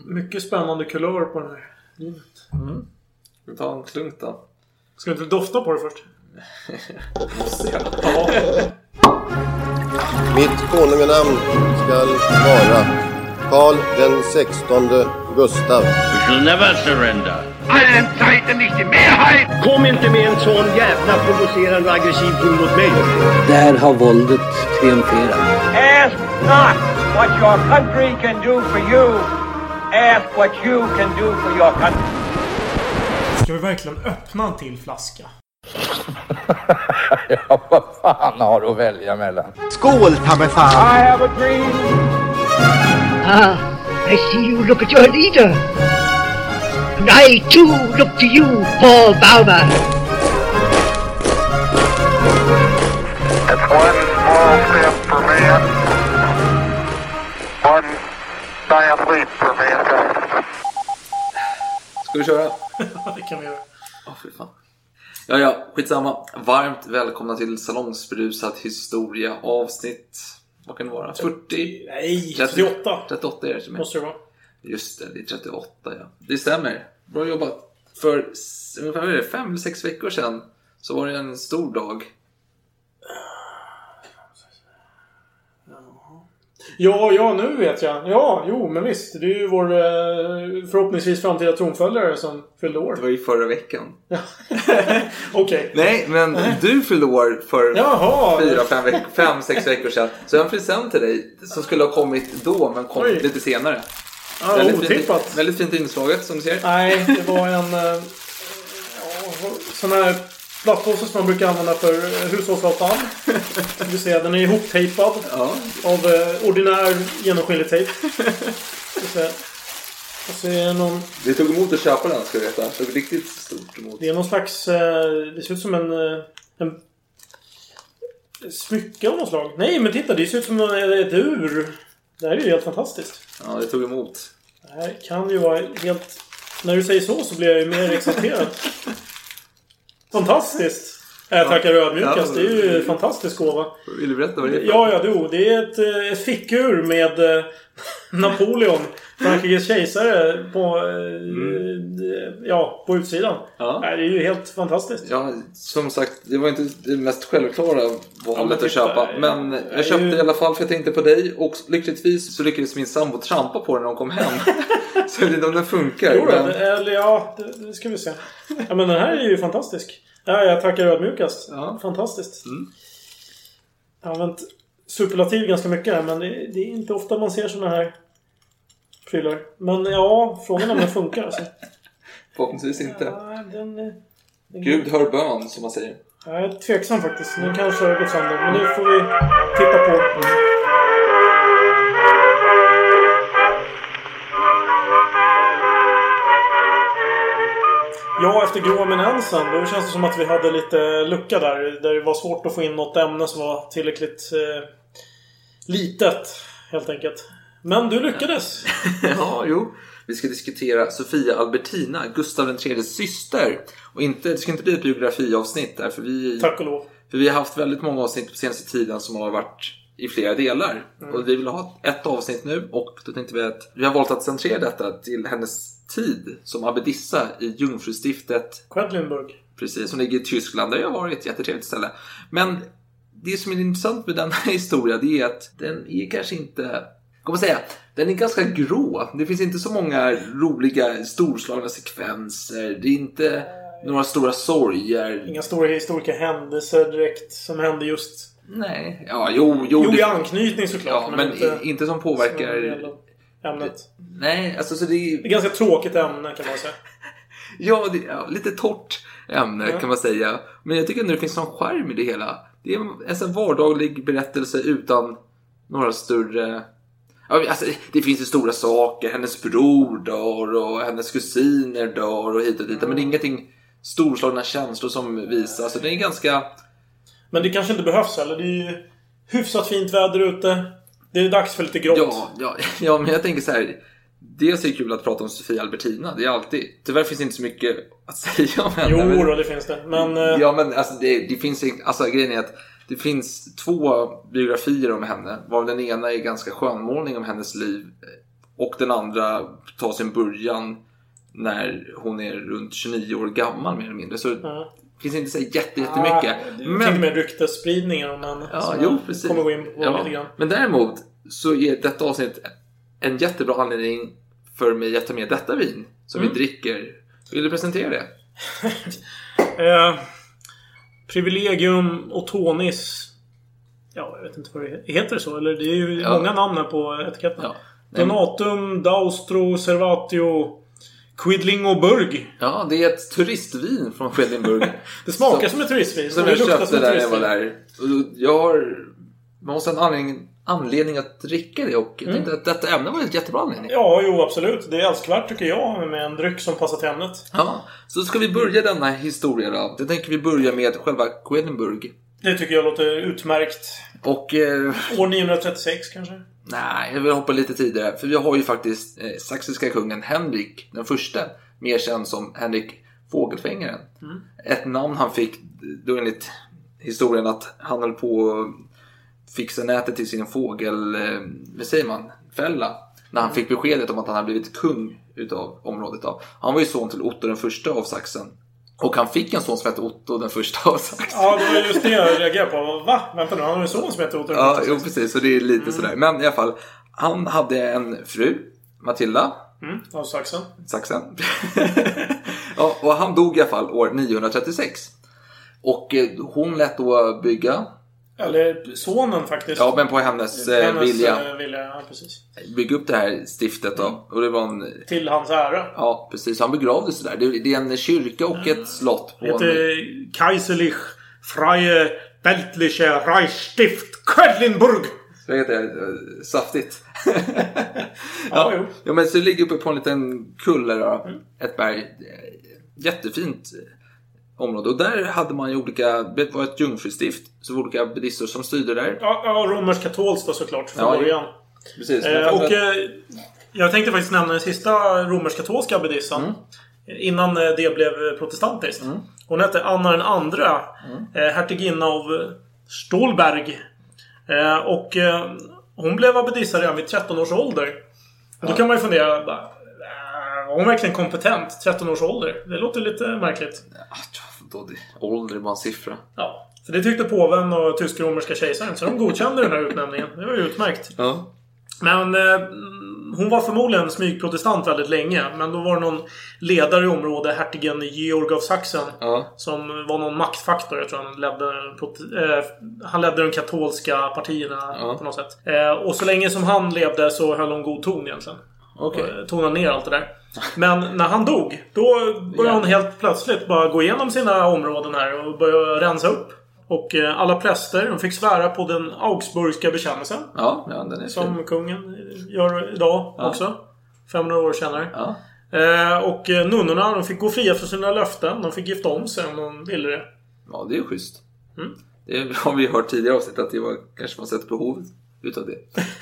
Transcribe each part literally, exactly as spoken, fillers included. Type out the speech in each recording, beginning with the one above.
mycket spännande kulör på den här. Mm. Vi tar en klunk då. Ska du inte dofta på det först? Måste jag? Ja. Mitt konunganamn skall vara Karl den sextonde Gustav. We shall never surrender. Allen Zeiten nicht die Mehrheit! Kom inte med en sån jävla provocerande och aggressiv ton mot mig. Där har våldet triumferat. Ask not what your country can do for you. Ask what you can do for your country. Ska vi verkligen öppna en till flaska? Ja, vad fan har du att välja mellan? Skål, ta mig fan! I have a dream. Ah, I see you look at your leader. And I too look to you, Paul Bauma. It's one small step for man. One giant leap for mankind. Ska vi köra? Ja, det kan vi göra. Åh, oh, fy fan. Ja, ja, skitsamma. Varmt välkomna till Salongsberusad historia avsnitt. Vad kan det vara? fyrtio? Nej, trettio, trettioåtta. trettioåtta är det som är. Måste det vara. Just det, det är trettioåtta, ja. Det stämmer. Bra jobbat. För ungefär fem eller sex veckor sedan så var det en stor dag. Ja, ja, nu vet jag. Ja, jo, men visst. Det är ju vår eh, förhoppningsvis framtida tronföljare som fyllde år. Det var ju förra veckan. Okej. Okay. Nej, men du fyllde år för Jaha. fyra, fem, veck- fem, sex veckor sedan. Så jag har en present till dig som skulle ha kommit då, men kom Oj. lite senare. Ja, väldigt, otippat. fint, väldigt fint inslaget, som du ser. Nej, det var en eh, ja, sån här plastpåse som man brukar använda för hushållsavfall. Vi ser, den är ihoptejpad Ja. av eh, ordinär genomskinlig tejp. Vi ser. Och så är det någon... Det tog emot att köpa den, ska du veta. Det tog riktigt stort emot. Det är någon slags... Eh, det ser ut som en... Eh, en smycke av något slag. Nej, men titta, det ser ut som en, ett ur. Det här är ju helt fantastiskt. Ja, det tog emot. Det här kan ju vara helt... När du säger så så blir jag ju mer exalterad. Fantastiskt. Jag tackar ödmjukast. Det är ju en fantastisk gåva. Vill du berätta vad det är för? Ja, ja, du. Det är ett, ett fickur med eh, Napoleon, Frankrikes kejsare på, eh, mm. ja, på utsidan. Ja. Det är ju helt fantastiskt. Ja, som sagt, det var inte det mest självklara valet ja, att köpa. Men jag, jag köpte ju... i alla fall för jag tänkte på dig. Och lyckligtvis så lyckades min sambo trampa på den när hon kom hem. Så jag vet inte om den funkar. Jo, men... det, eller ja, det, det ska vi se. Ja, men den här är ju fantastisk. Ja, jag tackar ödmjukast. Ja. Fantastiskt. Mm. Jag har använt superlativ ganska mycket här, men det, det är inte ofta man ser såna här prylar. Men ja, frågan om den funkar alltså. Förhoppningsvis inte. Ja, den, den Gud hör bön, som man säger. Jag är tveksam faktiskt. Den kanske har gått sönder, men det får vi titta på. Mm. Ja, efter grå eminensen, då känns det som att vi hade lite lucka där. Där det var svårt att få in något ämne som var tillräckligt eh, litet, helt enkelt. Men du lyckades. Ja, jo. Vi ska diskutera Sofia Albertina, Gustav den tredjes syster. Och inte, det ska inte bli ett biografiavsnitt där, för vi... Tack och lov. För vi har haft väldigt många avsnitt på senaste tiden som har varit i flera delar. Mm. Och vi vill ha ett avsnitt nu. Och då tänkte vi att vi har valt att centrera detta till hennes tid som abbedissa i Jungfrustiftet Quedlinburg. Precis, som ligger i Tyskland. Där jag har varit ett jättetrevligt ställe. Men det som är intressant med den här historien, det är att den är kanske inte... Kan man säga, den är ganska grå. Det finns inte så många roliga storslagna sekvenser. Det är inte några stora sorger. Inga stora historiska händelser direkt som hände just... Nej, ja, jo, jo. Jo, det... i anknytning såklart. Ja, men, men inte, inte som påverkar... Ämnet. Nej, alltså så det är... Det är ganska tråkigt ämne, kan man säga. Ja, det är ja, lite torrt ämne, ja. Kan man säga. Men jag tycker ändå det finns någon charm i det hela. Det är en, en vardaglig berättelse utan några större... Alltså, det finns ju stora saker. Hennes bror dör och hennes kusiner dör och hit och dit. Mm. Men det är ingenting storslagna känslor som visas. Alltså, det är ganska... Men det kanske inte behövs heller. Det är ju hyfsat fint väder ute. Det är dags för lite grått. Ja, ja, ja, men jag tänker så här. Dels är det kul att prata om Sofia Albertina. Det är alltid... Tyvärr finns det inte så mycket att säga om henne. Jo, men... då, det finns det. Men... Ja, men alltså, det, det finns... Alltså, grejen är att det finns två biografier om henne. Var den ena är ganska skönmålning om hennes liv Och den andra tar sin början när hon är runt tjugonio år gammal mer eller mindre. Så ja. Det finns inte så jätte, jättemycket. Ja, jag tänkte med ryktesspridningen om man ja, jo, precis. kommer gå in på ja. lite grann. Men däremot så är detta avsnitt en jättebra anledning för mig att ta med detta vin som mm. vi dricker. Vill du presentera det? eh, Privilegium Otonis. Ja, jag vet inte vad det heter så. Eller det är ju ja. många namn här på etiketten. Ja. Donatum, Daustro, Servatio, Quidlingoburg. Ja, det är ett turistvin från Quidlingoburg. Det smakar så, som ett turistvin. Som jag köpte där jag var där. Jag har... Man måste ha en anledning, anledning att dricka det. Och jag tänkte mm. att detta ämne var ett jättebra anledning. Ja, jo, absolut. Det är älskvärt tycker jag med en dryck som passar till ämnet. Ja, så ska vi börja denna historia då. Jag tänker vi börja med själva Quedlinburg. Det tycker jag låter utmärkt. Och... Eh, år niohundratrettiosex kanske? Nej, jag vill hoppa lite tidigare. För vi har ju faktiskt eh, saxiska kungen Henrik den första. Mer känd som Henrik Fågelfängaren. Mm. Ett namn han fick då enligt historien att han höll på att fixa nätet till sin fågel, eh, vad säger man, fälla. När han fick beskedet om att han hade blivit kung utav området. Då. Han var ju son till Otto den första av Saxen. Och han fick en son som hette Otto den första av Saxen. Ja, det var just det jag reagerade på. Va? Vänta nu, han har en son som heter Otto den ja, första. Ja, precis. Så det är lite mm. sådär. Men i alla fall, han hade en fru, Matilda. Mm, av Saxen. Saxen. Ja, och han dog i alla fall år niohundratrettiosex. Och eh, hon lät då bygga... Eller sonen faktiskt. Ja, men på hennes, hennes eh, vilja. vilja ja, precis. Bygga upp det här stiftet då. Mm. Och det var en... Till hans ära. Ja, precis. Han begravdes där. Det, det är en kyrka och mm. ett slott. På det heter en... Kaiserlich Freie Weltliche Reichsstift Quedlinburg. Så heter det. Saftigt. ja, ja, jo. ja, men så det ligger uppe på en liten kulle då. Mm. Ett berg. Jättefint område. Och där hade man ju olika, det var ett jungfrustift, så var olika abbedissor som styrde där. Ja, ja romersk-katolskt då såklart från ja, början. Precis. Eh, och eh, jag tänkte faktiskt nämna den sista romersk-katolska abbedissan. Mm. Innan det blev protestantiskt. Mm. Hon hette Anna den andra. Mm. Eh, hertiginna av Stolberg. Eh, och eh, hon blev abbedissa redan vid tretton års ålder. Ja. Då kan man ju fundera, bara, var hon verkligen kompetent? tretton års ålder. Det låter lite märkligt. Då det, ålder är bara en siffra. Ja, för det tyckte påven och tysk-romerska kejsaren. Så de godkände den här utnämningen. Det var ju utmärkt. Ja. Men eh, hon var förmodligen smygprotestant väldigt länge. Men då var det någon ledare i området, hertigen Georg av Sachsen. Ja. Som var någon maktfaktor. Jag tror han ledde, eh, han ledde de katolska partierna ja. på något sätt. Eh, och så länge som han levde så höll hon god ton egentligen. Okay. Tonade ner allt det där. Men när han dog, då började hon helt plötsligt bara gå igenom sina områden här och börja rensa upp. Och eh, alla präster, de fick svära på den Augsburgska bekännelsen. Ja, ja, den är som fin. Kungen gör idag ja. också. femhundra år senare. Ja. Eh, och eh, nunnorna, de fick gå fria för sina löften. De fick gifta om sig om de ville det. Ja, det är ju schysst. Mm. Det har vi hört tidigare avsnitt att det var kanske man sett behovet utav det.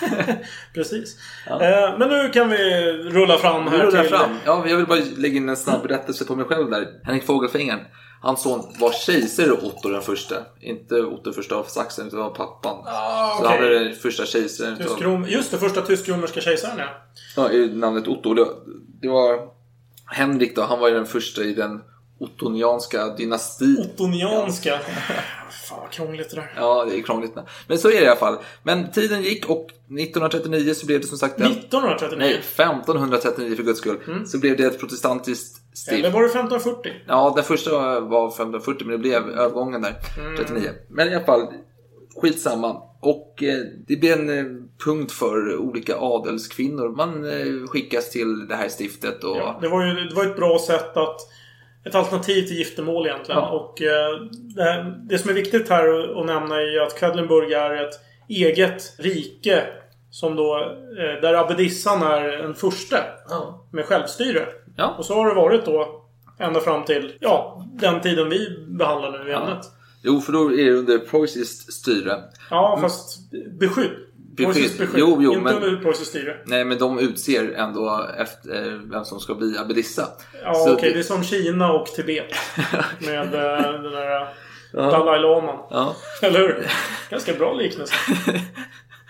Precis. Ja. Eh, men nu kan vi rulla fram här rulla till... fram. Ja, jag vill bara lägga in en snabb berättelse på mig själv där. Henrik Fågelfängaren. Hans son var kejsare Otto den första. Inte Otto första av Saxen, utan var pappan. Ah, okay. Så han är den första kejsaren. Tysk-rom... Just det, första tysk-romerska kejsaren, ja. Ja, i namnet Otto. Det, det var Henrik då. Han var ju den första i den ottonianska dynastin. Ottonianska? Ja. Fan vad krångligt det där. Ja, det är krångligt. Men så är det i alla fall. Men tiden gick och nittonhundratrettionio så blev det som sagt... En... nittonhundratrettionio? Nej, femtonhundratrettionio för guds skull. Mm. Så blev det ett protestantiskt stift. Eller var det femtonhundrafyrtio? Ja, den första var femtonhundrafyrtio men det blev övergången där. Mm. trettionio. Men i alla fall, skitsamma. Och eh, det blir en eh, punkt för olika adelskvinnor. Man eh, skickas till det här stiftet. Och... Ja, det var ju det var ett bra sätt att... Ett alternativ till giftermål egentligen. Ja. Och eh, det, det som är viktigt här att nämna är att Quedlinburg är ett eget rike. Som då, eh, där abbedissan är en första. Ja. Med självstyre. Ja. Och så har det varit då ända fram till ja, den tiden vi behandlar nu i ämnet. Ja. Jo, för då är det under preussiskt styre. Ja, fast beskydd. Beskydd. beskydd. Jo, jo, inte men, under preussiskt styre. Nej, men de utser ändå efter vem som ska bli abbedissa. Ja, okej. Okay, det... det är som Kina och Tibet. Med uh, den där uh, Dalai Lama. Ja. Eller hur? Ganska bra liknelse.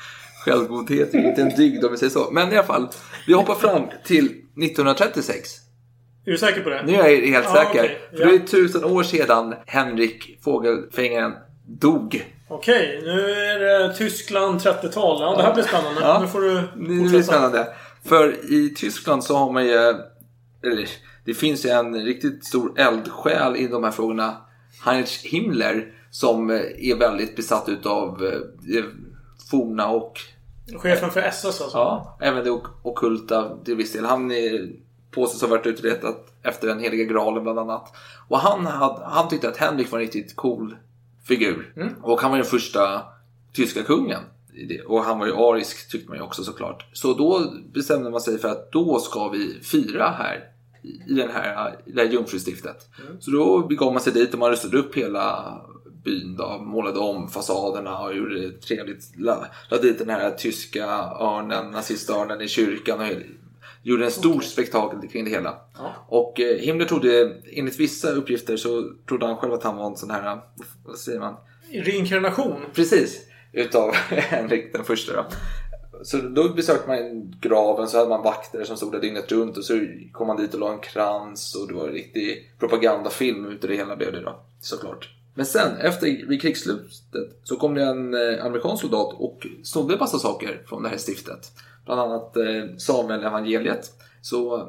Självgodhet är inte en dygd om vi säger så. Men i alla fall, vi hoppar fram till nittonhundratrettiosex. Är du säker på det? Nu är jag helt ja, säker. Okay. För det är tusen år sedan Henrik Fågelfingeren dog. Okej, nu är det Tyskland trettiotal. Ja, det här blir spännande. Ja. Nu får du Nu blir det spännande. För i Tyskland så har man ju... Eller, det finns ju en riktigt stor eldsjäl i de här frågorna. Heinrich Himmler, som är väldigt besatt utav eh, forna och... Chefen för S S alltså. Ja, även det ockulta till viss del. Han är påstås ha varit utretat efter den heliga graalen bland annat. Och han, hade, han tyckte att Henrik var en riktigt cool figur. Mm. Och han var den första tyska kungen. Och han var ju arisk, tyckte man ju också såklart. Så då bestämde man sig för att då ska vi fira här i den här, i det här jungfrustiftet. Mm. Så då begav man sig dit och man rustade upp hela byn då, målade om fasaderna och gjorde det trevligt. Lade dit den här tyska örnen, nazistörnen i kyrkan och gjorde en stor okay. spektakel kring det hela. Ja. Och eh, Himmler trodde, enligt vissa uppgifter så trodde han själv att han var en sån här, vad säger man? Reinkarnation. Precis, utav Henrik den första då. Så då besökte man graven, så hade man vakter som stod där dygnet runt och så kom man dit och la en krans och det var en riktig propagandafilm utav det hela blev det då, såklart. Men sen, efter vid krigsslutet så kom det en eh, amerikansk soldat och snodde en massa saker från det här stiftet. Bland annat eh, Samuel evangeliet. Så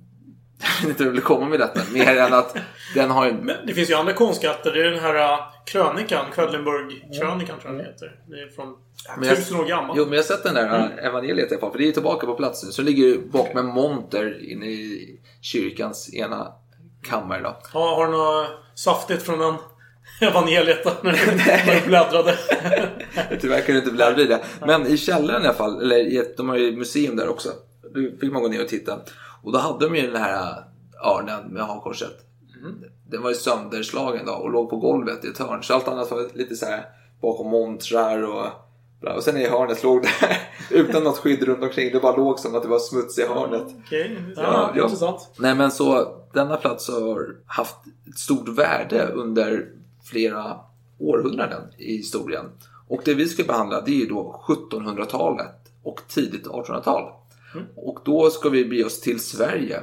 jag vet inte hur jag vill komma med detta. Mer än att den har en... Men det finns ju andra konstskatter. Det är den här uh, krönikan, Quedlinburg-krönikan tror jag den heter. Det är från jag, tusen år gammal. Jo, men jag har sett den där mm. evangeliet i alla fall. För det är tillbaka på platsen. Så det ligger bak med monter inne i kyrkans ena kammare då. Ja, har du något saftigt från den evangeliet då, när du bläddrade? Tyvärr kan du inte bläddra i det. Men i källaren i alla fall, eller i ett, de har ju museum där också. Då fick man gå ner och titta. Och då hade de ju den här örnen med hakorset. Mm. Den var ju sönderslagen då och låg på golvet i ett hörn. Så allt annat var lite så här bakom montrar och... Och sen i hörnet låg det utan något skydd runt omkring. Det bara låg som att det var smuts i hörnet. Okej, okay. ja, ja, intressant. Nej, men så denna plats har haft ett stort värde under flera århundraden i historien. Och det vi ska behandla, det är ju då sjuttonhundratalet och tidigt artonhundratal. Mm. Och då ska vi bege oss till Sverige.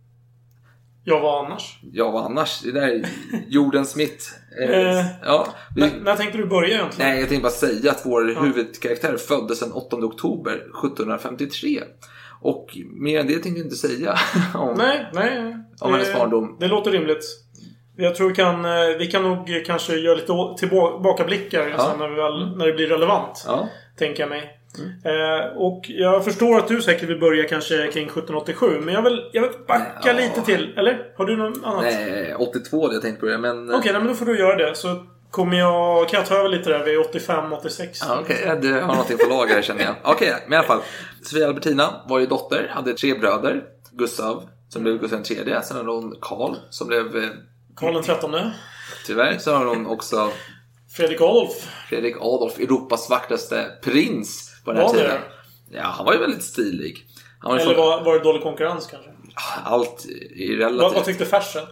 Jag var annars. Jag var annars. Det där är jordens mitt. Eh, ja, vi... men, när tänkte du börja egentligen? Nej, jag tänkte bara säga att vår ja. huvudkaraktär föddes den åttonde oktober sjuttonhundrafemtiotre. Och mer än det tänkte jag inte säga om, nej, nej. om hennes barndom. Det låter rimligt. Jag tror vi kan, vi kan nog kanske göra lite tillbakablickar ja. sen när, vi väl, när det blir relevant. Ja. Tänker jag mig. Mm. Eh, och jag förstår att du säkert vill börja kanske kring sjuttonhundraåttiosju. Men jag vill, jag vill backa ja. lite till. Eller? Har du något annat? Nej, åttiotvå det jag tänkte börja. Men... Okej, okay, men då får du göra det. Så kommer jag, kan jag ta över lite där vid åttiofem åttiosex. Ja, okej, okay. Du har någonting på lager här känner jag. Okej, okay, men i alla fall. Sofia Albertina var ju dotter. Hade tre bröder. Gustav som blev Gustav den tredje. Sen hade hon Karl som blev... Karl den trettonde. Tyvärr så har hon också... Fredrik Adolf. Fredrik Adolf, Europas vackraste prins på den här var tiden. Det? Ja, han var ju väldigt stilig. Han var Eller från... var, var det dålig konkurrens kanske? Allt är relativt. Vad, vad tyckte Fersen?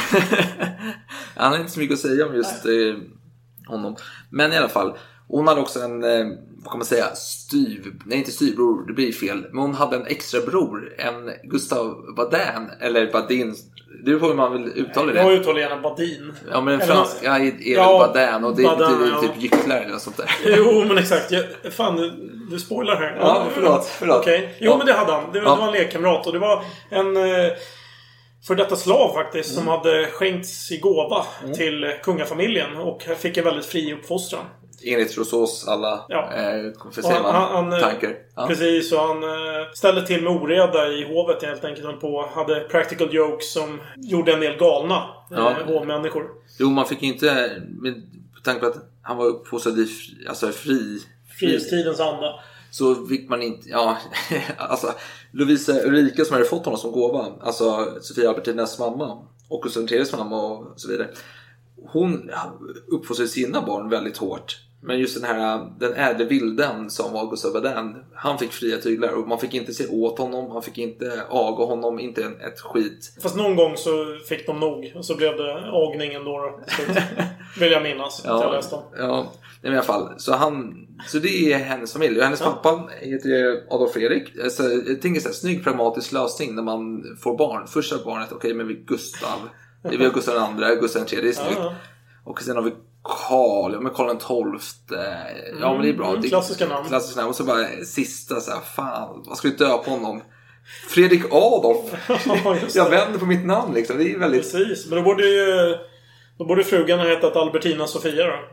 Han har inte så mycket att säga om just eh, honom. Men i alla fall, hon hade också en, eh, vad kan man säga, styv, nej inte styvbror, det blir fel. Men hon hade en extra bror, en Gustav Badin, eller Badin. Det är på hur man vill uttala det. Jag uttalar gärna Badin. Ja, men den franska är, är ja, Badin och det betyder ja. typ gycklar eller sånt där. Jo, men exakt. Jag, fan, du, du spoilar här. Ja, ja förlåt. förlåt. Okej. Okay. Jo, ja. men det hade han. Det, ja. det var en lekkamrat och det var en... Eh, för detta slav faktiskt mm. som hade skänkts i gåva mm. till kungafamiljen och fick en väldigt fri uppfostran. Enligt Rousseaus alla ja. eh, man, han, han, tankar. Ja. Precis, och han eh, ställde till med oreda i hovet helt enkelt. Han på, hade practical jokes som gjorde en del galna ja. eh, hovmänniskor. Jo, man fick inte, med tanke på att han var uppfostrad i alltså fri... Frihetstidens anda. Så fick man inte, ja, alltså Lovisa Ulrika som hade fått honom som gåva, alltså Sofia Albertinas mamma och Gustav den tredjes mamma och så vidare. Hon uppfostrade sina barn väldigt hårt. Men just den här, den ädle vilden som var Gustav Badin, han fick fria tyglar och man fick inte se åt honom, man fick inte aga honom, inte ett skit. Fast någon gång så fick de nog och så blev det agningen då. då. Vill jag minnas. Ja, jag läste om. Ja, i alla fall. Så, han, så det är hennes familj. Och hennes ja. pappa heter Adolf Fredrik. Alltså, jag tänker så här, snygg pragmatisk lösning när man får barn. Första barnet, okej, okay, men vi Gustav. Vi har Gustav den andra, Gustav den tredje, det är snyggt. Ja. Och sen har vi Karl, ja men Karl den tolfte. Ja men det är bra. Mm, det, klassiska namn. Klassiska namn. Och så bara sista så här, fan, vad ska vi döpa honom? Fredrik Adolf. Jag vänder på mitt namn liksom. Det är väldigt... Precis, men då borde ju då borde frugan ha hetat Albertina Sofia då.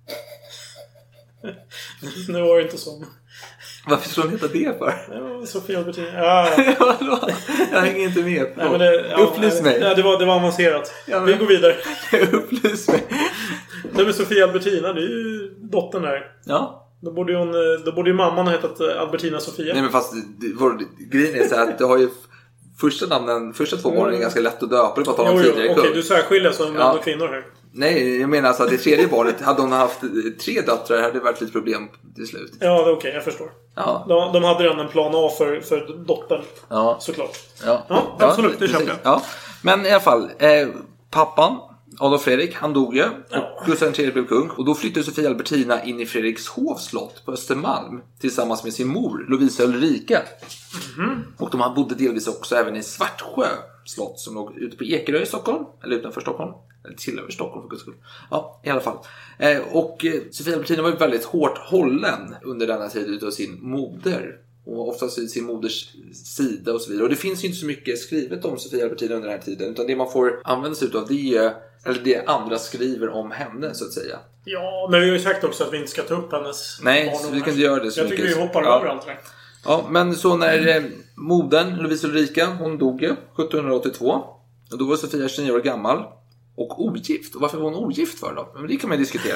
Nu var det inte så. Varför skulle hon heta det för? Ja, Sofia Albertina. Ja. Jag hänger inte med. Nej, men det, ja, Upplys mig. Ja, det var, det var avancerat. Ja, men... Vi går vidare. Upplys mig. Nej, men Sofia Albertina, det är ju dottern där. Ja. Då borde, hon, då borde ju mamman ha hetat Albertina Sofia. Nej, men fast vår grejen är så här att du har ju första namnen, första två barnen är ganska lätt att döpa. Det var att ta dem tidigare. Okej, du särskiljer som män ja. och kvinnor här. Nej, jag menar alltså att det tredje barnet, hade hon haft tre döttrar hade det varit lite problem till slut. Ja, det är okej, okay, jag förstår. Ja. De, de hade redan en plan A för, för dottern, ja. såklart. Ja, ja absolut, det köper jag. Ja. Men i alla fall, eh, pappan, Adolf Fredrik, han dog ju. Ja. Och Gustav den tredje blev kung. Och då flyttade Sofia Albertina in i Fredrikshovs slott på Östermalm tillsammans med sin mor, Lovisa Ulrika. Mm-hmm. Och de bodde delvis också även i Svartsjö slott som låg ute på Ekerö i Stockholm. Eller utanför Stockholm. Eller till över Stockholm för guds skull. Ja, i alla fall. Eh, och eh, Sofia Albertina var ju väldigt hårt hållen under denna tid utav sin moder. Och oftast i sin moders sida och så vidare. Och det finns ju inte så mycket skrivet om Sofia Albertina under den här tiden. Utan det man får använda sig utav det är, eller det andra skriver om henne så att säga. Ja, men vi har ju sagt också att vi inte ska ta upp hennes Nej, barn. Nej, vi kan inte göra det så Jag mycket. tycker vi hoppar ja. över allt det. Ja, men så när eh, modern, Lovisa Ulrika, hon dog ju sjuttonhundraåttiotvå. Och då var Sofia tjugonio år gammal. Och ogift. Och varför var hon ogift för då? Men det kan man diskutera.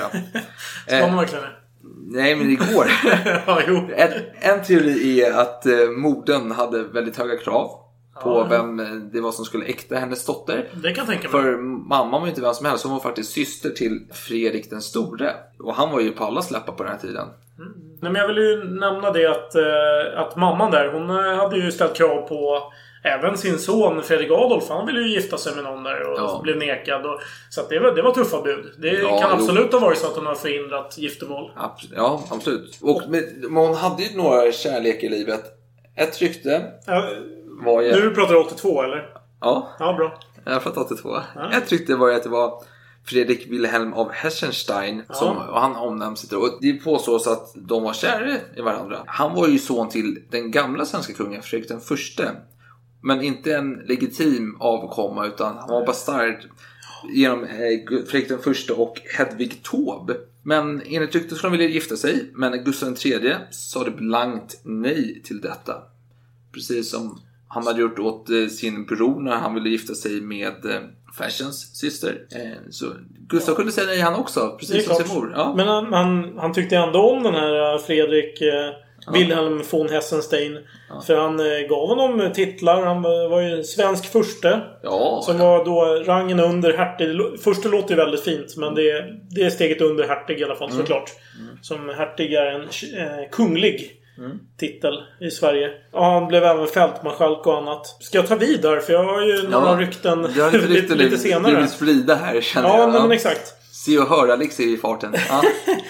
Ska man verkligen? Nej, men det går. ja, jo. En, en teori är att eh, modern hade väldigt höga krav på ja, vem det var som skulle äkta hennes dotter. Det kan jag tänka mig. För mamma var ju inte vem som helst. Hon var faktiskt syster till Fredrik den store. Och han var ju på alla släppar på den här tiden. Mm. Nej, men jag vill ju nämna det att, eh, att mamman där, hon hade ju ställt krav på även sin son Fredrik Adolf. Han ville ju gifta sig med någon där och ja. blev nekad. Och, så att det, var, det var tuffa bud. Det ja, kan absolut jo. ha varit så att hon har förhindrat giftermål. Absolut. Ja, absolut. Och, men, men hon hade ju några kärlek i livet. Ett rykte ja, var ju... Nu pratar du åttiotvå eller? Ja. Ja, bra. Jag pratar åttiotvå. Ja. Ett rykte var ju att det var Fredrik Wilhelm av Hessenstein ja. som, och han omnämns. Och det påstås att de var kära i varandra. Han var ju son till den gamla svenska kungen Fredrik den förste. Men inte en legitim avkomma utan han var bastard genom eh, Fredrik den första och Hedvig Taube. Men enligt ryktet skulle de vilja gifta sig. Men Gustav den tredje sa det blankt nej till detta. Precis som han hade gjort åt eh, sin bror när han ville gifta sig med eh, Fashions syster. Eh, så Gustav ja. kunde säga nej han också. Precis som sin mor. Ja. Men han, han, han tyckte ändå om den här Fredrik... Eh... Ja. Wilhelm von Hessenstein. Ja. För han eh, gav honom titlar. Han var ju svensk furste. Ja, som ja. var då rangen under hertig. Förste låter ju väldigt fint. Men det, det är steget under hertig i alla fall mm. såklart. Mm. Som hertig är en eh, kunglig mm. titel i Sverige. Ja, han blev även fältmarskalk och annat. Ska jag ta vidare? För jag har ju ja. några rykten lite, lite, lite senare. Du vill sprida här känner ja, jag. Ja, men exakt. Se och höra liksom i farten. Ja.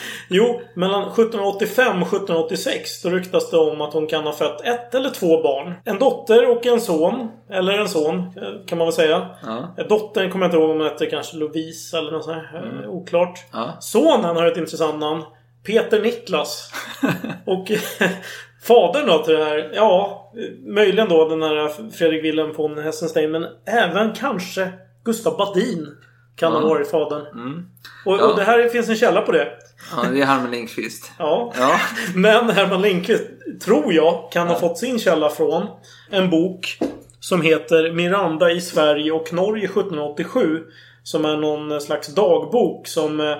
Jo, mellan sjuttonhundraåttiofem och sjuttonhundraåttiosex då ryktas det om att hon kan ha fött ett eller två barn. En dotter och en son. Eller en son, kan man väl säga. Ja. Dottern kommer jag inte ihåg om hon heter kanske Lovisa eller något sånt här. Mm. Oklart. Ja. Sonen har ett intressant namn. Peter Niklas. Och fadern då till det här. Ja, möjligen då den här Fredrik Wilhelm von Hessenstein. Men även kanske Gustav Badin. Kan ha varit fadern. Mm. Och, ja. och det här finns en källa på det. Ja, det är Herman Lindqvist. ja. ja. Men Herman Lindqvist, tror jag, kan ja. ha fått sin källa från en bok som heter Miranda i Sverige och Norge sjuttonhundraåttiosju. Som är någon slags dagbok som eh,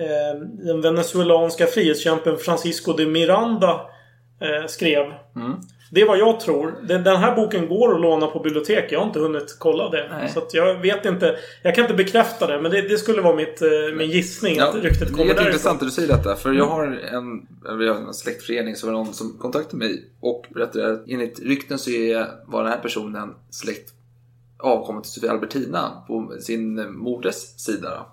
den venezuelanska frihetskämpen Francisco de Miranda eh, skrev. Mm. Det är vad jag tror. Den här boken går att låna på bibliotek. Jag har inte hunnit kolla det. Nej. Så att jag vet inte. Jag kan inte bekräfta det. Men det, det skulle vara mitt, min gissning ja, att ryktet kommer där. Det är intressant att du säger detta. För jag har en, jag har en släktförening som var någon som kontaktade mig. Och berättade att enligt rykten så är, var den här personen släkt avkommit till Sofia Albertina på sin moders sida.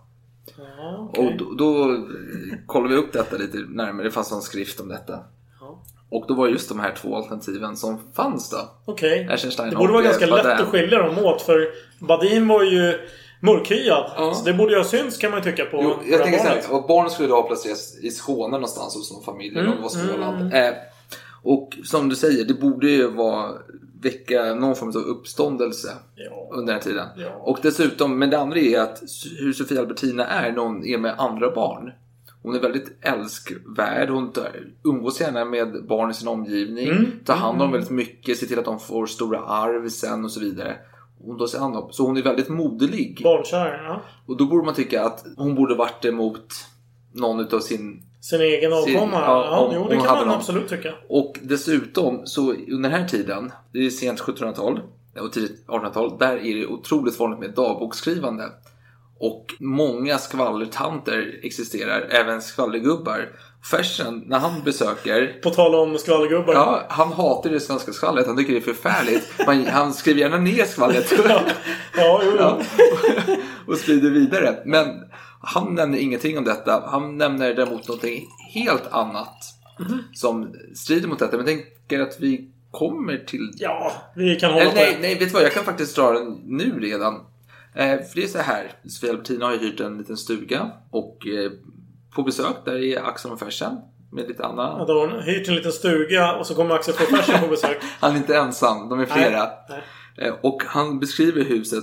Ja, okay. Och då, då kollade vi upp detta lite närmare. Det fanns en skrift om detta. Ja. Och då var just de här två alternativen som fanns då. Okej. Okay. Det borde vara ganska lätt att skilja dem åt. För Badin var ju mörkhyad. Ja. Så det borde ju ha synts, kan man tycka på. Jo, jag tänker så här, och barnen skulle då placeras i Skåne någonstans hos någon familj. Mm. Eller var Småland. Mm. Eh, och som du säger, det borde ju vara väcka någon form av uppståndelse ja. under den tiden. Ja. Och dessutom, men det andra är att hur Sofia Albertina är när hon är med andra barn. Hon är väldigt älskvärd. Hon umgås gärna med barn i sin omgivning. Mm. Tar hand om väldigt mycket. Ser till att de får stora arv sen och så vidare. Hon då ser hand om. Så hon är väldigt moderlig. Barnkär, ja. Och då borde man tycka att hon borde varit emot någon utav sin... Sin egen avkomma. Ja, ja, jo, det kan man någon. absolut tycka. Och dessutom, så under den här tiden, det är sent sjuttonhundratal och tidigt artonhundratal, där är det otroligt vanligt med dagboksskrivande. Och många skvallertanter existerar, även skvallergubbar. Fersen, när han besöker... På tal om skvallergubbar. Ja, han hatar det svenska skvallret. Han tycker det är förfärligt. Man, han skriver gärna ner skvallret. ja, ja, jo, ja. Och sprider vidare. Men han nämner ingenting om detta. Han nämner däremot någonting helt annat. Mm. Som strider mot detta. Men jag tänker att vi kommer till... Ja, vi kan hålla Eller, på nej, det. nej, vet du vad? Jag kan faktiskt dra den nu redan. Eh, för det är så här. Sofia Albertina har ju hyrt en liten stuga. Och eh, på besök där är Axel och Fersen. Med lite annat. Ja, då har hon hyrt en liten stuga. Och så kommer Axel och Fersen på besök. Han är inte ensam. De är flera. Nej, nej. Eh, och han beskriver huset.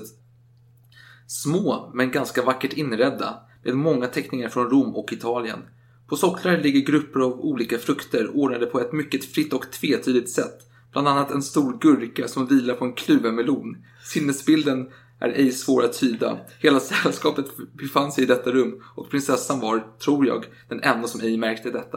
Små men ganska vackert inredda. Med många teckningar från Rom och Italien. På socklar ligger grupper av olika frukter ordnade på ett mycket fritt och tvetydigt sätt. Bland annat en stor gurka som vilar på en kluven melon. Sinnesbilden är ej svår att tyda. Hela sällskapet befann sig i detta rum. Och prinsessan var, tror jag, den enda som ej märkte detta.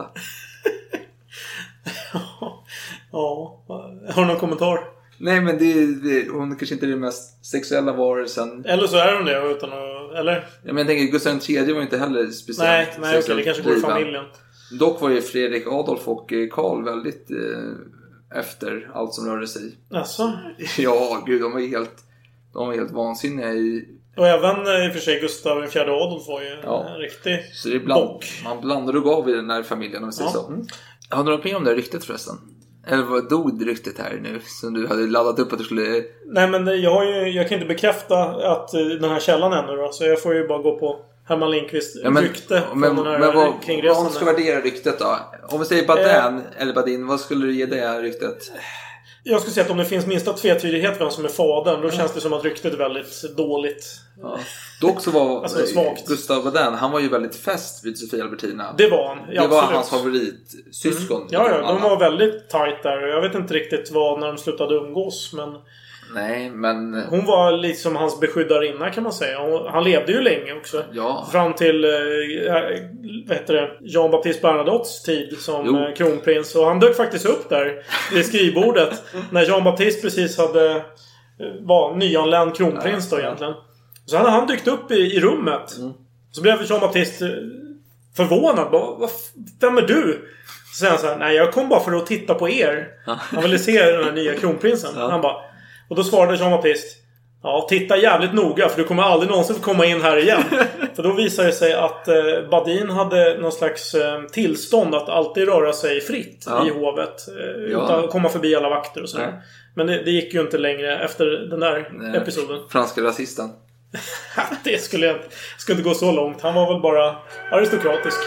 Ja, har du någon kommentar? Nej, men det, det, hon kanske inte är den mest sexuella varelsen. Eller så är hon det utan att, eller? Ja, men jag tänker Gustav den tredje var inte heller speciellt. Nej, nej okej, det kanske går i familjen. Dock var ju Fredrik Adolf och Karl väldigt eh, efter allt som rörde sig. Alltså? Ja, gud, de var ju helt, de var helt vansinniga i... Och även i och för sig Gustav den fjärde Adolf var ju ja. en riktig så det är bland, bock. Man blandade och gav i den här familjen om vi säger ja. så. Mm. Har du något med om det här ryktet förresten? Eller vad dog ryktet här nu som du hade laddat upp att du skulle... Nej, men jag, har ju, jag kan inte bekräfta att den här källan ännu då. Så jag får ju bara gå på Herman Lindqvist ja, men, rykte men, men, men vad, vad om du ska värdera ryktet då? Om vi säger Badin eh, eller Badin, vad skulle du ge det här ryktet? Jag skulle säga att om det finns minsta tvetydighet vem som är fadern, då känns det som att ryktet är väldigt dåligt. Ja. Dock så var alltså, svagt. Gustav Badin, han var ju väldigt fäst vid Sofia Albertina. Det var han, ja, det var hans favoritsyskon. Mm. Ja, ja, de var väldigt tajt där. Jag vet inte riktigt vad när de slutade umgås, men... Nej, men... Hon var liksom hans beskyddarinna kan man säga. Han levde ju länge också. Ja. Fram till äh, vad heter det, Jean Baptiste Bernadottes tid som jo. kronprins. Och han dök faktiskt upp där vid skrivbordet när Jean Baptiste precis hade var nyanländ kronprins då egentligen. Så hade han dykt upp i, i rummet. Mm. Så blev Jean Baptiste förvånad. Bara, vem är du? Så säger han så här, nej jag kom bara för att titta på er. Han ville se den här nya kronprinsen. Ja. Han bara, och då svarade Jean Baptiste, ja titta jävligt noga för du kommer aldrig någonsin få komma in här igen. För då visade det sig att eh, Badin hade någon slags eh, tillstånd att alltid röra sig fritt ja. i hovet. Eh, ja. Utan att komma förbi alla vakter och så. Ja. Men det, det gick ju inte längre efter den där Nej, episoden. Franska rasisten. Det skulle jag skulle inte gå så långt. Han var väl bara aristokratisk.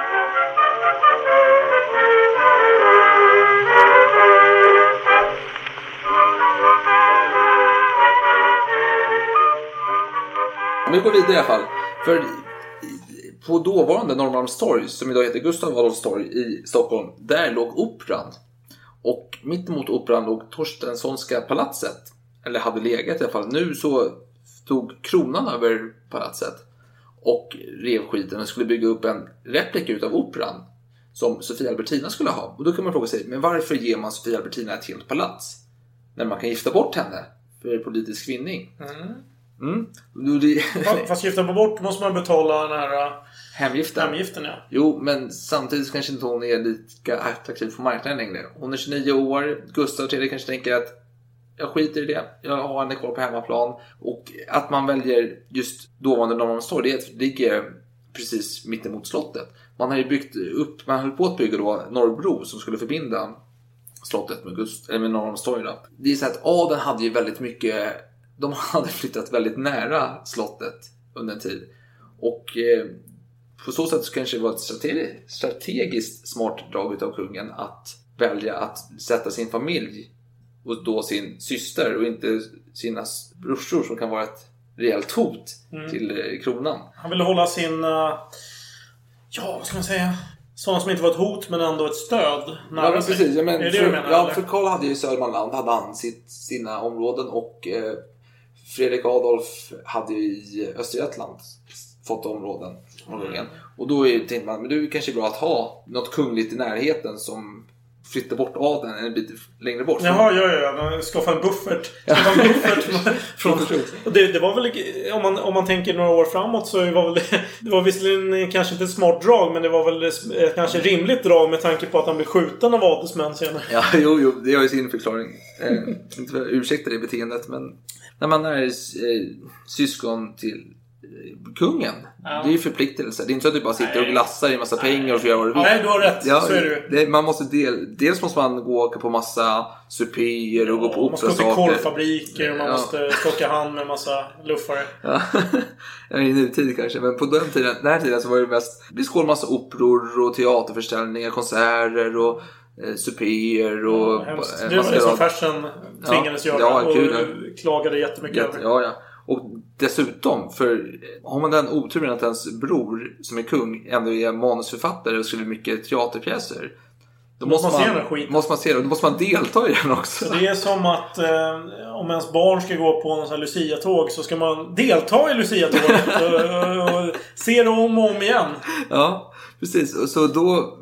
Vi går vidare i alla fall. För på dåvarande Norrmalmstorg, som idag heter Gustav Adolfs torg i Stockholm, där låg operan. Och mitt emot operan låg Torstenssonska palatset. Eller hade legat i alla fall. Nu så tog kronan över palatset och rev skiten och skulle bygga upp en replika utav operan som Sofia Albertina skulle ha. Och då kan man fråga sig, men varför ger man Sofia Albertina ett helt palats när man kan gifta bort henne för politisk vinning? Mm. Mm. Fast gifta bort måste man betala den här hemgiften. hemgiften ja. Jo, men samtidigt kanske inte hon är lika attraktiv på marknaden längre. Hon är tjugonio år, Gustav tredje kanske tänker att jag skiter i det, jag har henne kvar på hemmaplan. Och att man väljer just dåvarande Norrmalmstorg, det ligger precis mittemot slottet. Man har ju byggt upp, man höll på att bygga då Norrbro som skulle förbinda slottet med, Gust- eller med Norrmalmstorg då. Det är så att adeln hade ju väldigt mycket, de hade flyttat väldigt nära slottet under en tid. Och eh, på så sätt så kanske det var ett strategi- strategiskt smart drag utav kungen att välja att sätta sin familj och då sin syster och inte sina brorsor som kan vara ett rejält hot mm. till eh, kronan. Han ville hålla sin, uh, ja vad ska man säga, sådana som inte var ett hot men ändå ett stöd. Ja men precis, ja, men är det för, du menar, ja, eller? för Karl hade ju Södermanland, hade han sitt, sina områden och eh, Fredrik Adolf hade ju i Östergötland fått områden. Mm. Och då är, tänkte man, men det är kanske bra att ha något kungligt i närheten som flyttar bort adeln en bit längre bort. Jaha, ja, ja, ja. Skaffa en buffert. Skaffa en buffert från, det, det var väl, om man, om man tänker några år framåt så var väl det, det var visserligen kanske inte ett smart drag, men det var väl ett kanske rimligt drag med tanke på att han blev skjuten av adelsmän senare. Ja, jo, jo, det har ju sin förklaring. Eh, inte för ursäkta det beteendet, men när man är eh, syskon till kungen, ja. Det är ju förpliktelse. Det är inte så att du bara sitter Nej. och glassar i massa pengar och får göra vad du vill. Nej, du har rätt, ja, så är det. det man måste del, dels måste man gå och åka på massa supéer och ja, gå på opera saker. Man ska till korvfabriker och man ja. måste stocka hand med massa luffare. Ja, ja i nutid kanske, men på den tiden, den här tiden så var det mest, det skål massa operor och teaterförställningar, konserter och eh, supéer och ja, det var det som Fersen tvingades ja. göra ja, och kul. klagade jättemycket Jätte, över. Ja, ja. Och dessutom, för har man den oturen att ens bror som är kung ändå är manusförfattare och skriver mycket teaterpjäser, då måste man, man, se måste man se det och då måste man delta i den också. Så det är som att eh, om ens barn ska gå på någon sån här Lucia-tåg så ska man delta i Lucia-tåget och, och, och se det om och om igen. Ja, precis. Och så då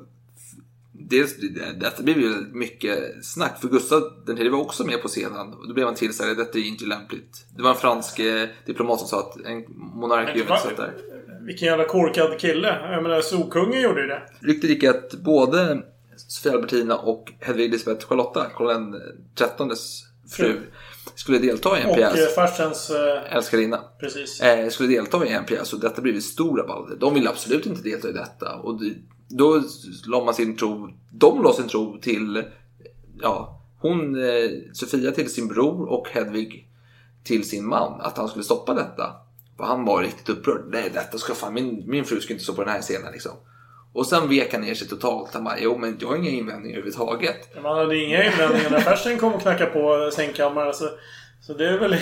dels, detta blev ju mycket snack för Gustav den tredje var också med på scenen och då blev man tillsagd att detta är inte lämpligt. Det var en fransk eh, diplomat som sa att en monark gör inte sånt där. Vilken jävla korkad kille. Jag menar, Solkungen gjorde ju det. Ryktet gick att både Sofia Albertina och Hedvig Elisabeth Charlotta, Karl den trettondes fru, mm. skulle delta i en och pjäs. Och Fersens äh, älskarinna. Precis. Eh, skulle delta i en pjäs och detta blev stora balder. De ville absolut inte delta i detta och det, då la man sin tro, de la sin tro till ja, hon eh, Sofia till sin bror och Hedvig till sin man att han skulle stoppa detta. Och han var riktigt upprörd. Nej, detta ska fan min, min fru ska inte stå på den här scenen liksom. Och sen vek han ner sig totalt. Han bara, jo men jag har inga invändningar överhuvudtaget. Man hade inga invändningar när Fersen kom och knackade på sängkammaren. Så, så det är väl...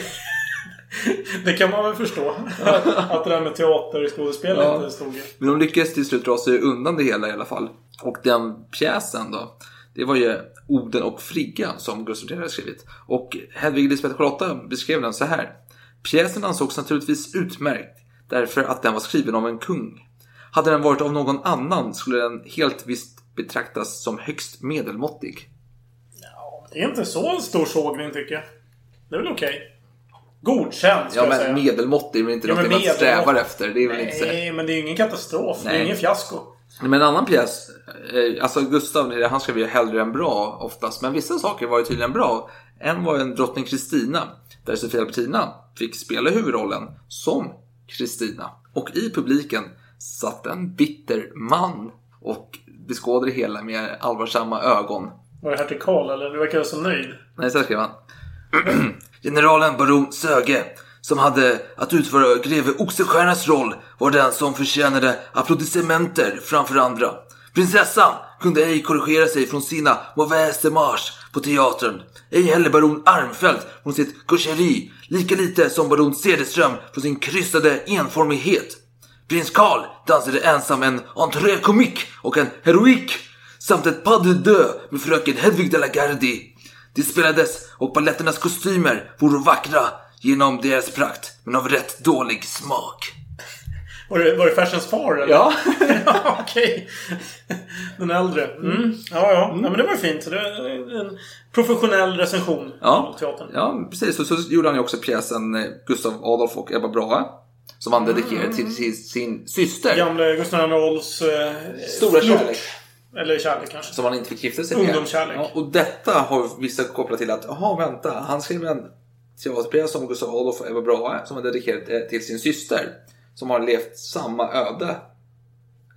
det kan man väl förstå. Att det där med teater och skådespel ja. inte stod i. Men de lyckades till slut dra sig undan det hela i alla fall. Och den pjäsen då, det var ju Oden och Frigga som Gustav den tredje hade skrivit. Och Hedvig Elisabeth Charlotta beskrev den så här. Pjäsen ansågs naturligtvis utmärkt därför att den var skriven av en kung. Hade den varit av någon annan skulle den helt visst betraktas som högst medelmåttig. Ja, det är inte så en stor sågning tycker jag. Det är väl okej. Okay. Godkänt ska ja, jag men säga. Medelmåttig är väl inte ja, något man strävar efter. Det är väl Nej, inte så. Nej, men det är ju ingen katastrof. Nej. Det är ingen fiasko. Men en annan pjäs, alltså Gustav, han skrev ju hellre än bra oftast. Men vissa saker var ju tydligen bra. En var en drottning Kristina, där Sofia Albertina fick spela huvudrollen som Kristina. Och i publiken satt en bitter man och beskådade det hela med allvarsamma ögon. Var det här till Karl eller? Du verkar så nöjd. Nej, så skrev han. Generalen baron Söge, som hade att utföra greve Oxenstiernas roll, var den som förtjänade applaudissementer framför andra. Prinsessan kunde ej korrigera sig från sina mauvaise marche på teatern. Ej heller baron Armfelt från sitt gaucherie, lika lite som baron Cederström från sin krystade enformighet. Prins Karl dansade ensam en entrée comique och en heroik samt ett pas de deux med fröken Hedvig de la Gardie. Det spelades och balletternas kostymer vore vackra genom deras prakt, men av rätt dålig smak. Var det, var det Fersens far eller? Ja. Ja, okej. Den äldre. Mm. Ja, ja. Mm. Ja, men det var fint. Det är en professionell recension ja. av teatern. Ja, precis. Och så gjorde han ju också pjäsen Gustav Adolf och Ebba Brahe, som han dedikerade mm. till sin, sin syster. Gamle Gustav Adolfs eh, stora kärlek. Eller kärlek kanske. Som han inte fick gifta sig med. Ungdomskärlek. Ja, och detta har vissa kopplat till att, jaha vänta, han skrev en teaterpjäs som Gustav Adolf och Ebba Brahe som var dedikerad till sin syster. Som har levt samma öde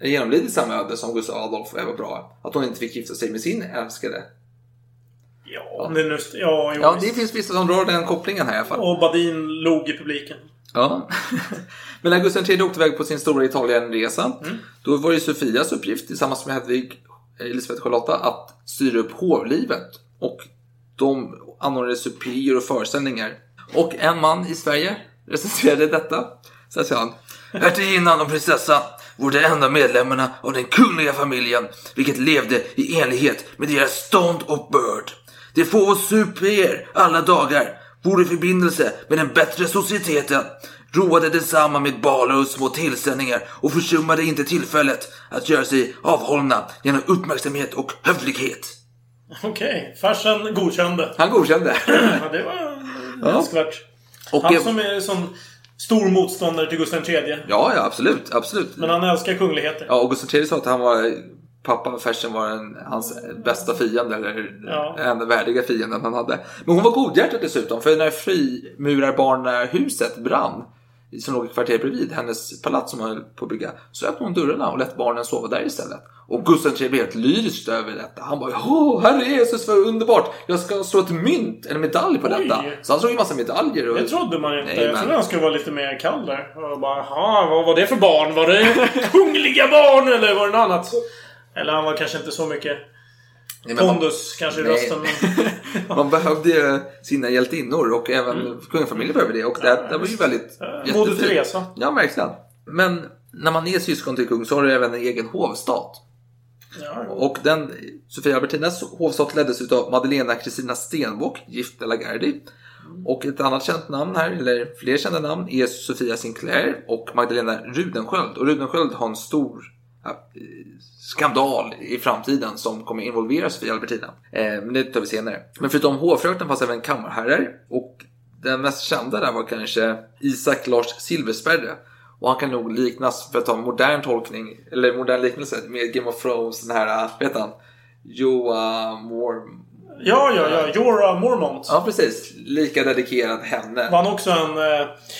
genomlidit samma öde som Gustav Adolf var bra. Att hon inte fick gifta sig med sin älskade. Ja, ja. Det, är just, ja, ja, det finns vissa som drar den kopplingen här i alla fall. Och Badin log i publiken. Ja. Men när Gustav den tredje åkte iväg på sin stora Italienresa, mm. då var det Sofias uppgift tillsammans med Hedvig, Elisabeth Charlotta att styra upp hovlivet. Och de anordnade superior och föreställningar. Och en man i Sverige recenserade detta. Så sa han: ärtinnan och prinsessa var de enda medlemmarna av den kungliga familjen, vilket levde i enlighet med deras stånd och börd. De få super alla dagar, borde i förbindelse med den bättre societeten, roade detsamma med baler och små tillställningar och försummade inte tillfället att göra sig avhållna genom uppmärksamhet och hövlighet. Okej, okay. Farsan godkände. Han godkände. Ja, det var önskvärt. Ja. Han som är sån stor motståndare till Gustav den tredje. Ja, ja, absolut, absolut. Men han älskar kungligheter. Ja, och Gustav den tredje sa att han var, pappa Fersen var en, hans bästa fiende, eller ja. enda värdiga fienden han hade. Men hon var godhjärtad dessutom, för när frimurarbarnahuset brann, som låg i kvarter bredvid hennes palats som höll på att bygga, så öppnade hon dörrarna och lät barnen sova där istället. Och Gustav den tredje blev helt lyrisk över detta. Han bara: åh, herre Jesus, vad underbart, jag ska slå ett mynt eller medalj på detta. Oj. Så han slog ju massa medaljer och... Det trodde man inte. Nej, jag trodde han skulle vara lite mer kall där. Och bara: jaha, vad var det för barn? Var det kungliga barn eller var det något annat? Eller han var kanske inte så mycket pondus kanske i rösten. Man behövde ju sina hjältinnor, och även mm. kungafamiljen behövde det. Och det, det var ju väldigt äh, Moder Teresa. Ja, verkligen. Men när man är syskon till kung så har du även en egen hovstat. Ja. Och den, Sofia Albertinas hovstat leddes av Madeleine Kristina Stenbock, gift de la Gardie. Mm. Och ett annat känt namn här, eller fler kända namn, är Sofia Sinclair och Magdalena Rudensköld. Och Rudensköld har en stor ja, skandal i framtiden som kommer involvera Sofia Albertina. Eh, men det tar vi senare. Men förutom hovfrökten fanns även kammarherrar, och den mest kända där var kanske Isak Lars Silversperre. Och han kan nog liknas, för att ta en modern tolkning, eller modern liknelse med Game of Thrones, den här, vet han, Joa Mormont. Ja, ja, ja, Jorah Mormont. Ja, precis. Lika dedikerad henne. Var han också en... Eh,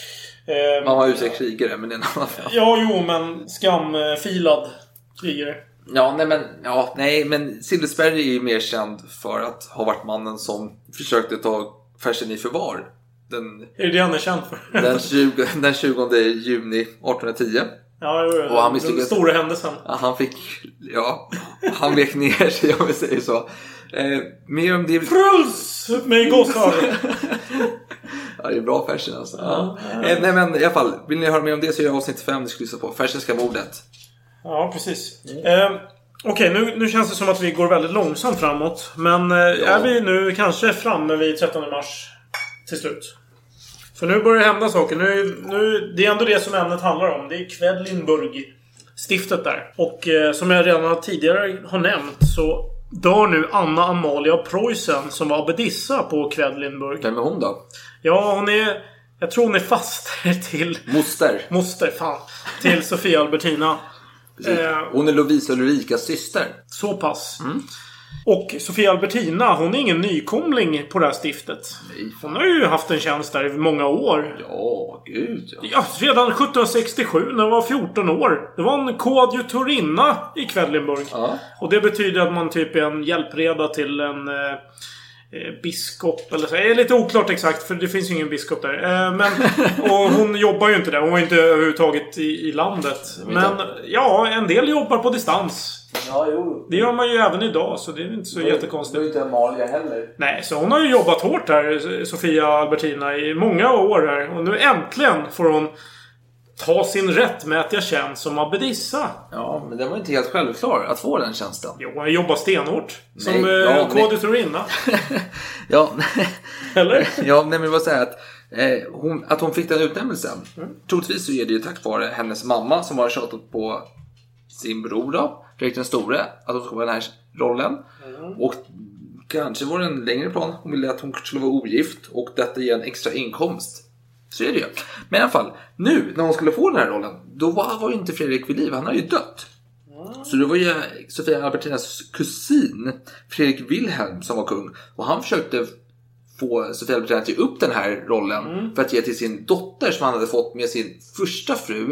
eh, Man var utsett krigare, men det är en annan fall. Ja, jo, men skamfilad krigare. Ja, nej men, ja, nej, men Silversperre är ju mer känd för att ha varit mannen som försökte ta Fersen i förvar. Den, är det det han är känd för? den, tjugo, den tjugonde juni artonhundratio. Ja, jo, och han den stora händelsen. Ja, han fick, ja, han vek ner sig, om vi säger så. Eh, mer om det... Fruls med gossar! Ja, det är bra Fersen alltså. Ja. Ja. Eh, nej, men i alla fall, vill ni höra mer om det så är det avsnitt fem ni ska lyssna på. Fersenska mordet. Ja, precis. Mm. Eh, Okej, okay, nu, nu känns det som att vi går väldigt långsamt framåt. Men eh, ja. är vi nu kanske framme vid trettonde mars till slut? För nu börjar det hända saker. Nu, nu, det är ändå det som ämnet handlar om. Det är Quedlinburg, stiftet där. Och eh, som jag redan tidigare har nämnt så dör nu Anna Amalia Preussen, som var abbedissa på Quedlinburg. Vem är hon då? Ja, hon är... Jag tror hon är faster till... Moster. Moster, fan. Till Sofia Albertina. Eh, hon är Lovisa Ulrikas syster. Så pass. Mm. Och Sofia Albertina, hon är ingen nykomling på det här stiftet. Nej, hon har ju haft en tjänst där i många år. Ja, gud ja. Ja, redan sjutton sextiosju när hon var fjorton år. Det var en koadjutorinna i Quedlinburg. Ja. Och det betyder att man typ är en hjälpreda till en eh, biskop eller så. Det är lite oklart exakt, för det finns ju ingen biskop där. Eh, men, och hon jobbar ju inte där. Hon var inte överhuvudtaget i, i landet. Men ja, en del jobbar på distans. Ja, jo. Det gör man ju även idag, så det är inte så det, jättekonstigt. Det är inte Amalia heller. Nej, så hon har ju jobbat hårt här, Sofia Albertina, i många år här. Och nu äntligen får hon ta sin rättmätiga tjänst som abbedissa. Ja, men det var inte helt självklart att få den tjänsten. Jo, hon jobbar stenhårt. Nej, som ja, koadjutorinna. Ja, eller? Ja, nej, men det var så här att eh, hon, att hon fick den utnämnelsen. Mm. Troligtvis så är det ju tack vare hennes mamma som har tjatat på sin bror då, Fredrik den store, att hon skulle vara den här rollen. Mm. Och kanske var det en längre plan. Hon ville att hon skulle vara ogift och detta ger en extra inkomst. Så är det ju. Men i alla fall, nu när hon skulle få den här rollen, då var, var ju inte Fredrik vid liv. Han har ju dött. Mm. Så det var ju Sofia Albertinas kusin, Fredrik Wilhelm, som var kung. Och han försökte få Sofia Albertina att ge upp den här rollen mm. för att ge till sin dotter som han hade fått med sin första fru,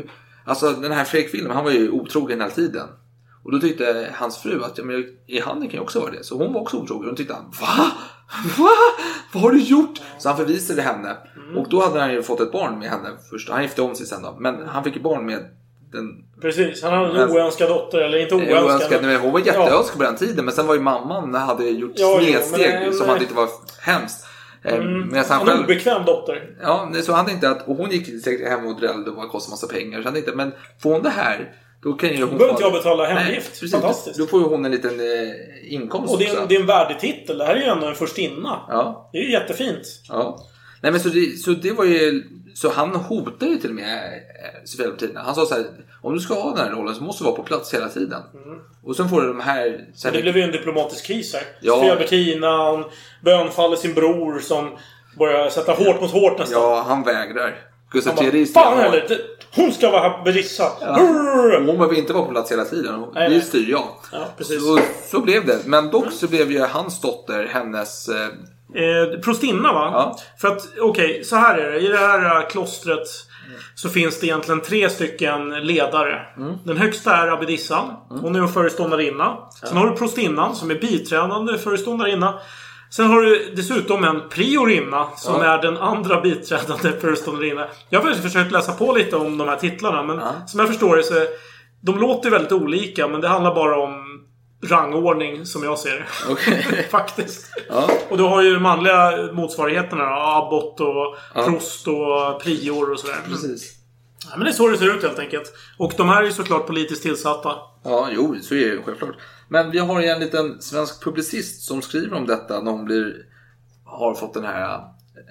Alltså den här Fredrik Wilhelm, han var ju otrogen hela tiden. Och då tyckte hans fru att ja, men i han kan ju också vara det. Så hon var också otrogen. Och hon tyckte han, va? Va? Vad har du gjort? Så han förvisade henne. Mm. Och då hade han ju fått ett barn med henne först. Han gifte om sig sen då. Men han fick ju barn med den... Precis, han hade en oönskad dotter. Eller inte oönskad. oönskad men hon var jätteönskad på den tiden. Men sen var ju mamman hade gjort ja, snedsteg men, som hade inte var hemskt. Mm, han, han själv... obekväm dotter. Ja, så han tänkte att... Och hon gick säkert hem och drällde och kostade massa pengar. Så han tänkte, men får hon det här... Då kan ju hon behöver inte jag betala hemgift. Nej, fantastiskt. Då får ju hon en liten eh, inkomst. Och det är, det är en värdig titel. Det här är ju ändå en förstinna. Ja. Det är ju jättefint. Ja. Nej men så det, så det var ju... Så han hotade ju till och med Sofia Bertina. Han sa så här: om du ska ha den här rollen så måste du vara på plats hela tiden. Mm. Och sen får du de här... Så här det blev ju en diplomatisk kris här. Ja. Sofia Bertina, hon bönfaller sin bror som börjar sätta hårt mot hårt nästan. Ja, han vägrar. Gustav Tredje fan heller, det, hon ska vara här berissa. Ja. Hon behöver inte vara på plats hela tiden. Nej, det nej. styr jag. Ja, precis. Så, så blev det. Men dock så blev ju hans dotter hennes... Eh... Eh, prostinna va? Ja. För att, okej, okay, så här är det. I det här klostret mm. så finns det egentligen tre stycken ledare. Mm. Den högsta är abbedissan. Mm. Hon är en föreståndarinna. Ja. Sen har du prostinnan som är biträdande föreståndarinna. Sen har du dessutom en priorinna som ja. är den andra biträdande föreståndarinna. Jag har faktiskt försökt läsa på lite om de här titlarna. Men ja. som jag förstår det så de låter väldigt olika. Men det handlar bara om rangordning som jag ser det. Okay. Faktiskt. Ja. Och du har ju de manliga motsvarigheterna. Abbot och ja. prost och prior och sådär. Precis. Ja, men det är så det ser ut helt enkelt. Och de här är ju såklart politiskt tillsatta. Ja, jo, så är det ju självklart. Men vi har ju en liten svensk publicist som skriver om detta när hon blir, har fått den här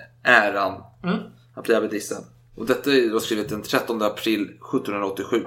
äran mm. att bli abbedissen. Och detta är då skrivet den trettonde april sjuttonhundraåttiosju.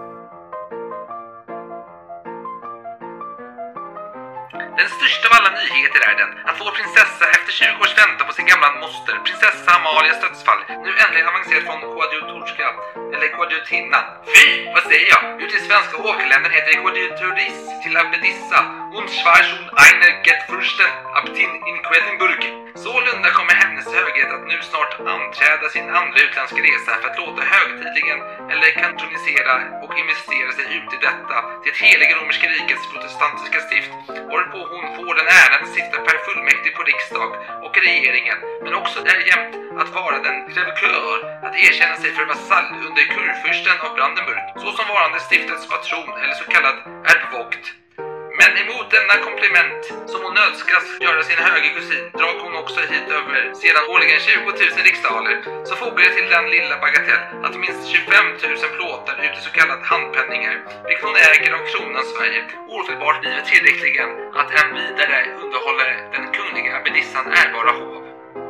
Den största av alla nyheter är den att vår prinsessa efter tjugo års väntan på sin gamla moster, prinsessa Amalias dödsfall, nu äntligen avancerat från koadjutorska, eller koadjutinna. Fy, vad säger jag? Ut i svenska åkerländer heter det koadjutoris till abbedissa. Und Schwarzun einer Getfursten, Abtin in Quellenburg. Sålunda kommer hennes höghet att nu snart anträda sin andra utländska resa för att låta högtidligen eller kantonisera och investera sig ut i detta till ett heliga romerska rikets protestantiska stift, varpå hon får den äran att sitta per fullmäktig på riksdag och regeringen, men också därjämt att vara den krevkör att erkänna sig för vasall under kurfursten av Brandenburg, såsom varande stiftets patron eller så kallad erbvogt. Men emot denna kompliment som hon nödskas göra sin höge kusin drar hon också hit över sedan årligen tjugo tusen riksdaler, så fogar det till den lilla bagatell att minst tjugofem tusen plåtar ut i så kallad handpenningar, vilket hon äger av kronan Sverige, ofelbart blivit tillräckligen att än vidare underhålla den kungliga abbedissan ärbara hov.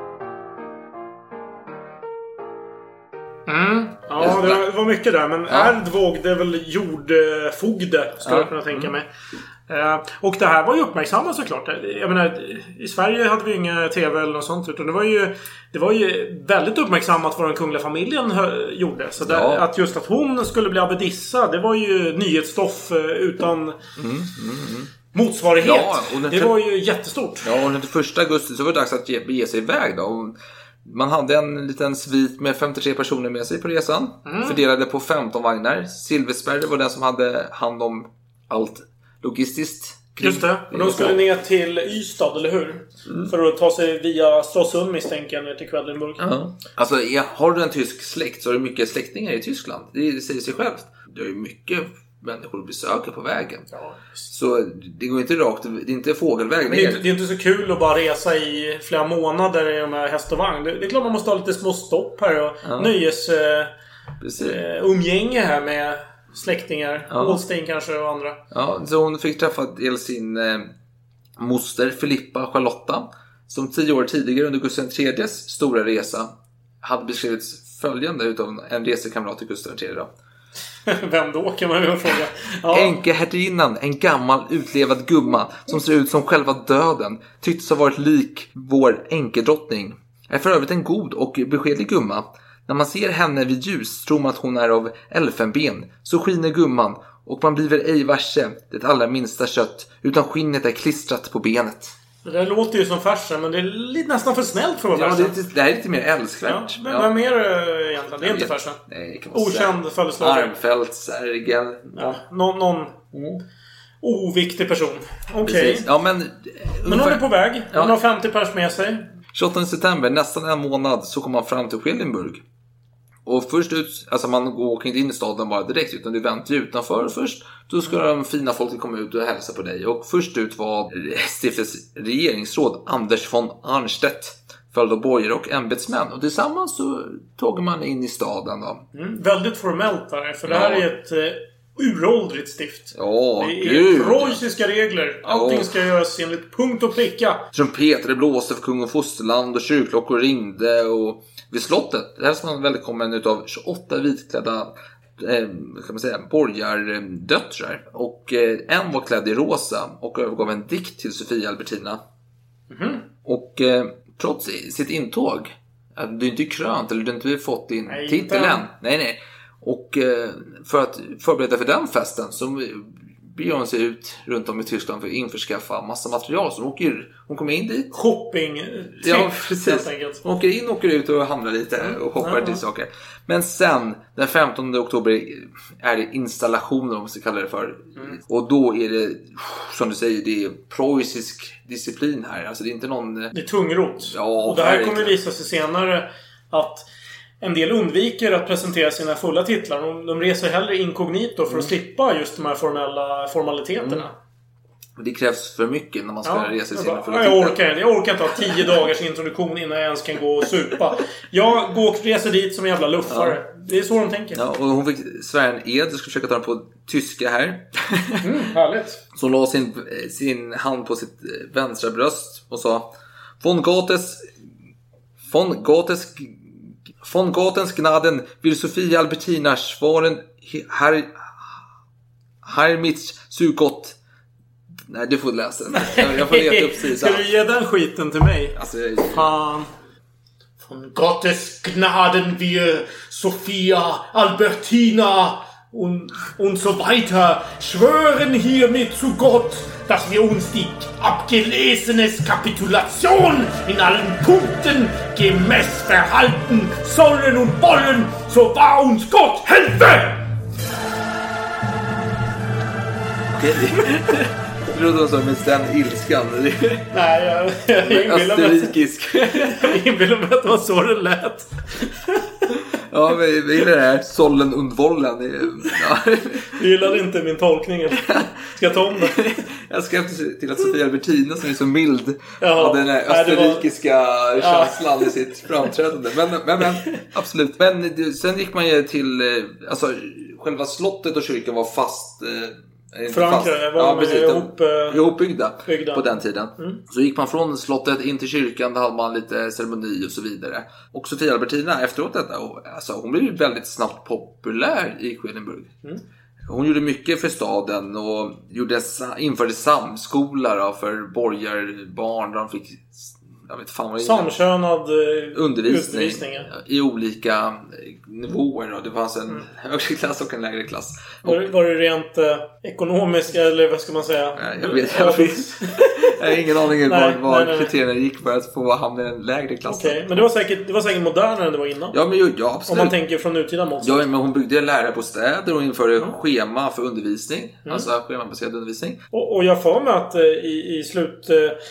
Mm. Ja, det var mycket där. Men ja. Erdvåg, det är väl jordfogde, skulle ja. jag kunna tänka mig. Uh, och det här var ju uppmärksammat såklart. Jag menar, i Sverige hade vi inga tv eller något sånt, utan det var ju, det var ju väldigt uppmärksammat vad den kungliga familjen hö- gjorde. Så där, ja. att just att hon skulle bli abbedissa, det var ju nyhetsstoff uh, utan mm, mm, mm. motsvarighet. Ja, det t- var ju jättestort. Ja, och den första augusti så var det dags att ge, bege sig iväg då. Och man hade en liten svit med femtiotre personer med sig på resan. Mm. Fördelade på femton vagnar. Silversberg var den som hade hand om allt logistiskt. Just det. Och de skulle ner till Ystad, eller hur? Mm. För att ta sig via Stralsund, misstänker ner till Quedlinburg. Ja. Alltså, har du en tysk släkt så har du mycket släktingar i Tyskland. Det säger sig självt. Det är ju mycket människor besöker på vägen. Ja, så det går inte rakt, det är inte fågelväg. Det är inte, det är inte så kul att bara resa i flera månader i de här häst och vagn. Det, det är klart man måste ha lite små stopp här och ja. nöjes eh, umgänge här med släktingar. Ja. Holstein kanske och andra. Ja, så hon fick träffa dels sin eh, moster Filippa Charlotta, som tio år tidigare under Gustav den tredjes stora resa hade beskrivits följande utav en resekamrat till Gustav den tredje då. Vem då, kan man ju fråga. Ja. Änkehertiginnan, en gammal utlevad gumma som ser ut som själva döden, tycktes ha varit lik vår änkedrottning. Är för övrigt en god och beskedlig gumma. När man ser henne vid ljus tror man att hon är av elfenben. Så skiner gumman, och man blir ej varse det allra minsta kött, utan skinnet är klistrat på benet. Det låter ju som farsen, men det är lite, nästan för snällt för att vara ja, farsen. det, det här är lite mer älskvärt. Ja, men ja. vad mer egentligen? Det är inte farsen. Nej, kan okänd födelsedagar. Armfelt, Sergel. Ja, någon, någon mm. oviktig person. Okej. Okay. Ja, men, men hon är på väg. Hon ja. har femtio pers med sig. tjugoåttonde september, nästan en månad, så kommer man fram till Schillenburg. Och först ut, alltså man går inte in i staden bara direkt, utan du väntar utanför först. Då ska de fina folket komma ut och hälsa på dig. Och först ut var stiftets regeringsråd Anders von Arnstedt, följd av borgare och ämbetsmän. Och tillsammans så tog man in i staden då. Mm, väldigt formellt här, för det här ja. är ett uh, uråldrigt stift. Ja, det är gud. preussiska regler. Allting ja. ska göras enligt punkt och pricka. Trumpeter blåste för kung och fosterland och kyrkklockor ringde och vid slottet, där var man välkommen utav tjugoåtta vitklädda eh, kan man säga, borgardöttrar. Och eh, en var klädd i rosa och övergav en dikt till Sofia Albertina. Mm-hmm. Och eh, trots sitt intåg, du är inte krönt eller du har inte fått din nej, titel än. Nej, nej. Och eh, för att förbereda för den festen så beger hon sig ut runt om i Tyskland för att införskaffa massa material. Så hon, åker, hon kommer in dit. Shopping. Ja, precis. Hon åker in, åker ut och handlar lite och hoppar till saker. Men sen, den femtonde oktober är det installationer, om man ska kalla det för. Mm. Och då är det, som du säger, det är preussisk disciplin här. Alltså det är inte någon... Det är tungrot. Ja, och det här kommer visa sig senare att en del undviker att presentera sina fulla titlar. De, de reser hellre inkognito för att mm. slippa just de här formella formaliteterna. Mm. Det krävs för mycket när man ska ja, resa sina fulla titlar. Jag orkar, jag orkar inte ha tio dagars introduktion innan jag ens kan gå och supa. Jag går och reser dit som en jävla luffare. Ja. Det är så de tänker. Ja, och hon fick svära en ed. Jag ska försöka ta den på tyska här. Mm, härligt. Så hon la sin, sin hand på sitt vänstra bröst och sa: Von Gottes Von Gottes Von Gottes Gnaden vill Sofia Albertina svaren här Hermits Sugott. Nej, du får läsa den. Jag, jag får leta upp sidan. Ska du ge den skiten till mig? Alltså, fan. Von Gottes Gnaden vill Sofia Albertina und, und so weiter schwören hiermit zu Gott, dass wir uns die abgelesenes Kapitulation in allen Punkten gemäß verhalten sollen und wollen, so wahr uns Gott helfe! Okej. Det låter som med den ilskan. Nej, jag, jag inbillar mig att det var så det lät. Ja, vi, vi gillar det här. Sollen und Wollen. Ja. Du gillade inte min tolkning. Ska jag ta om det? Jag ska till att Sofia Albertina, som är så mild, ja, hade den här österrikiska var... känslan ja. i sitt framträdande. Men, men, men absolut. Men sen gick man ju till, alltså själva slottet och kyrkan var fast... Förankrade, var ja, precis, ihop, ihopbyggda byggda. På den tiden. Mm. Så gick man från slottet in till kyrkan, där hade man lite ceremoni och så vidare. Och Sofia Albertina efteråt detta, alltså, hon blev ju väldigt snabbt populär i Schillenburg. Mm. Hon gjorde mycket för staden och gjorde, införde samskola då, för borgarbarn där de fick, jag vet fan vad det är. Samkönad undervisning, undervisning i olika nivåer då. Det fanns en mm. högre klass och en lägre klass. Var, var det rent eh, ekonomiskt eller vad ska man säga? Nej, jag vet jag, vet. jag har ingen aning om vad kriterierna gick för att få hamna i en lägre klass. Okej, okay, men det var säkert det var säkert modernare än det var innan. Ja, men ja, absolut. Om man tänker från nutida mått. Ja, men hon byggde lärarbostäder och införde mm. schema för undervisning, mm. alltså schemabaserad undervisning. Och, och jag får med att eh, i, i slut eh,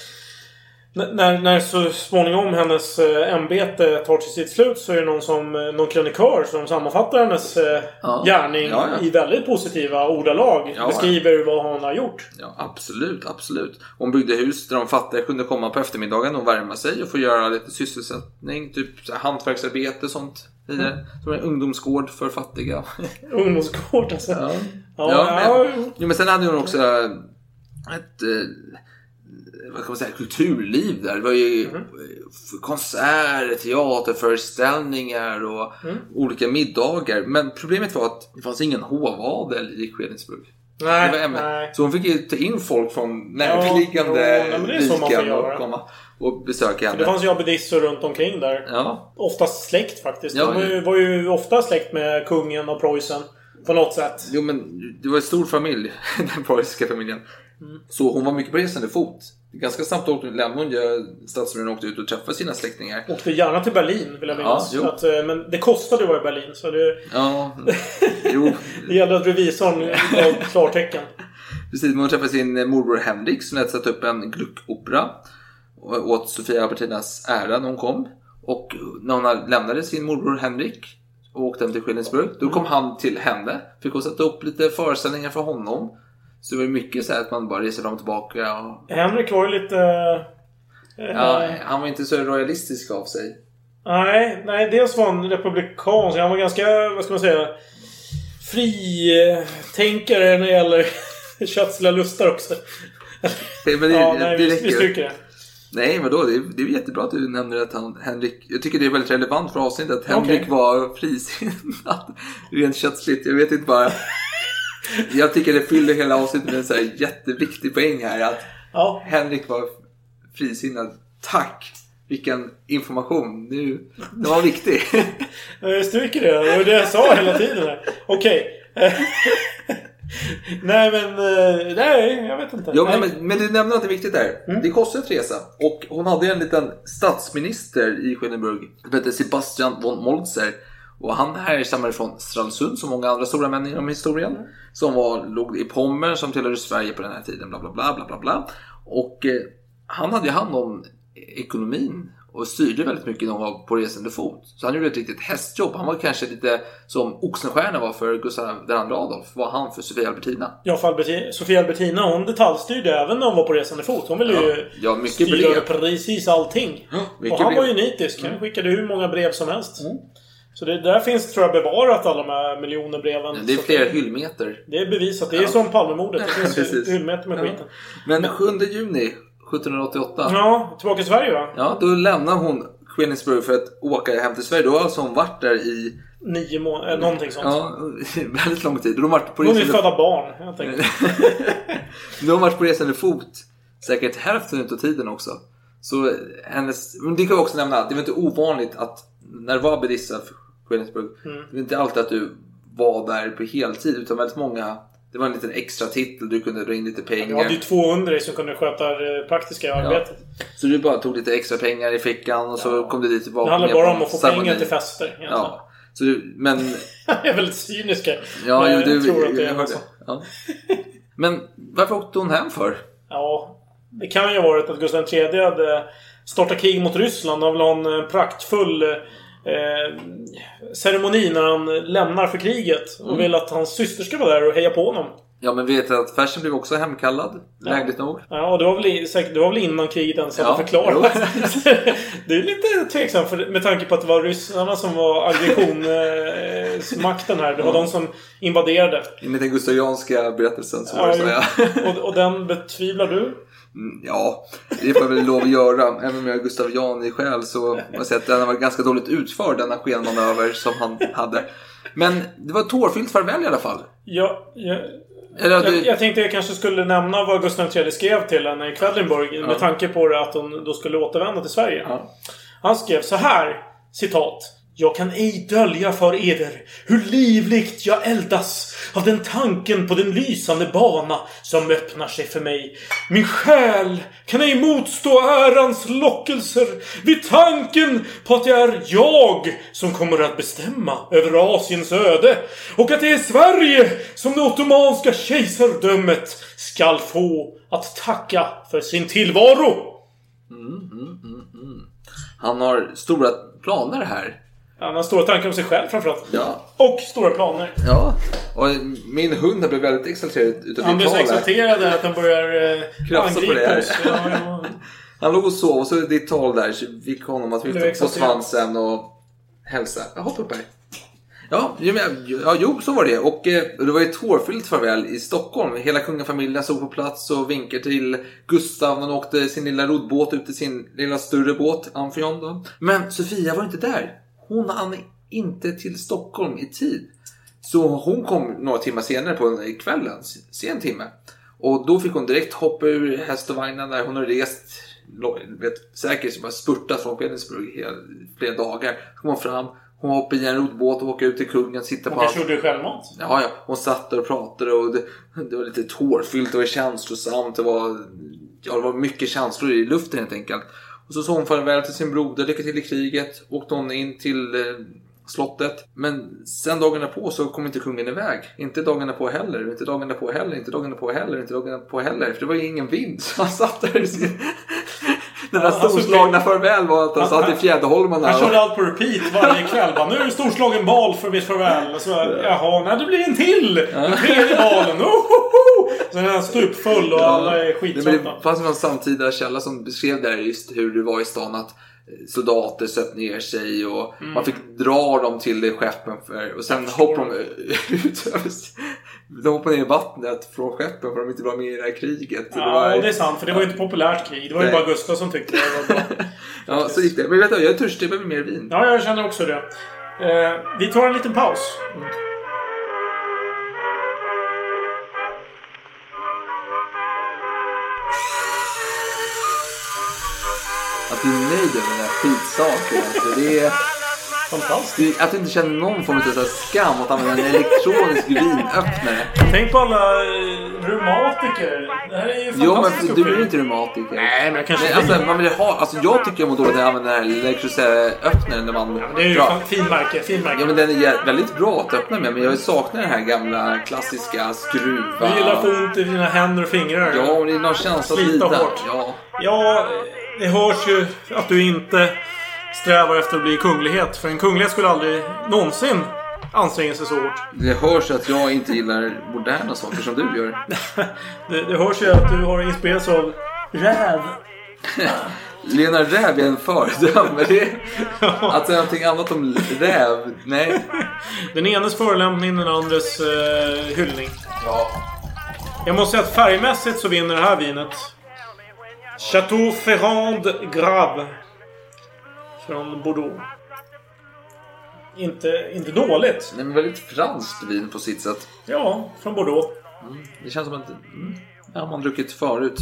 När, när så småningom hennes äh, ämbete tar till sitt slut, så är det någon, som, någon krönikör som sammanfattar hennes äh, ja. gärning ja, ja. i väldigt positiva ordalag. Ja, beskriver ja. vad hon har gjort. Ja, absolut, absolut. Hon byggde hus där de fattiga kunde komma på eftermiddagen och värma sig och få göra lite sysselsättning, typ så här, hantverksarbete och sånt. Mm. Som en ungdomsgård för fattiga. Ungdomsgård alltså. Ja, ja, ja, ja, men, ja, men sen hade hon också ett... Eh, vad kan man säga, kulturliv där. Det var ju mm. konserter, teaterföreställningar och mm. olika middagar. Men problemet var att det fanns ingen hovadel i Schillenburg. Nej, nej. Så hon fick ju ta in folk från närliggande ja, riken och komma och besöka henne. För det fanns ju abbedissor runt omkring där. Ja. Oftast släkt faktiskt. Ja, De var ju, var ju ofta släkt med kungen och Preussen. På något sätt. Jo, men det var en stor familj, den preussiska familjen. Mm. Så hon var mycket på resande fot. Ganska snabbt åkte lämnade hon ju statsministern åkte ut och träffade sina släktingar. Åkte gärna till Berlin vill jag minnas. Ja, att, men det kostade att vara i Berlin. Så det, ja, jo. Det gäller att revisorn gav klartecken. Precis, men hon träffade sin morbror Henrik som hade satt upp en gluckopera åt Sofia Albertinas ära när hon kom. Och när hon lämnade sin morbror Henrik och åkte hem till Skillingsburg, då kom han till henne. Fick hon sätta upp lite föreställningar för honom. Så det var mycket så här att man bara reser fram och tillbaka. Och... Henrik var ju lite... Äh, ja, han var inte så royalistisk av sig. Nej, nej, dels var han republikan. Han var ganska, vad ska man säga, fritänkare när det gäller kötsliga lustar också. Men det, ja, det, nej, det vi, räcker. vi stryker det. Nej, men då, det, är, det är jättebra att du nämner att han, Henrik... Jag tycker det är väldigt relevant för avsnittet att Henrik okay. var frisinnad. Rent kötsligt, jag vet inte bara... Jag tycker det fyller hela avsnittet med en så här jätteviktig poäng här. Att ja. Henrik var frisinnad. Tack! Vilken information. Nu, det var viktig. Jag stryker det. Det var det jag sa hela tiden. Okej. Okay. Nej men nej, jag vet inte. Jo, men, men du nämnde något viktigt där. Mm. Det kostar ett resa. Och hon hade en liten statsminister i Skillingsburg som hette Sebastian von Moltzer. Och han härstammade från Stralsund som många andra stora män inom historien. Mm. Som var, låg i Pommern som tillhörde Sverige på den här tiden. Bla bla bla bla bla bla. Och eh, han hade ju hand om ekonomin. Och styrde väldigt mycket när han var på resande fot. Så han gjorde ett riktigt hästjobb. Han var kanske lite som Oxenstierna var för Gustav den andra Adolf. Var han för Sofia Albertina. Ja, för Albertina, Sofia Albertina, hon detaljstyrde även när hon var på resande fot. Hon ville ju ja, ja, mycket styra brev. Precis allting. Ja, och han brev. var ju nitisk. Han skickade hur många brev som helst. Mm. Så det där finns, tror jag, bevarat alla de här miljoner breven. Ja, det är fler hyllmeter. Det är bevisat. Det är ja. som Palmemordet. Det finns hyllmeter med ja. skiten. Men sjunde juni sjuttonhundraåttioåtta. Ja, tillbaka till Sverige va? Ja, då lämnar hon Skillingsburg för att åka hem till Sverige. Då har alltså hon varit där i... Nio månader, äh, någonting sånt. Ja, väldigt lång tid. Då har varit på hon är födda barn, jag tänkte. Då har hon varit på resande fot. Säkert hälften av tiden också. Så hennes... Men det kan jag också nämna. Det var inte ovanligt att när det var bedissa för Skillingsburg. Mm. Det var inte alltid att du var där på heltid. Utan väldigt många... Det var en liten extra titel, du kunde dra in lite pengar. Ja, det är tvåhundra som kunde sköta det praktiska arbetet. Ja. Så du bara tog lite extra pengar i fickan och så ja. kom du dit tillbaka. Det handlar bara om att få ceremoni. Pengar till fester. Egentligen. Ja, så du, men... Jag är väldigt cyniska. Ja, jag du, tror att det är så. Ja. Men varför åkte hon hem för? Ja, det kan ju ha varit att Gustav den tredje hade startat krig mot Ryssland. Han vill ha en praktfull... Eh, ceremoni när han lämnar för kriget och mm. vill att hans syster ska vara där och heja på honom. Ja, men vet du att Fersen blev också hemkallad? Ja. Lägligt nog. Ja, och det var väl, säkert, det var väl innan kriget ens hade ja. förklarat. Det är lite tveksamt för, med tanke på att det var ryssarna som var aggressionsmakten här. Det var ja. de som invaderade. Enligt den gustavianska berättelsen så var det ja, så, ja. och, och den betvivlar du? Mm, ja, det får jag väl lov att göra. Även om jag är gustavian i själ så har jag sett att den var ganska dåligt utförd, denna skenmanöver som han hade. Men det var ett tårfyllt farväl i alla fall. Ja, ja. Jag, du... jag tänkte jag kanske skulle nämna vad Gustav den tredje skrev till henne i Quedlinburg ja. med tanke på det att hon då skulle återvända till Sverige. Ja. Han skrev så här, citat: jag kan ej dölja för eder hur livligt jag eldas av den tanken på den lysande bana som öppnar sig för mig. Min själ kan ej motstå ärans lockelser vid tanken på att det är jag som kommer att bestämma över Asiens öde och att det är Sverige som det ottomanska kejsardömet skall få att tacka för sin tillvaro. Mm, mm, mm, mm. Han har stora planer här. Han har stora tankar om sig själv framförallt. Ja. Och stora planer. Ja. Och min hund blev väldigt exalterad utav han blev så exalterad att han börjar eh, angripa oss. Ja, ja. Han låg och sov och så ditt tal där så fick honom att vifta på svansen och hälsa. Jag hoppar upp här. Ja, ja, jo, så var det. Och eh, det var ju ett tårfyllt farväl i Stockholm. Hela kungafamiljen stod på plats och vinkade till Gustav. Han åkte sin lilla roddbåt ut till sin lilla större båt, Amphion då. Men Sofia var inte där. Hon hann inte till Stockholm i tid. Så hon kom några timmar senare på kvällen, sen timme. Och då fick hon direkt hoppa ur häst och vagnen där hon har rest, vet, säkert bara spurtat från Petersburg flera dagar. Så kom hon fram Hon hoppade i en rodbåt och åkte ut till kungen. Sitta hon på kanske gjorde självmant. Ja, ja. Hon satt och pratade och det, det var lite tårfyllt och känslosamt. Det var, ja, det var mycket känslor i luften helt enkelt. Och så sa hon farväl till sin broder, lycka till i kriget. Åkte hon in till eh, slottet. Men sen dagarna på så kom inte kungen iväg. Inte dagarna på heller, inte dagarna på heller, inte dagarna på heller, inte dagarna på heller. För det var ju ingen vind. Så han satt där i sin... Den där ja, storslagna farväl var att han satt i Fjäderholmarna. Han körde allt på repeat varje kväll. Bara, nu är det storslagen bal för mitt farväl. Och så, jaha, nej, det blir en till. En tredje balen. Ohoho! Så den är stupfull och ja. Alla är skittrötta. Det fanns en samtida källa som beskrev där just hur det var i stan att soldater söp ner sig och mm. man fick dra dem till skeppen för, och sen hoppade de ut över, de hoppade ner i vattnet från skeppen för de inte var med i det här kriget. Ja, det var, och det är sant, för det var ju inte populärt krig. Det var ju bara Gustav som tyckte det var bra. Ja, så gick det. Men vet du, jag är törstig, jag behöver mer vin. Ja, jag känner också det. Eh, vi tar en liten paus. Mm. Att du är nöjd med den här skitsaken. Alltså, det är fantastiskt. Att du inte känner någon form av så här skam att använda en elektronisk vinöppnare. Tänk på alla reumatiker. Det här är ju fantastiskt. Jo, men du är inte reumatiker. Nej, men jag kanske men, alltså, man vill ha, alltså, jag tycker jag mår dåligt att använda den här elektroniska öppnaren när man... Ja, det är ju fan, fin märke, fin märke. Ja, men den är väldigt bra att öppna med. Men jag saknar den här gamla klassiska skruva. Du gillar få ont i dina händer och fingrar. Ja, och det är någon känsla att lida. Hårt. Ja. Ja, det hörs ju att du inte strävar efter att bli kunglighet. För en kunglighet skulle aldrig någonsin anstränga sig så hårt. Det hörs att jag inte gillar moderna saker som du gör. det, det hörs ju att du har inspirerats av räv. Lena Räv är en föredöme. Det att säga någonting annat om räv, nej. Den enes förolämpning, den andres uh, hyllning. Ja. Jag måste säga att färgmässigt så vinner det här vinet Chateau Ferrand Grave från Bordeaux. Inte, inte dåligt. Nej, men väldigt franskt vin på sitt sätt. Ja, från Bordeaux. Mm. Det känns som att mm, ja, man har druckit förut.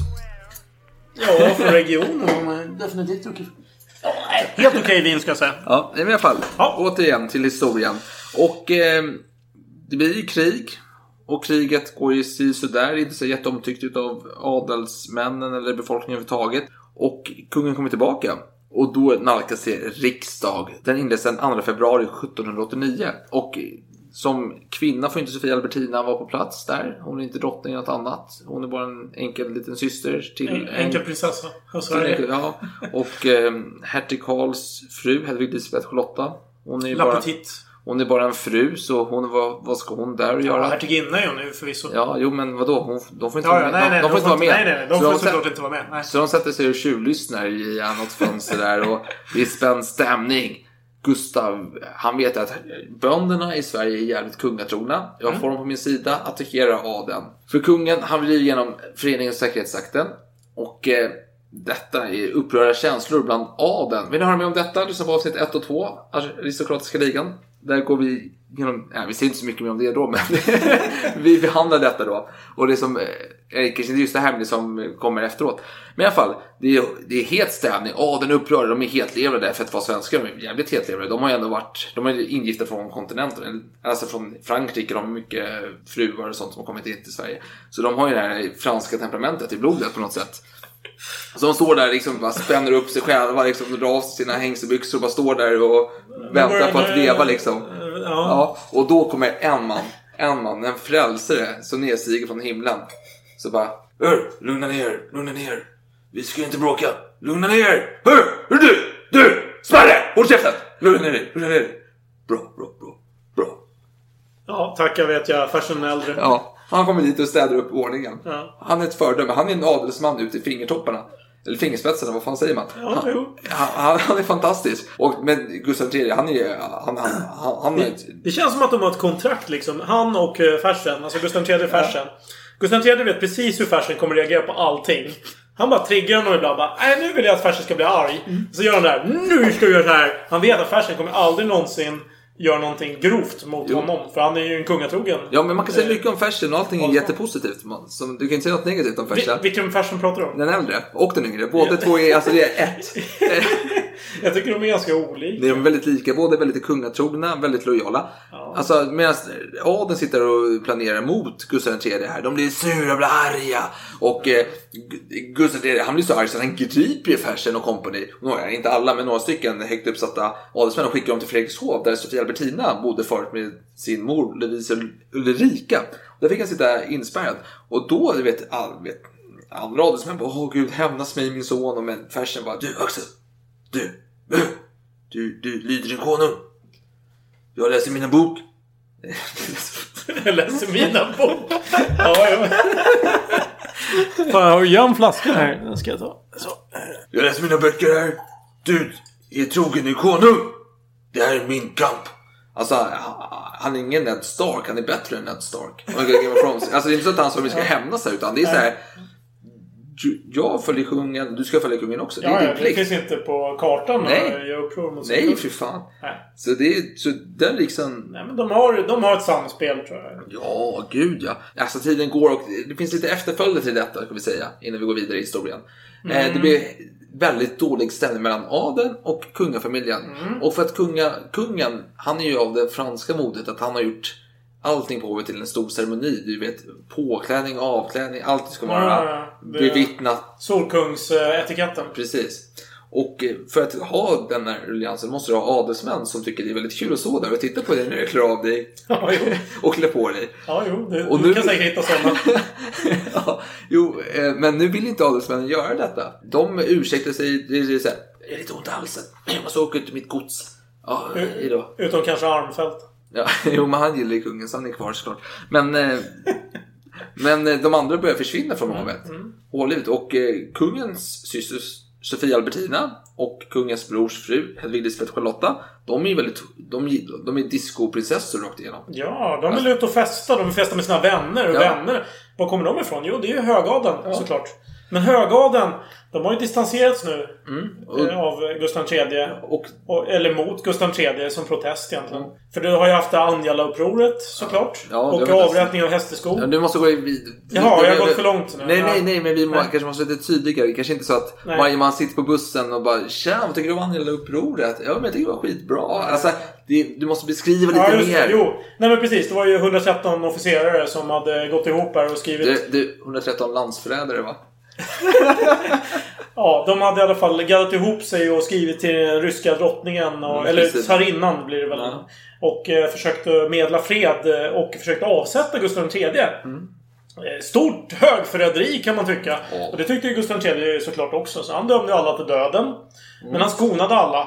Ja, från regionen. Definitivt druckit. Ja, helt okej vin ska jag säga. Ja, i alla fall. Ja. Återigen till historien. Och eh, det blir ju krig. Och kriget går ju sådär, inte så jätteomtyckt av adelsmännen eller befolkningen överhuvudtaget. Och kungen kommer tillbaka. Och då nalkas sig riksdag. Den inleds den andra februari sjuttonhundraåttionio. Och som kvinna får inte Sofia Albertina vara på plats där. Hon är inte drottning eller något annat. Hon är bara en enkel liten syster till en, en enkel prinsessa. Enkel, ja. Och eh, hertig Karls fru, Hedvig Lisbeth Charlotta. Hon är ju bara... Hon är bara en fru, så hon, vad, vad ska hon där göra? Ja, hertiginna är hon nu förvisso. Ja, jo, men vadå? Hon, de får inte ja, vara med. Nej, nej, de, de får inte vara med. Nej, nej, de får såklart inte vara med. Nej. Så de sätter sig och tjuvlyssnar i något fönster där och det är spänd stämning. Gustav, han vet att bönderna i Sverige är jävligt kungatrogna. Jag får mm. dem på min sida, attackera adeln. För kungen, han vill igenom föreningens säkerhetsakten. Och eh, detta är upprörda känslor bland adeln. Vill ni höra mer om detta? Lyssna på avsnitt ett och två, Aristokratiska ligan. Där går vi genom, ja, vi ser inte så mycket mer om det då, men vi behandlar detta då. Och det som, eh, kanske inte just det här, men det som kommer efteråt. Men i alla fall, det är, det är helt stämning. Adeln är upprörda, de är helt levrade för att vara svenskar. De är jävligt helt levrade. De har ju ändå varit, de är ingifta från kontinenten. Alltså från Frankrike, de har mycket fruar och sånt som har kommit in till Sverige. Så de har ju det här franska temperamentet i blodet på något sätt. Så de står där liksom, bara spänner upp sig själva liksom, drar av sina hängselbyxor och bara står där och väntar på att leva liksom. Ja. Ja, och då kommer en man, en man, en frälsare som nedstiger från himlen. Så bara, hör, lugna ner, lugna ner. Vi ska inte bråka, lugna ner. Hör, hör du, du, Sverre, håll käften. Lugna ner dig, lugna ner dig. Bra, bra, bra, bra. Ja, tack, jag vet jag, farsan äldre. Ja. Han kommer dit och städar upp ordningen. Ja. Han är ett fördöme. Han är en adelsman ute i fingertopparna. Eller fingerspetsarna, vad fan säger man? Ja, han, han, han är fantastisk. Och, men Gustav den tredje, han är... Han, han, han, han är det, det känns som att de har ett kontrakt liksom. Han och uh, Fersen, alltså Gustav den tredje Fersen. Ja. Gustav den tredje vet precis hur Fersen kommer reagera på allting. Han bara triggar honom ibland. Bara, nej, nu vill jag att Fersen ska bli arg. Mm. Så gör han där, nu ska vi göra det här. Han vet att Fersen kommer aldrig någonsin... gör någonting grovt mot jo. honom. För han är ju en kungatrogen. Ja, men man kan säga mycket om Fersen och allting är jättepositivt. Man, så du kan inte säga något negativt om Fersen. Vil- vilken Fersen pratar du om? Den äldre och den yngre. Båda två är, alltså det är ett. Jag tycker de är ganska olika. De är väldigt lika, båda är väldigt kungatrogna, väldigt lojala. Ja. Alltså medan adeln sitter och planerar mot Gustav den tredje här, de blir sura och blir arga. Och eh, Gustav den tredje, han blir så arg så han griper Fersen och kompani. Några, inte alla, men några stycken högt uppsatta adelsmän och skickar dem till Fredrikshov där Sofia Albertina bodde förut med sin mor Lovisa Ulrika. Och där fick han sitta inspärrad. Och då, du vet, all, vet andra adelsmän bara, åh gud, hämnas mig min son. Och men Fersen bara, du Axel, du, du, du lyder din konung. Jag läser mina bok. Jag läser mina bok. Ja, ja. Fan, jag har ju en flaska här. Den ska jag ta. Så. Jag läser mina böcker här. Du är trogen din konung. Det här är min kamp. Alltså, han är ingen Ned Stark. Han är bättre än Ned Stark. Alltså, det är inte så att han som vi ska hämnas här, utan det är så här. Jag följer kungen, du ska följa kungen också. Det, ja, är ja, det finns inte på kartan. Nej, jag uppror mot nej för fan. Nej. Så det är så den liksom. Nej, men de har de har ett samspel, tror jag. Ja, gud ja. Alltså tiden går och det finns lite efterföljder till detta, kan vi säga, innan vi går vidare i historien. Mm. Eh, det blir väldigt dålig ställning mellan adeln och kungafamiljen. Mm. Och för att kunga, kungen, han är ju av det franska modet att han har gjort allting på till en stor ceremoni. Du vet, påklädning, avklädning, allt ska vara ja, bevittnat. Solkungsetiketten. Precis. Och för att ha den här rulliansen måste du ha adelsmän som tycker det är väldigt kul att stå där och titta på dig när du klär av dig. Ja, jo. Och klär på dig. Ja, jo. Det, och du nu kan säkert hitta sådana. Ja, jo, men nu vill inte adelsmännen göra detta. De ursäktar sig. Det är så här, det är lite ont i halsen. Jag måste åka ut till mitt gods. Ja, idag. Utom kanske Armfält. Ja, jo, men han gillar ju kungen så han är kvar såklart. Men, eh, men de andra börjar försvinna från havet. Mm. Hålligt. Och eh, kungens syster Sofia Albertina och kungens brors fru Hedvig Lisbeth Charlotta, de är väldigt, de, de är discoprinsessor rakt igenom. Ja, de vill ut och festa. De vill festa med sina vänner och ja. vänner. Var kommer de ifrån? Jo, det är ju högadeln ja. såklart. Men högadeln, de har ju distanserats nu mm. och, av Gustav den tredje och, och, eller mot Gustav den tredje som protest egentligen. Mm. För du har ju haft Anjala-upproret såklart. Ja, och avrättning av Hästeskog. Ja, du måste gå vid. Jaha, jag har gått för långt nu. Nej, nej, nej, men vi må, kanske måste vara lite tydligare. Kanske inte så att nej. varje man sitter på bussen och bara, tja, vad tycker du om Anjala-upproret? Ja, men jag tycker det var skitbra. Alltså, det, du måste beskriva lite ja, just, mer. Jo, nej men precis. Det var ju hundratretton officerare som hade gått ihop här och skrivit. Det, det hundratretton landsförrädare, va? Ja, de hade i alla fall gaddat ihop sig och skrivit till den ryska drottningen och, mm, eller tsarinnan blir det väl ja. och eh, försökte medla fred och försökte avsätta Gustav den tredje. Mm. Stort högförräderi kan man tycka. Oh. Och det tyckte ju Gustav den tredje såklart också. Så han dömde alla till döden. Mm. Men han skonade alla.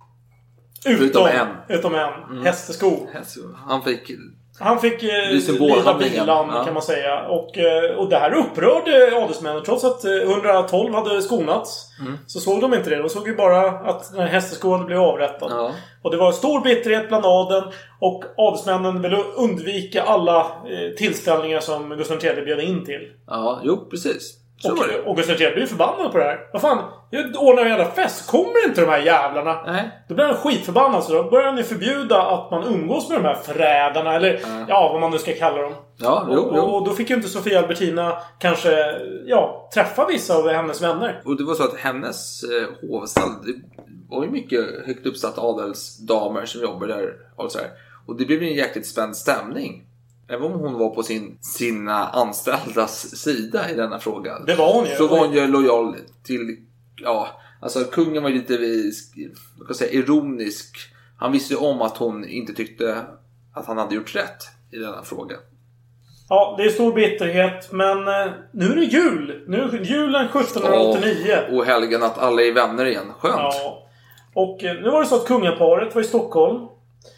Utom, utom en. Utom en. Mm. Hästeskog. Han fick... Han fick eh, lida bilan ja. kan man säga. Och, eh, och det här upprörde adelsmännen. Trots att hundratolv hade skonats mm. så såg de inte det. De såg ju bara att den här Hästeskog hade blivit avrättad. Ja. Och det var stor bitterhet bland adeln. Och adelsmännen ville undvika alla eh, tillställningar som Gustav den tredje bjöd in till. Ja, jo, precis. Så och, och Gustav den tredje blir förbannad på det här. Vad fan, jag ordnar en jävla fest. Kommer inte de här jävlarna? Nej. Då blir han skitförbannad. Så då börjar han ju förbjuda att man umgås med de här förrädarna. Eller mm. ja, vad man nu ska kalla dem. Ja, jo, jo. Och, och då fick ju inte Sofia Albertina kanske ja, träffa vissa av hennes vänner. Och det var så att hennes eh, hovstall, det var ju mycket högt uppsatta adelsdamer som jobbar där. Och, så här. Och det blev en jäkligt spänd stämning. Även om hon var på sin, sina anställdas sida i denna fråga. Det var hon ju. Så var hon ju lojal till, ja, alltså kungen var lite, vad kan jag säga, ironisk. Han visste ju om att hon inte tyckte att han hade gjort rätt i denna fråga. Ja, det är stor bitterhet, men nu är det jul. Nu är julen sjuttonhundraåttionio. Ja, och helgen att alla är vänner igen. Skönt. Ja. Och nu var det så att kungaparet var i Stockholm.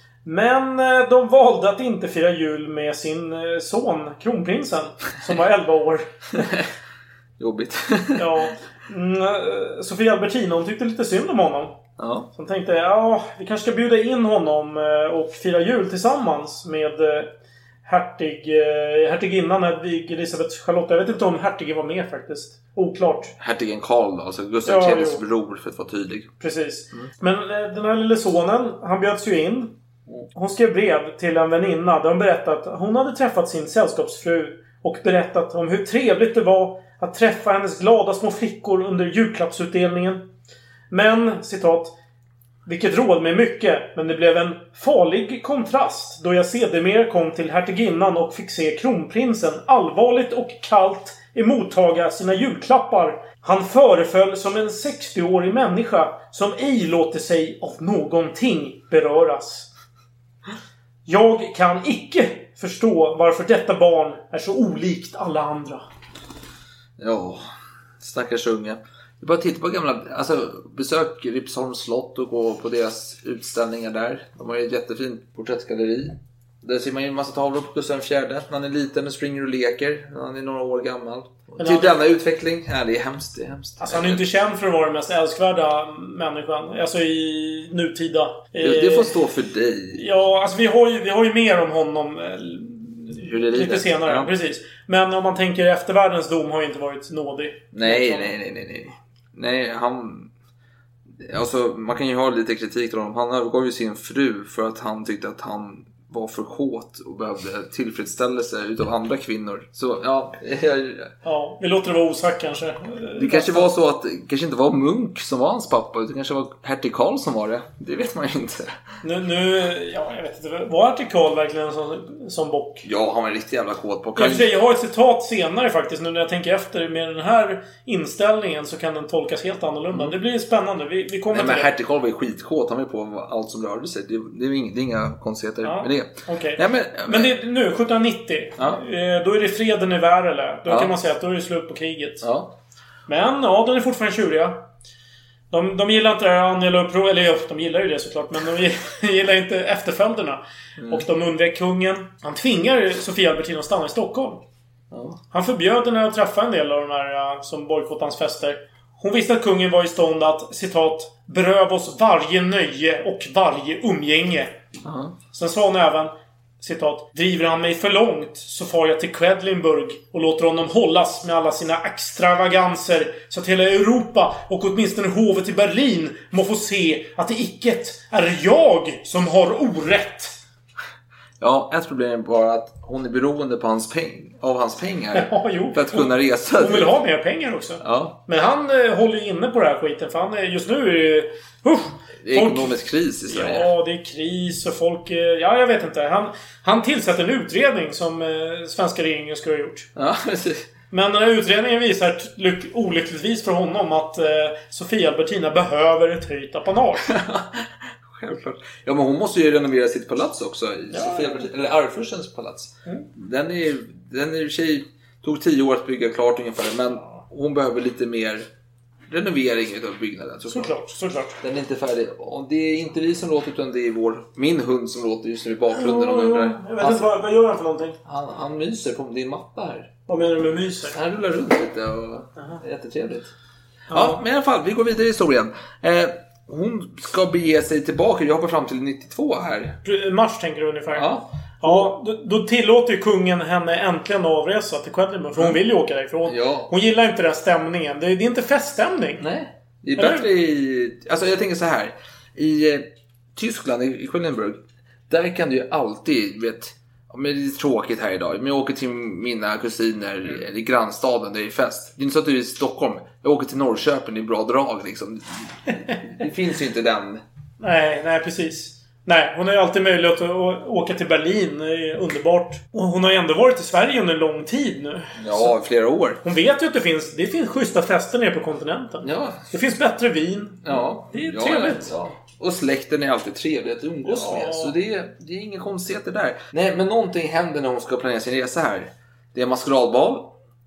Men de valde att inte fira jul med sin son, kronprinsen, som var elva år. Jobbigt. Ja. Sofia Albertina, hon tyckte lite synd om honom. Ja. Så hon tänkte, ja, vi kanske ska bjuda in honom och fira jul tillsammans med hertig, hertiginnan Hedvig Elisabeth Charlotta. Jag vet inte om hertigen var med faktiskt. Oklart. Hertigen Karl då, alltså Gustav den tredjes bror för att vara tydlig. Precis. Mm. Men den här lille sonen, han bjöds ju in. Hon skrev brev till en väninna där hon berättade att hon hade träffat sin sällskapsfru och berättat om hur trevligt det var att träffa hennes glada små flickor under julklappsutdelningen. Men, citat, Vilket råd mig mycket, men det blev en farlig kontrast då jag sedermera kom till hertiginnan och fick se kronprinsen allvarligt och kallt emottaga sina julklappar. Han föreföll som en sextioårig människa som ej låter sig av någonting beröras. Jag kan icke förstå varför detta barn är så olikt alla andra. Ja, stackars unga. Vi bara tittar på gamla, alltså besök Ripsholms slott och gå på deras utställningar där. De har ju ett jättefint porträttgalleri. Där ser man ju en massa tavlor på Gustav den fjärde. När han är liten och springer och leker. När han är några år gammal. Till han... denna utveckling. Ja, det är hemskt, det är hemskt. Alltså han är inte känd för att vara den mest älskvärda människan. Alltså i nutida. Det, det får stå för dig. Ja, alltså vi har ju, vi har ju mer om honom hur det lite senare. Ja. Precis. Men om man tänker eftervärldens dom har ju inte varit nådig. Nej, nej, nej, nej, nej. Nej, han... Alltså, man kan ju ha lite kritik till honom. Han övergav ju sin fru för att han tyckte att han var för hårt och behövde tillfredsställelse utav andra kvinnor. Så, ja... Jag... Ja, vi låter det vara osagt kanske. Det kanske var så att det kanske inte var Munk som var hans pappa. Det kanske var hertig Karl som var det. Det vet man ju inte. Nu, nu ja, jag vet inte. Var hertig Karl verkligen som, som bock? Ja, han var en riktigt jävla kåt bock. Jag, jag har ett citat senare faktiskt. Nu när jag tänker efter med den här inställningen så kan den tolkas helt annorlunda. Mm. Det blir spännande. Vi, vi kommer Nej, till men det. hertig Karl var ju skitkåt. Han var ju på allt som rörde sig. Det, det, är, inga, det är inga konstigheter ja. med det. Okay. Nej, men, men det, nu, sjuttonhundranittio. Ja. Då är det freden i Värele. Då ja. kan man säga att då är det slut på kriget. Ja. Men, ja, de är fortfarande tjuriga. De, de gillar inte det här Angela uppror. Eller ja, de gillar ju det såklart. Men de gillar inte efterföljderna. Mm. Och de undvek kungen. Han tvingar Sofia Albertina att stanna i Stockholm. Ja. Han förbjöd henne att träffa en del av de här som bojkottade hans fester. Hon visste att kungen var i stånd att, citat, beröva oss varje nöje och varje umgänge. Uh-huh. Sen sa hon även, citat, driver han mig för långt så far jag till Quedlinburg och låter honom hållas med alla sina extravaganser så att hela Europa och åtminstone hovet i Berlin må få se att det icke är jag som har orätt. Ja, ett problem är bara att hon är beroende på hans peng, av hans pengar ja, jo. för att kunna resa. Hon vill ha mer pengar också. Ja. Men han eh, håller ju inne på det här skiten. För han är, just nu är det... Uh, det är folk, ekonomisk kris i Sverige. Ja, det är kris och folk... Eh, ja, jag vet inte. Han, han tillsätter en utredning som eh, svenska regeringen skulle ha gjort. Ja, precis. Men den här utredningen visar lyck- olyckligtvis för honom att eh, Sofia Albertina behöver ett höjt apanage. Självklart. Ja, men hon måste ju renovera sitt palats också. Ja, Sofia Albertina, eller Arvfurstens palats. Mm. Den är den är i sig tog tio år att bygga klart ungefär. Men hon behöver lite mer renovering av byggnaden. Så såklart, såklart. Den är inte färdig. Och det är inte vi som låter utan det är vår, min hund som låter just nu i bakgrunden. Oh, undrar. Jag vet inte, vad, vad gör han för någonting? Han, han myser på din matta här. Vad menar du med myser? Han rullar runt lite och det är jättetrevligt. Ja. ja, men i alla fall, vi går vidare i historien. Eh, hon ska bege sig tillbaka. Jag hoppar fram till nittiotvå här. Mars tänker du ungefär. Ja. Ja, då, då tillåter ju kungen henne äntligen avresa till Quedlinburg. För hon vill ju åka därifrån. Ja. Hon gillar inte den stämningen. Det, det är inte feststämning. Nej. Det är bättre i... Alltså jag tänker så här. I eh, Tyskland, i, i Quedlinburg. Där kan du ju alltid, vet... Men det är tråkigt här idag. Men jag åker till mina kusiner mm. i grannstaden där det är fest. Det är inte så att du är i Stockholm. Jag åker till Norrköping, det är bra drag liksom. Det finns ju inte den. Nej, nej precis. Nej, hon har ju alltid möjlighet att åka till Berlin. Det är underbart. Och hon har ju ändå varit i Sverige under lång tid nu. Ja, så flera år. Hon vet ju att det finns, det finns schyssta fester nere på kontinenten. Ja. Det finns bättre vin. Ja. Det är ja, trevligt. Ja. Och släkten är alltid trevlig att umgås ja. med. Så det är, det är inga konstigheter där. Nej, men någonting händer när hon ska planera sin resa här. Det är maskeradbal.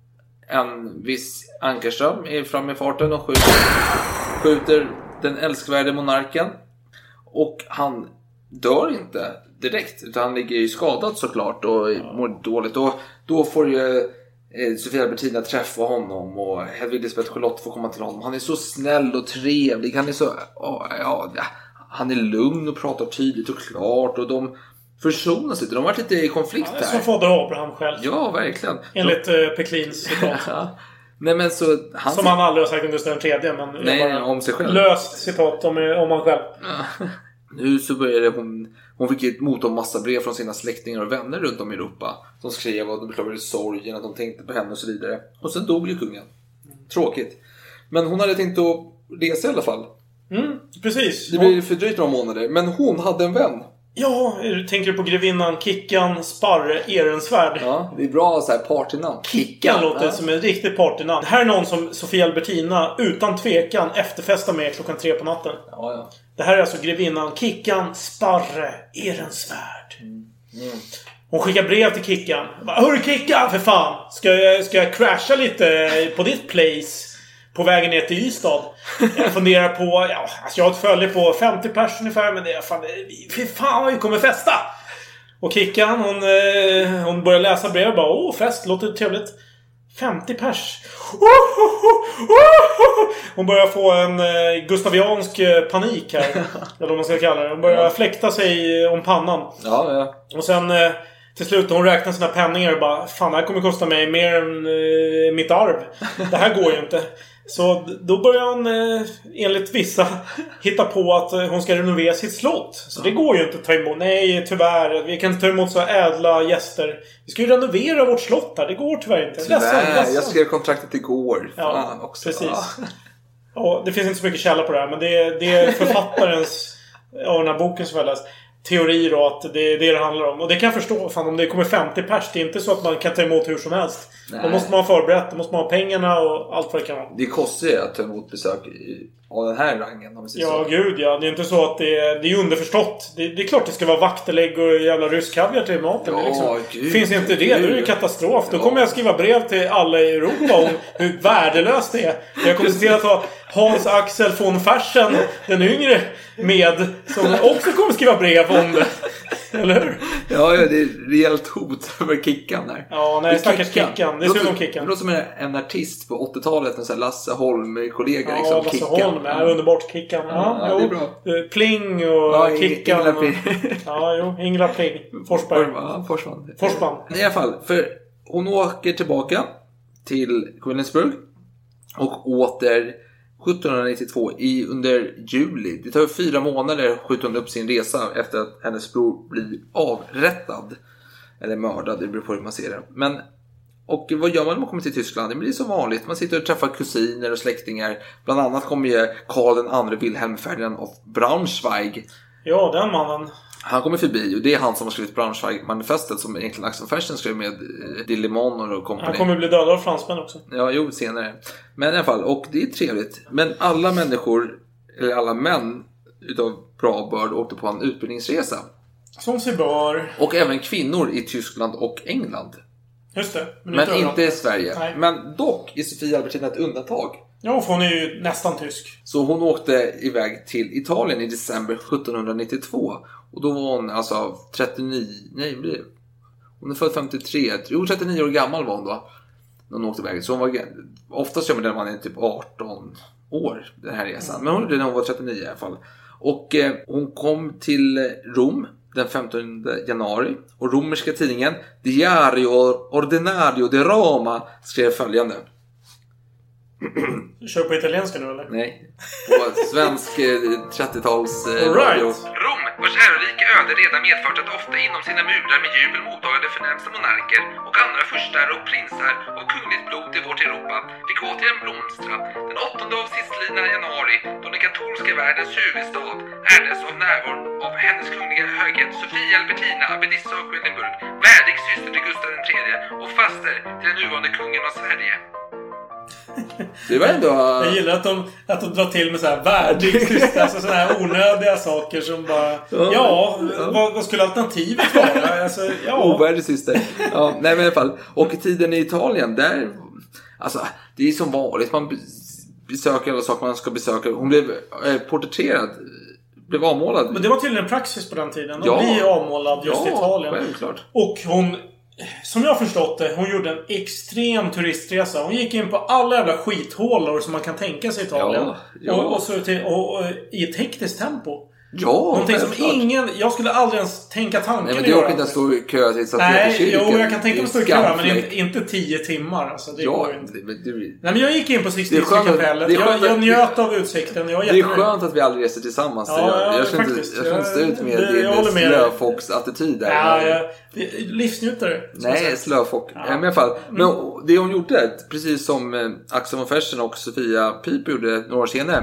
En viss Ankerström är framme i farten och skjuter, skjuter den älskvärde monarken. Och han dör inte direkt. Utan han ligger ju skadad såklart och ja. mår dåligt. Och då får ju eh, Sofia Albertina träffa honom. Och Hedvig Lisbeth Charlotte får komma till honom. Han är så snäll och trevlig. Han är så... Oh, ja, ja. Han är lugn och pratar tydligt och klart. Och de försonas lite. De har varit lite i konflikt här. Som fader Abraham själv. Ja, verkligen. Enligt uh, Peklins citat. Nej, men så, han... Som han aldrig har sagt om Gustav den tredje. Men nej, om sig själv. Löst citat om, om han själv. Nu så började hon... Hon fick emot en massa brev från sina släktingar och vänner runt om i Europa. Som skrev att de beklagade sorgen, att de tänkte på henne och så vidare. Och sen dog ju kungen. Tråkigt. Men hon hade tänkt att resa i alla fall. Mm, precis. Det blir fördröjt några månader. Men hon hade en vän. Ja, tänker du på grevinnan Kickan Sparre Ehrensvärd? Ja, det är bra så här partynamn. Kickan låter ja. som en riktigt partynamn. Det här är någon som Sofia Albertina utan tvekan efterfestar med klockan tre på natten. Ja, ja. Det här är alltså grevinnan Kickan Sparre Ehrensvärd. Mm. Mm. Hon skickar brev till Kickan. Hörru Kickan, för fan! Ska jag, ska jag crasha lite på ditt place på vägen ner till Ystad? Jag funderar på... Ja, alltså jag har ett följe på femtio personer ungefär. Men det är fan... Fy fan, vi kommer festa! Och Kickan, hon, hon börjar läsa brev och bara... Åh, fest, låter trevligt. femtio pers. Hon börjar få en gustaviansk panik här. Eller vad man ska kalla det. Hon börjar fläkta sig om pannan. Ja, ja. Och sen... Till slut hon räknar sina penningar och bara, fan, det här kommer kosta mig mer än eh, mitt arv. Det här går ju inte. Så då börjar hon eh, enligt vissa hitta på att eh, hon ska renovera sitt slott. Så det går ju inte att ta emot. Nej, tyvärr. Vi kan inte ta emot så ädla gäster. Vi ska ju renovera vårt slott här. Det går tyvärr inte. Tyvärr, ledsen, ledsen. Jag skrev kontraktet igår. Ja, fan också. Precis. Ja. Ja, det finns inte så mycket källa på det här. Men det, det är författarens av den här boken som jag läst. Teori då att det är det det handlar om. Och det kan jag förstå. Fan, om det kommer femtio pers, det är inte så att man kan ta emot hur som helst. Nej. Då måste man ha förberett. Då måste man ha pengarna och allt vad det kan vara. Det kostar ju att ta emot besök av den här rangen. Om ja, så. Gud ja. Det är inte så att det är, det är underförstått. Det, det är klart det ska vara vaktelägg och jävla ryskkaviar till maten. Ja, liksom. Gud, finns inte det, Gud. då är det katastrof. Då ja. kommer jag skriva brev till alla i Europa om hur värdelöst det är. Jag kommer se till att ha Hans Axel von Fersen, den yngre, med. Som också kommer skriva brev om det. Eller hur? Ja, ja, det är rejält hot över Kickan där. Ja, nej, stackars Kickan. Kickan. Det är synd om Kickan. Det låter som en artist på åttiotalet, en sån här Lasse Holm-kollega. Ja, liksom, Lasse Kickan. Holm, ja, underbart Kickan. Ja, ja, ja det är bra. Pling och ja, Kickan. Ingela Pling. Och, ja, jo, Ingela Pling. Forsberg. Ja, Forsman. Forsman. I alla fall, för hon åker tillbaka till Quedlinburg och åter sjuttonhundranittiotvå i under juli. Det tar fyra månader skjuter hon upp sin resa efter att hennes bror blir avrättad. Eller mördad, det beror på hur man ser det. Men, och vad gör man när man kommer till Tyskland? Det blir som vanligt. Man sitter och träffar kusiner och släktingar. Bland annat kommer ju Karl den andre Wilhelm Ferdinand av Braunschweig. Ja, den mannen. Han kommer förbi och det är han som har skrivit Braunschweig-manifestet som egentligen Axel Fersen skrev med Dillemon och company. Han kommer bli dödad av fransmän också. Ja, jo, senare. Men i alla fall, och det är trevligt. Men alla människor, eller alla män utav bra börd åkte på en utbildningsresa. Som sig bör. Och även kvinnor i Tyskland och England. Just det. Men, men inte, inte i Sverige. Nej. Men dock är Sofia Albertina ett undantag. Ja, för hon är ju nästan tysk. Så hon åkte iväg till Italien i december sjuttonhundranittiotvå. Och då var hon alltså trettionio... Nej, blir hon är född femtiotre. Jo, trettionio år gammal var hon då. När hon åkte iväg. Så hon var... Oftast gör man den man är typ arton år, den här resan. Men hon gjorde det när hon var trettionio i alla fall. Och eh, hon kom till Rom den femtonde januari. Och romerska tidningen Diario Ordinario de Roma skrev följande. Du kör på italienska nu eller? Nej, på svensk trettio-tals eh, right. radio. Rom, vars ärorika öde redan medfört att ofta inom sina murar med jubel mottagade förnämsta monarker och andra furstar och prinsar av kungligt blod i vårt Europa fick återigen blomstra den åttonde av sistlidna januari då den katolska världens huvudstad ärdes av närvaron av hennes kungliga höghet Sofia Albertina Abbedissa av Quedlinburg, värdig syster till Gustav den tredje och faster till den nuvarande kungen av Sverige. Det var ändå... Jag gillar att de, att de drar till med så här värdig syster, alltså sådana här onödiga saker som bara... Ja, ja, ja. Vad, vad skulle alternativet vara? Alltså, ja. Ovärdig syster. Ja, nej men i alla fall. Och i tiden i Italien, där... Alltså, det är som vanligt. Man besöker alla saker man ska besöka. Hon blev eh, porträtterad... Blev avmålad. Men det var tydligen en praxis på den tiden. Hon ja. blir avmålad just ja, i Italien. Självklart. Och hon... Som jag har förstått det, hon gjorde en extrem turistresa. Hon gick in på alla jävla skithålor som man kan tänka sig i Italien. Ja, ja. Och, och, så till, och, och i ett hektiskt tempo. Ja, någonting som ingen... Jag skulle aldrig ens tänka tanken. Nej, men du åker inte att stå i kö till Nej, jo, jag kan tänka mig att stå i kö, men inte, inte tio timmar. Alltså, det ja, går inte. Det, men du... Nej, men jag gick in på Sixtinska kapellet. Jag, jag njöt av utsikten. Jag det är skönt att vi aldrig reser tillsammans. Ja, jag, ja, jag ska faktiskt. inte, jag ska inte stå ut med det, din slöfox-attityd där. Ja, ja. Livsnjutare. Nej, slöfock. Ja. Men i alla fall. Men det hon gjorde, precis som Axel von Fersen och Sofia Piper gjorde några år senare.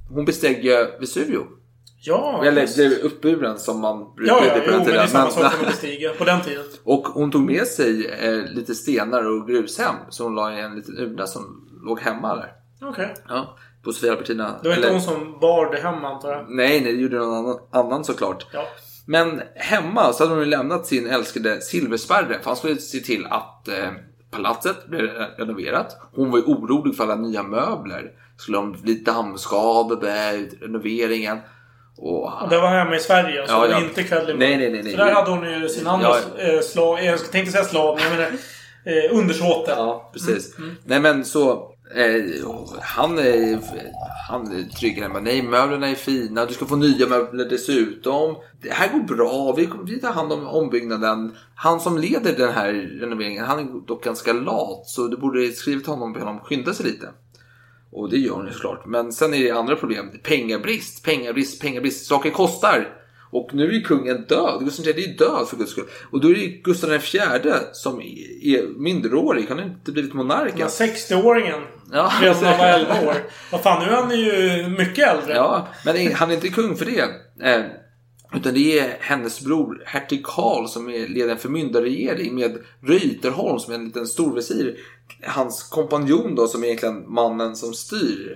hon besteg ju Vesuvio. Ja, eller blev uppburen som man brukade ja, ja, på den jo, tiden. Men det är samma sak som bestiga på den tiden. Och hon tog med sig eh, lite stenar och grushem. Så hon la i en liten urna som låg hemma där. Okej. Okay. Ja, på Sofia Albertina. Det var inte hon som bar det hemma, antar jag. Nej, nej, det gjorde någon annan, annan såklart. Ja. Men hemma så hade hon lämnat sin älskade silverspärre. För han skulle se till att eh, palatset blev renoverat. Hon var ju orolig för alla nya möbler. Skulle de bli dammskadade med renoveringen. Och, och det var hemma i Sverige, så ja, det var ja. inte kväll. Nej, nej, nej, nej. Så där hade hon ju sin andra ja. slav. Jag tänkte säga slav, men jag menar eh, undersåte. Ja, precis. Mm. Mm. Nej, men så eh, han är han trycker hemma. Nej, möblerna är fina. Du ska få nya möbler dessutom. Det här går bra. Vi, vi tar hand om ombyggnaden. Han som leder den här renoveringen, han är dock ganska lat. Så du borde skriva till honom och honom skynda sig lite. Och det gör hon ju såklart. Men sen är det andra problem. Pengabrist, pengabrist, pengabrist. Saker kostar. Och nu är kungen död. Gustav den tredje är död för guds skull. Och då är det Gustav den fjärde som är minderårig. Han har inte blivit monark. Den sextio-åringen. Ja. Redan när han var elva år. Vad fan, nu är han ju mycket äldre. Ja, men han är inte kung för det. Eh, utan det är hennes bror hertig Karl som är leder en förmyndarregering med Reuterholm som är en liten storvisir. Hans kompanjon då som är egentligen mannen som styr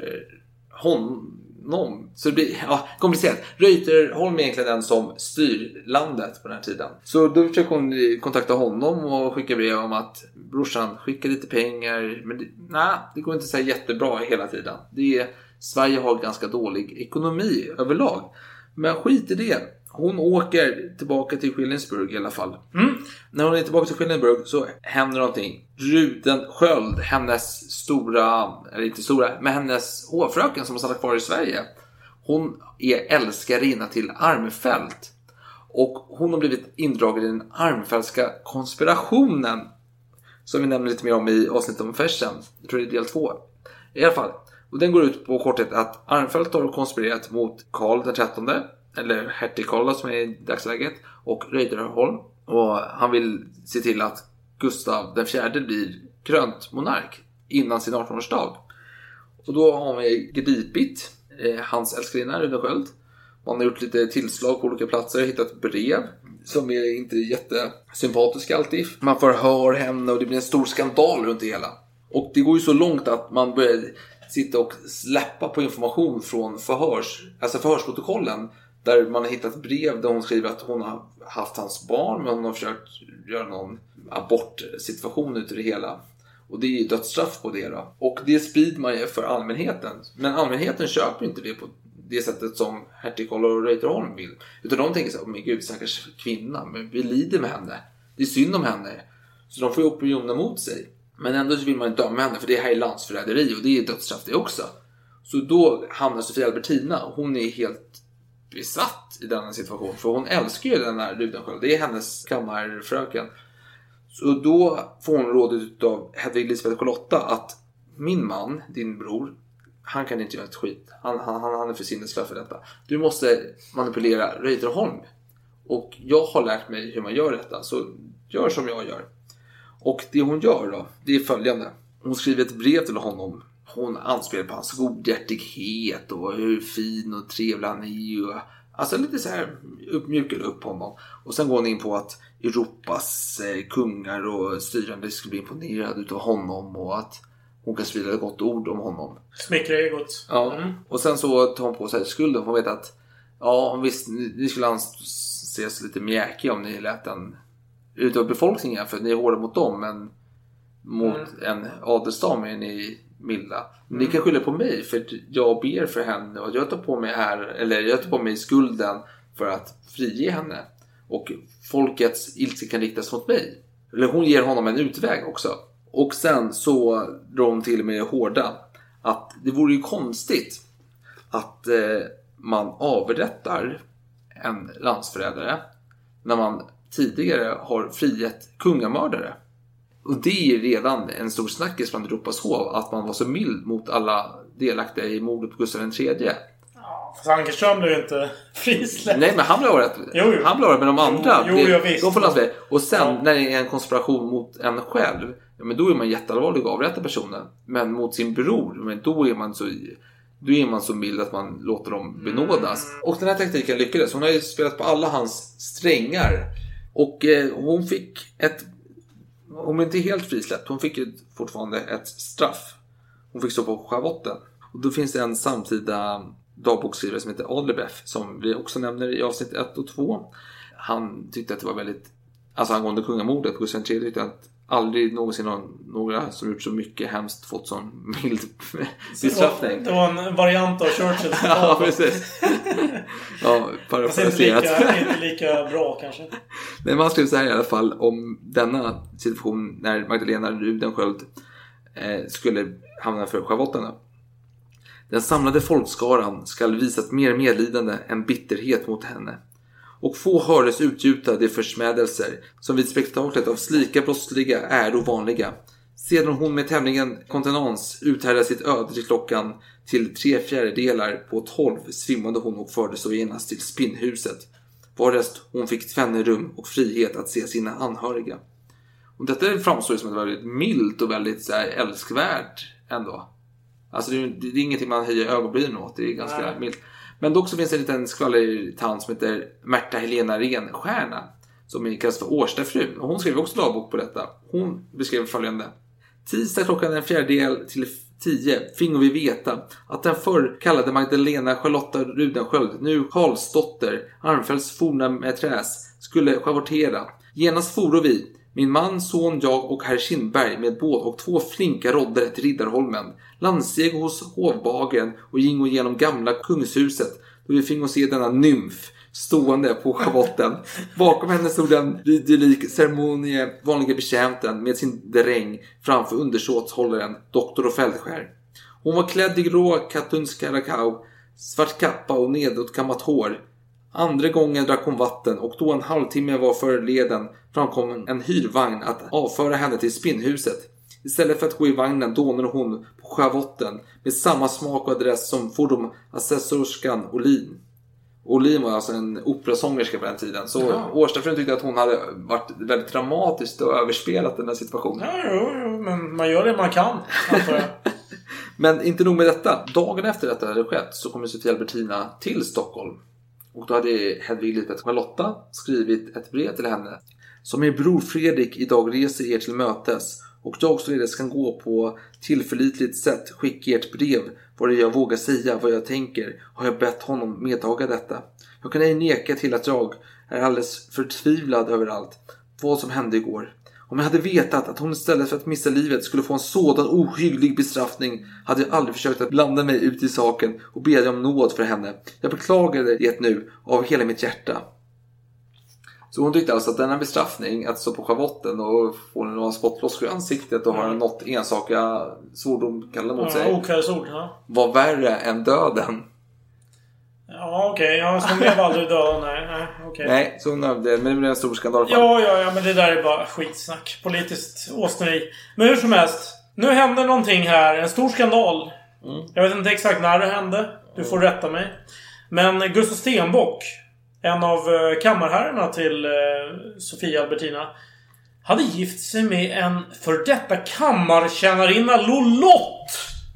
honom. Så det blir ja, komplicerat. Reuterholm är egentligen den som styr landet på den här tiden. Så då försöker hon kontakta honom och skicka brev om att brorsan skickar lite pengar. Men det, nej, det går inte så här jättebra hela tiden. Det är, Sverige har ganska dålig ekonomi överlag. Men skit i det. Hon åker tillbaka till Skillingsburg i alla fall. Mm. När hon är tillbaka till Skillingsburg så händer någonting. Rudensköld, hennes stora, eller inte stora, men hennes hovfröken som har stannat kvar i Sverige. Hon är älskarinna till Armfelt. Och hon har blivit indragen i den Armfeldtska konspirationen. Som vi nämnde lite mer om i avsnittet om Fersen. Jag tror det är del två. I alla fall. Och den går ut på korthet att Armfeldt har konspirerat mot Karl den trettonde. Eller hertig Karl som är i dagsläget. Och Reuterholm. Och han vill se till att Gustav den fjärde blir krönt monark innan sin artonårsdag. Och då har vi gripit eh, hans älskarinna Rudensköld. Man har gjort lite tillslag på olika platser, hittat brev som är inte jättesympatiska alltid. Man förhör henne och det blir en stor skandal runt det hela. Och det går ju så långt att man börjar sitta och släppa på information från förhörs, alltså förhörsprotokollen. Där man har hittat brev där hon skriver att hon har haft hans barn, men hon har försökt göra någon abortsituation ut i det hela. Och det är ju dödsstraff på det då. Och det sprider man ju för allmänheten. Men allmänheten köper inte det på det sättet som hertig Karl och Reuterholm vill. Utan de tänker så här, men gud, stackars kvinna, men vi lider med henne. Det är synd om henne. Så de får ju opinionen mot sig. Men ändå så vill man inte döma henne, för det här är landsförräderi och det är dödsstraff det också. Så då hamnar Sofia Albertina, hon är helt besatt i denna situation. För hon älskar ju den här Rudensköld. Det är hennes kammarfröken. Så då får hon rådet av Hedvig Lisbeth Charlotta att min man, din bror, han kan inte göra ett skit. Han, han, han är för sinnesslö för detta. Du måste manipulera Reuterholm. Och jag har lärt mig hur man gör detta. Så gör som jag gör. Och det hon gör då, det är följande. Hon skriver ett brev till honom. Hon anspelar på hans godhjärtighet och hur fin och trevlig han är. Alltså lite så här uppmjukar upp honom. Och sen går hon in på att Europas eh, kungar och styrande ska bli imponerade utav honom. Och att hon kan sprida ett gott ord om honom. Smickra egot. Ja, mm. Och sen så tar hon på sig skulden. Hon vet att ja, visst, ni skulle anses lite mjäkiga om ni lät den utav befolkningen. För ni är hårda mot dem, men mot mm. en adelsdam är ni milda. Men mm. ni kan skylla på mig för jag ber för henne och jag tar på mig här, eller jag tar på mig skulden för att frige henne. Och folkets ilska kan riktas mot mig. Eller hon ger honom en utväg också. Och sen så drar hon till med det hårda att det vore ju konstigt att eh, man avrättar en landsförrädare när man tidigare har frihet kungamördare. Och det är redan en stor snackis bland Europas hov att man var så mild mot alla delaktiga i mordet på Gustav den tredje. Ja, fast Ankerström blev inte frisläppt. Nej, men han blev rätt. Jo, jo. Han blev rätt, men de andra jo, jo, det, de får landsväg. Och sen ja. När det är en konspiration mot en själv, ja, men då är man jätteallvarlig och avrättar personen. Men mot sin bror, men då är man så då är man så mild att man låter dem benådas. Mm. Och den här taktiken lyckades. Hon har ju spelat på alla hans strängar. Och eh, hon fick ett... Hon är inte helt frisläppt. Hon fick ju fortfarande ett straff. Hon fick stå på schavotten. Och då finns det en samtida dagboksskrivare som heter Adlerbef, som vi också nämner i avsnitt ett och två. Han tyckte att det var väldigt... Alltså angående kungamordet, Gustav den tredje tyckte att aldrig någonsin någon, några som gjort så mycket hemskt fått sån mild bestraffning. Det var en variant av Churchill. Ja, precis. Ja, parafraserat. Det är inte lika bra kanske. Men man skrev så här i alla fall om denna situation när Magdalena Rudenskjöld eh, skulle hamna för schavotterna. Den samlade folkskaran skall visat mer medlidande än bitterhet mot henne. Och få hördes utgjuta de försmädelser som vid spektaklet av slika brottsliga är ovanliga. Sedan hon med tämligen kontenans uthärdade sitt öde till klockan till tre fjärdedelar på tolv svimmade hon och fördes så genast till spinnhuset. Varest hon fick tvenne och frihet att se sina anhöriga. Och detta framstår som ett väldigt milt och väldigt så här, älskvärt ändå. Alltså det är, det är ingenting man höjer ögonbrynen åt, det är ganska Nej. milt. Men dock så finns det en liten skvallertant som heter Märta Helena Renstjärna, som kallas för Årstafrun. Och hon skrev också dagbok på detta. Hon beskrev följande. Tisdag klockan en fjärdedel till tio fingo vi veta att den förr kallade Magdalena Charlotta Rudenskjöld, nu Karlsdotter, Armfälls forna mäträs, skulle schavortera. Genast foro vi, min man, son, jag och herr Kindberg med båt och två flinka rodder till Riddarholmen. Landsteg hos hovbagaren och gingo genom gamla kungshuset då vi fingo se denna nymf stående på schavotten. Bakom henne stod den ridderlik ceremonie vanliga betjänten med sin dräng framför undersåtshållaren doktor och fältskär. Hon var klädd i grå katunskarakau, svart kappa och nedåtkammat hår. Andra gången drack hon vatten och då en halvtimme var förleden framkom en hyrvagn att avföra henne till spinnhuset. Istället för att gå i vagnen dånade hon på schavotten med samma smak och adress som fordom assessorskan Olin. Olin var alltså en operasångerska på den tiden. Så ja. Årstafrun tyckte att hon hade varit väldigt dramatiskt och överspelat den här situationen. Ja, jo, jo, men man gör det man kan, antar jag. Men inte nog med detta. Dagen efter detta hade skett så kom Sofia Albertina till Stockholm. Och då hade Hedvig Lisbeth Charlotta skrivit ett brev till henne. Som er bror Fredrik idag reser er till mötes. Och jag således kan gå på tillförlitligt sätt skicka ert brev. Vad jag vågar säga, vad jag tänker. Har jag bett honom medtaga detta. Jag kan ej neka till att jag är alldeles förtvivlad över allt. Vad som hände igår. Om jag hade vetat att hon istället för att missa livet skulle få en sådan ohygglig bestraffning hade jag aldrig försökt att blanda mig ut i saken och be om nåd för henne. Jag beklagar det nu av hela mitt hjärta. Så hon tyckte alltså att denna bestraffning, att stå på schavotten och få några spottlosk i ansiktet och mm. ha något enstaka svordom kallade mot ja, sig, okvällsord, ja. var värre än döden. Ja, okej. Okay. Ja, som blev aldrig död. Nej, nej, okej. Okay. Nej, så hon överlevde. Men det blev en stor skandal. Ja, ja, ja, men det där är bara skitsnack. Politiskt åsneri. Men hur som helst. Nu hände någonting här. En stor skandal. Mm. Jag vet inte exakt när det hände. Du får rätta mig. Men Gustav Stenbock, en av kammarherrarna till Sofia Albertina, hade gift sig med en för detta kammartjänarinna Lolott.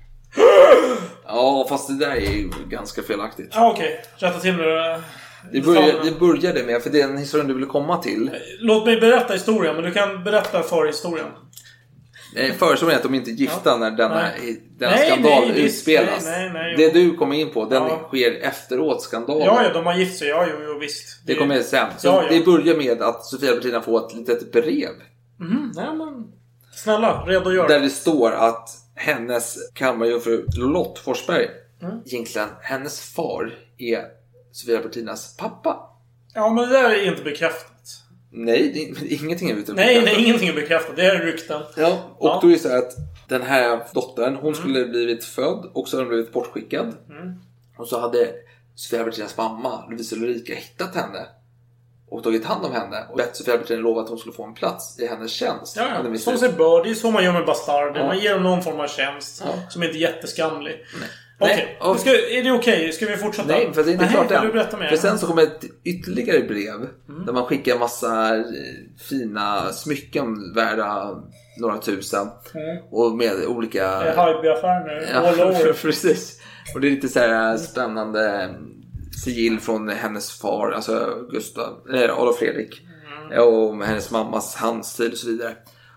Ja, fast det där är ju ganska felaktigt. Ja, okej. Okay. Rätta till nu. Det började, det började med, för det är en historia du ville komma till. Låt mig berätta historien, men du kan berätta för historien. Nej, förhistorien är att de inte är gifta ja. när denna, denna nej, skandal nej, utspelas. Nej, nej, nej, det du kommer in på, den ja. sker efteråt skandalen. Ja, ja, de har gift sig, ja, jo, jo visst. Det, det kommer sen. Så ja, ja. det börjar med att Sofia Albertina får ett litet brev. Mm, nej, men... Snälla, redo att göra. Där det står att hennes kammarjungfru Lolott Forsberg, mm. egentligen hennes far, är Sofia Albertinas pappa. Ja, men det där är inte bekräftat. Nej, det är ingenting är bekräftat. Nej, nej, ingenting är bekräftat. Det är rykten. Ja, och ja. då är det så här att den här dottern, hon mm. skulle blivit född och så hade hon blivit bortskickad. Mm. Och så hade Sofia Albertinas mamma, Lovisa Ulrika, hittat henne och tagit hand om henne och bett Sofia Albertina lova att hon skulle få en plats i hennes tjänst. Ja, ja. Som sig bör, det är så man gör med bastarder. Ja. Man ger dem någon form av tjänst ja. som inte är jätteskamlig. Nej. Okej, okay. Ska, är det okej? Okay? Ska vi fortsätta? Nej, för det är inte Nej, klart än. Du berätta mer. För sen så kommer ett ytterligare brev mm. där man skickar massa fina smycken värda några tusen mm. och med olika... Det är Hybe-affär nu. Ja, precis. Och det är lite så här spännande sigill från hennes far, alltså Gustav, eller Adolf Fredrik. Mm. Och hennes mammas handstil och så vidare.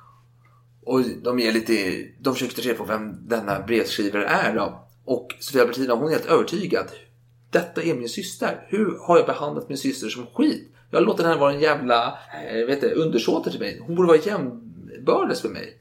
Och de är lite, de försöker ta reda på vem denna brevskrivare är då. Och Sofia Albertina, hon är helt övertygad. Detta är min syster. Hur har jag behandlat min syster som skit? Jag låter henne vara en jävla eh, vet du, undersåter till mig. Hon borde vara jämnbördes för mig.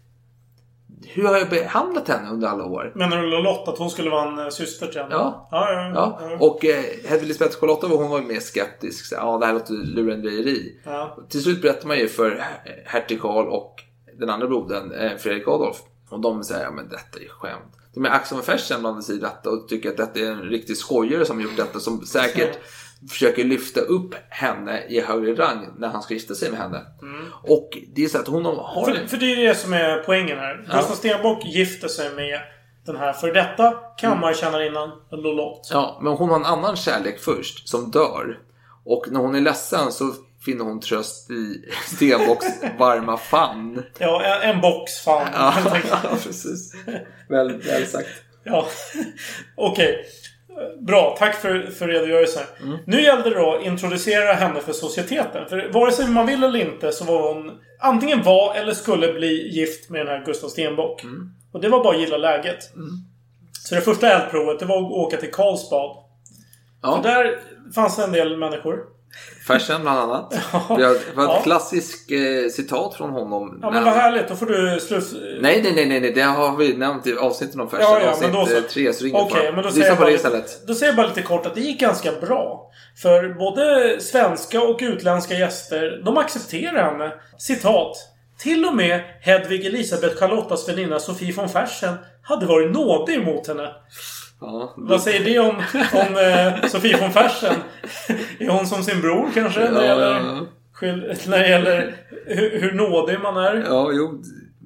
Hur har jag behandlat henne under alla år? Menar du Lotta att hon skulle vara en syster till henne? Ja. Ja, ja, ja. ja. Och eh, Hedvig Lisbeth Charlotta, hon var mer skeptisk. Så, ja, det här låter lurendrejeri. Ja. Till slut berättar man ju för hertig Karl och den andra brodern, eh, Fredrik Adolf. Och de säger, ja men detta är skämt. De är Axel och Fersen bland sig detta och tycker att detta är en riktig skojare som har gjort detta. Som säkert försöker lyfta upp henne i högre rang när han ska gifta sig med henne. Mm. Och det är så att hon har... För, för det är det som är poängen här. Ja. Gustav Stenbock gifter sig med den här för detta kammartjänarinnan Lolott. Ja, men hon har en annan kärlek först som dör. Och när hon är ledsen så finner hon tröst i Stenbocks varma famn. Ja, en, en boxfamn. Ja, ja, precis. Väl, väl sagt. Ja, okej. Okay. Bra, tack för, för redogörelsen. Mm. Nu gällde det då att introducera henne för societeten. För vare sig man vill eller inte så var hon antingen var eller skulle bli gift med den här Gustav Stenbock. Mm. Och det var bara att gilla läget. Mm. Så det första eldprovet det var att åka till Karlsbad. Ja. För där fanns det en del människor. Fersen bland annat. Ja. Det var ett ja. klassiskt eh, citat från honom. Ja, men vad härligt. Då får du sluss... Nej, nej, nej, nej. Det har vi nämnt i avsnittet om Fersen. Ja, ja, avsnitt men då så. tre, så ringer Okej, men då säger, jag bara lite, då säger jag bara lite kort att det gick ganska bra. För både svenska och utländska gäster, de accepterar henne. Citat. Till och med Hedvig Elisabeth Charlottas väninna Sofie von Fersen hade varit nådig mot henne. Ja, det... Vad säger det om, om eh, Sofie von Fersen? Är hon som sin bror kanske? Ja, när det gäller, ja, ja. När det gäller hur, hur nådig man är? Ja, jo.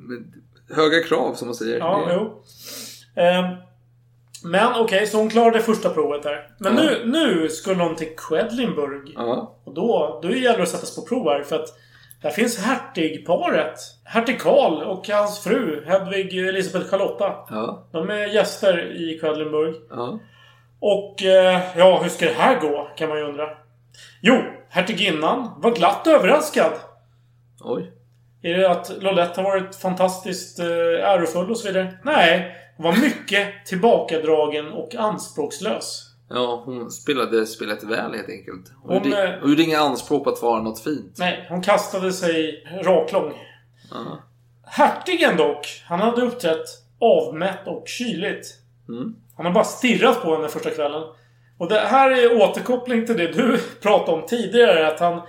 Höga krav som man säger. Ja, jo. Eh, men okej, okay, så hon klarade första provet här. Men ja. nu, nu skulle hon till Quedlinburg. Ja. Och då, då gäller det att sättas på prov här. För att där finns hertigparet. Hertig Karl och hans fru Hedvig Elisabeth Charlotta. Ja. De är gäster i Quedlinburg. Ja. Och eh, ja, hur ska det här gå? Kan man ju undra. Jo, hertiginnan var glatt överraskad. Oj. Är det att Lolette har varit fantastiskt eh, ärofull och så vidare? Nej, hon var mycket tillbakadragen och anspråkslös. Ja, hon spelade spelet väl helt enkelt. Hon, hon gjorde, hon gjorde inga anspråk på att vara något fint. Nej, hon kastade sig raklång. Uh-huh. Hertigen dock, han hade uppträtt avmätt och kyligt. Mm. Han har bara stirrat på henne första kvällen. Och det här är återkoppling till det du pratade om tidigare. Att han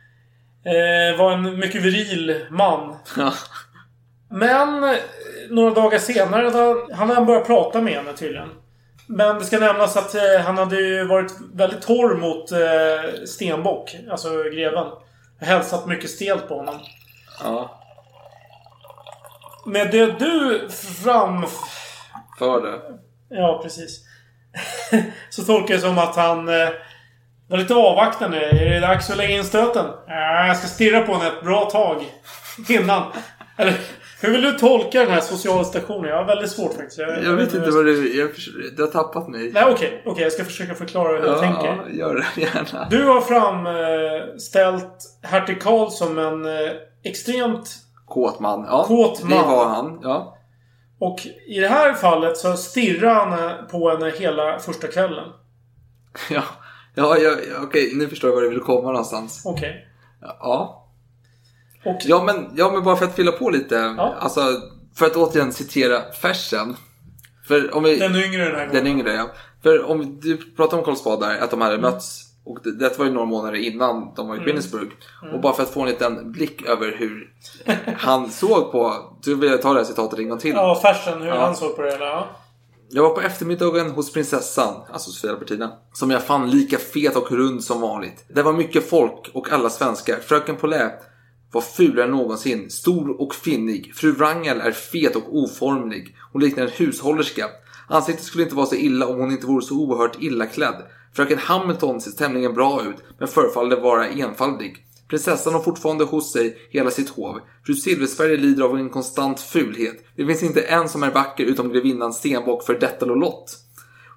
eh, var en mycket viril man. Ja. Men några dagar senare hade han, han börjat prata med henne tydligen. Men det ska nämnas att eh, han hade ju varit väldigt torr mot eh, Stenbock. Alltså greven. Hälsat mycket stelt på honom. Ja. Med det du fram... För det. Ja, precis. Så tolkar jag som att han eh, var lite avvaktande. Är det dags att lägga in stöten? Äh, jag ska stirra på henne ett bra tag. Innan. Eller... Hur vill du tolka den här sociala stationen? Jag har väldigt svårt faktiskt. Jag, jag, jag vet inte vad du... Jag, du har tappat mig. Nej, okej. Okay, okay, jag ska försöka förklara hur ja, jag tänker. Ja, gör det gärna. Du har framställt hertig Karl som en eh, extremt... Kåt man. Ja, kåt man. Det var han, ja. Och i det här fallet så stirrar han på henne hela första kvällen. Ja, ja, ja okej. Okay. Nu förstår jag var du vill komma någonstans. Okej. Okay. Ja. Och... Ja, men, ja, men bara för att fylla på lite. Ja. Alltså, för att återigen citera Fersen. För om vi, den yngre den här gången. Den yngre, ja. För om du pratar om Karlsbad där, att de hade mm. mötts. Och det, det var ju några månader innan de var i Quedlinburg. Mm. Mm. Och bara för att få en liten blick över hur han såg på... Du vill jag ta det här citatet en gång till. Ja, Fersen, hur ja. han såg på det. Eller? Jag var på eftermiddagen hos prinsessan, alltså Sofia Albertina, som jag fann lika fet och rund som vanligt. Det var mycket folk och alla svenskar. Fröken Paulin var fulare än någonsin, stor och finnig. Fru Wrangel är fet och oformlig. Hon liknar en hushållerska. Ansiktet skulle inte vara så illa om hon inte vore så oerhört illa klädd. Fröken Hamilton ser tämligen bra ut, men förefaller vara enfaldig. Prinsessan har fortfarande hos sig hela sitt hov. Fru Silversberg lider av en konstant fulhet. Det finns inte en som är vacker utom grevinnan Stenbock för detta Lolott.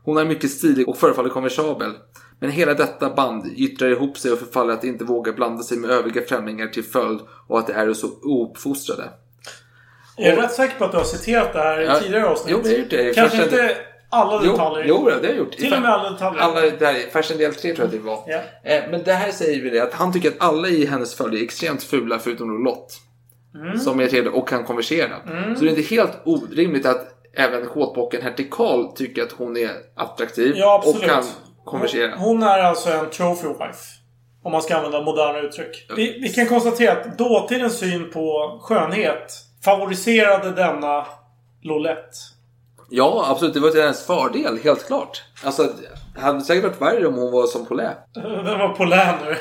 Hon är mycket stilig och förefaller konversabel. Men hela detta band gyttrar ihop sig och förfaller att inte våga blanda sig med övriga främlingar till följd och att det är så ouppfostrade. Jag är och, rätt säker på att du har citerat det här i ja, tidigare avsnitt. Jo, det har gjort det. Kanske inte det... alla detaljer. Jo, jo, det har jag gjort. Till och med alla detaljer. Alla där, Fashion del tre tror jag det var. Ja. Eh, men det här säger vi det att han tycker att alla i hennes följe är extremt fula förutom då Lott. Mm. Som är trevlig och kan konversera. Mm. Så det är inte helt orimligt att även kåtbocken Hertikal tycker att hon är attraktiv ja, och kan konversera. Hon, hon är alltså en trophy wife. Om man ska använda moderna uttryck. Vi, vi kan konstatera att dåtidens syn på skönhet favoriserade denna Lolette. Ja, absolut. Det var till hennes fördel, helt klart. Alltså, det hade säkert varit värre om hon var som Paulin. Den var Paulin nu.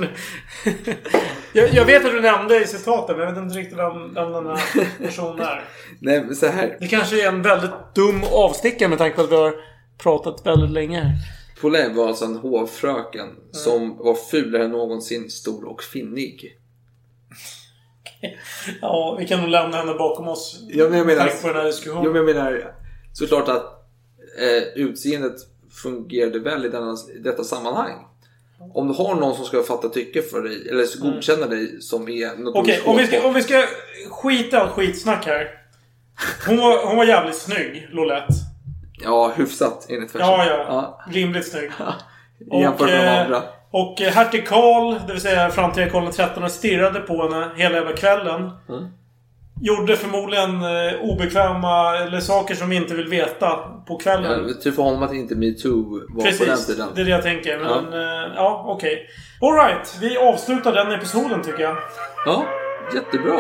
jag, jag vet att du nämnde i citaten, men jag vet inte riktigt om, om den här personen är. Nej, men så här. Det kanske är en väldigt dum avstickare med tanke på att vi har pratat väldigt länge. Paulin var alltså en hovfröken mm. som var fulare än någonsin, stor och finnig. Ja, vi kan nog lämna henne bakom oss. Ja, men jag menar, på den här diskussionen. Ja, men jag menar såklart att eh, utseendet fungerade väl i, denna, i detta sammanhang. Om du har någon som ska fatta tycke för dig eller så godkänna mm. dig som är något. Okej, okay, om, vi ska, om vi ska skita allt skitsnack här. Hon var, hon var jävligt snygg, Lolette. Ja, hyfsat enligt versen. Ja, ja. ja. Rimligt snygg. Jämfört med de andra. Och hertig Karl, det vill säga framtida Karl den trettonde, stirrade på henne hela jävla kvällen. Mm. Gjorde förmodligen eh, obekväma eller saker som vi inte vill veta på kvällen. Ja, typ för honom att inte MeToo var precis, på den tiden. Det är det jag tänker. Men ja, eh, ja okej. Okay. All right, vi avslutar den episoden tycker jag. Ja, jättebra.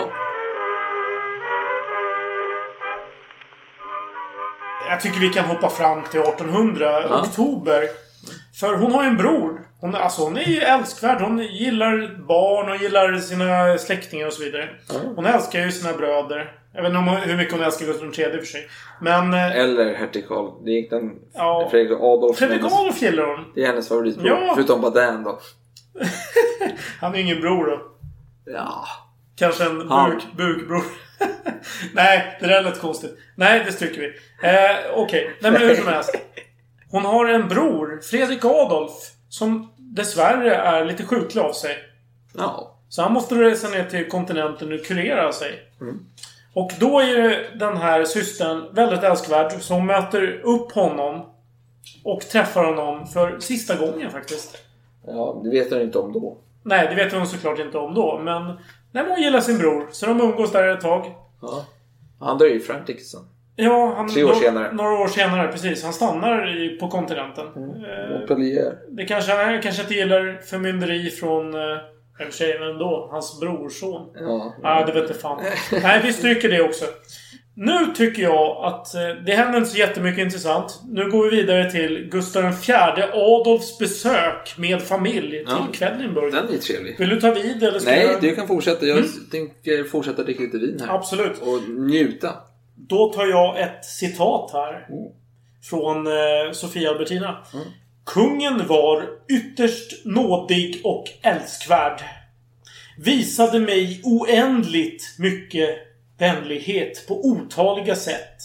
Jag tycker vi kan hoppa fram till artonhundra, ja. Oktober. För hon har ju en bror. Hon, alltså hon är ju älskvärd. Hon gillar barn och gillar sina släktingar och så vidare. Mm. Hon älskar ju sina bröder. Jag vet inte hur mycket hon älskar Gustav den tredje för sig. Men, eller hertig Karl. Det är inte en ja, Fredrik Adolf. Fredrik Adolf gillar hon. Det är hennes favoritbror. Ja. Förutom Baden då. Han är ingen bror då. Ja. Kanske en buk, bukbror. Nej, det där lät konstigt. Nej, det stryker vi. Eh, Okej, okay. Nej men hur som helst. Hon har en bror, Fredrik Adolf, som dessvärre är lite sjuklig av sig. Ja. Så han måste resa ner till kontinenten och kurera sig. Mm. Och då är den här systern väldigt älskvärd. Så hon möter upp honom och träffar honom för sista gången faktiskt. Ja, det vet hon inte om då. Nej, det vet hon såklart inte om då. Men när hon gillar sin bror, så de umgås där ett tag. Ja. Han dör ju i Frankrike sen. Ja, han, Tre år senare. Några år senare, precis. Han stannar i, på kontinenten. Mm. Eh, det kanske, han kanske inte gillar förmynderi från... Eh, en tjej ändå. Hans brorson. Ja. Ja, ah, det vet inte fan. Nej, vi stryker det också. Nu tycker jag att eh, det händer inte så jättemycket intressant. Nu går vi vidare till Gustav den fjärde Adolfs besök med familj till ja. Quedlinburg. Den är trevlig. Vill du ta vid eller ska Nej, jag... du kan fortsätta. Jag mm. tänker fortsätta dricka lite vin här. Absolut. Och njuta. Då tar jag ett citat här. Mm. Från eh, Sofia Albertina. Mm. Kungen var ytterst nådig och älskvärd. Visade mig oändligt mycket vänlighet på otaliga sätt.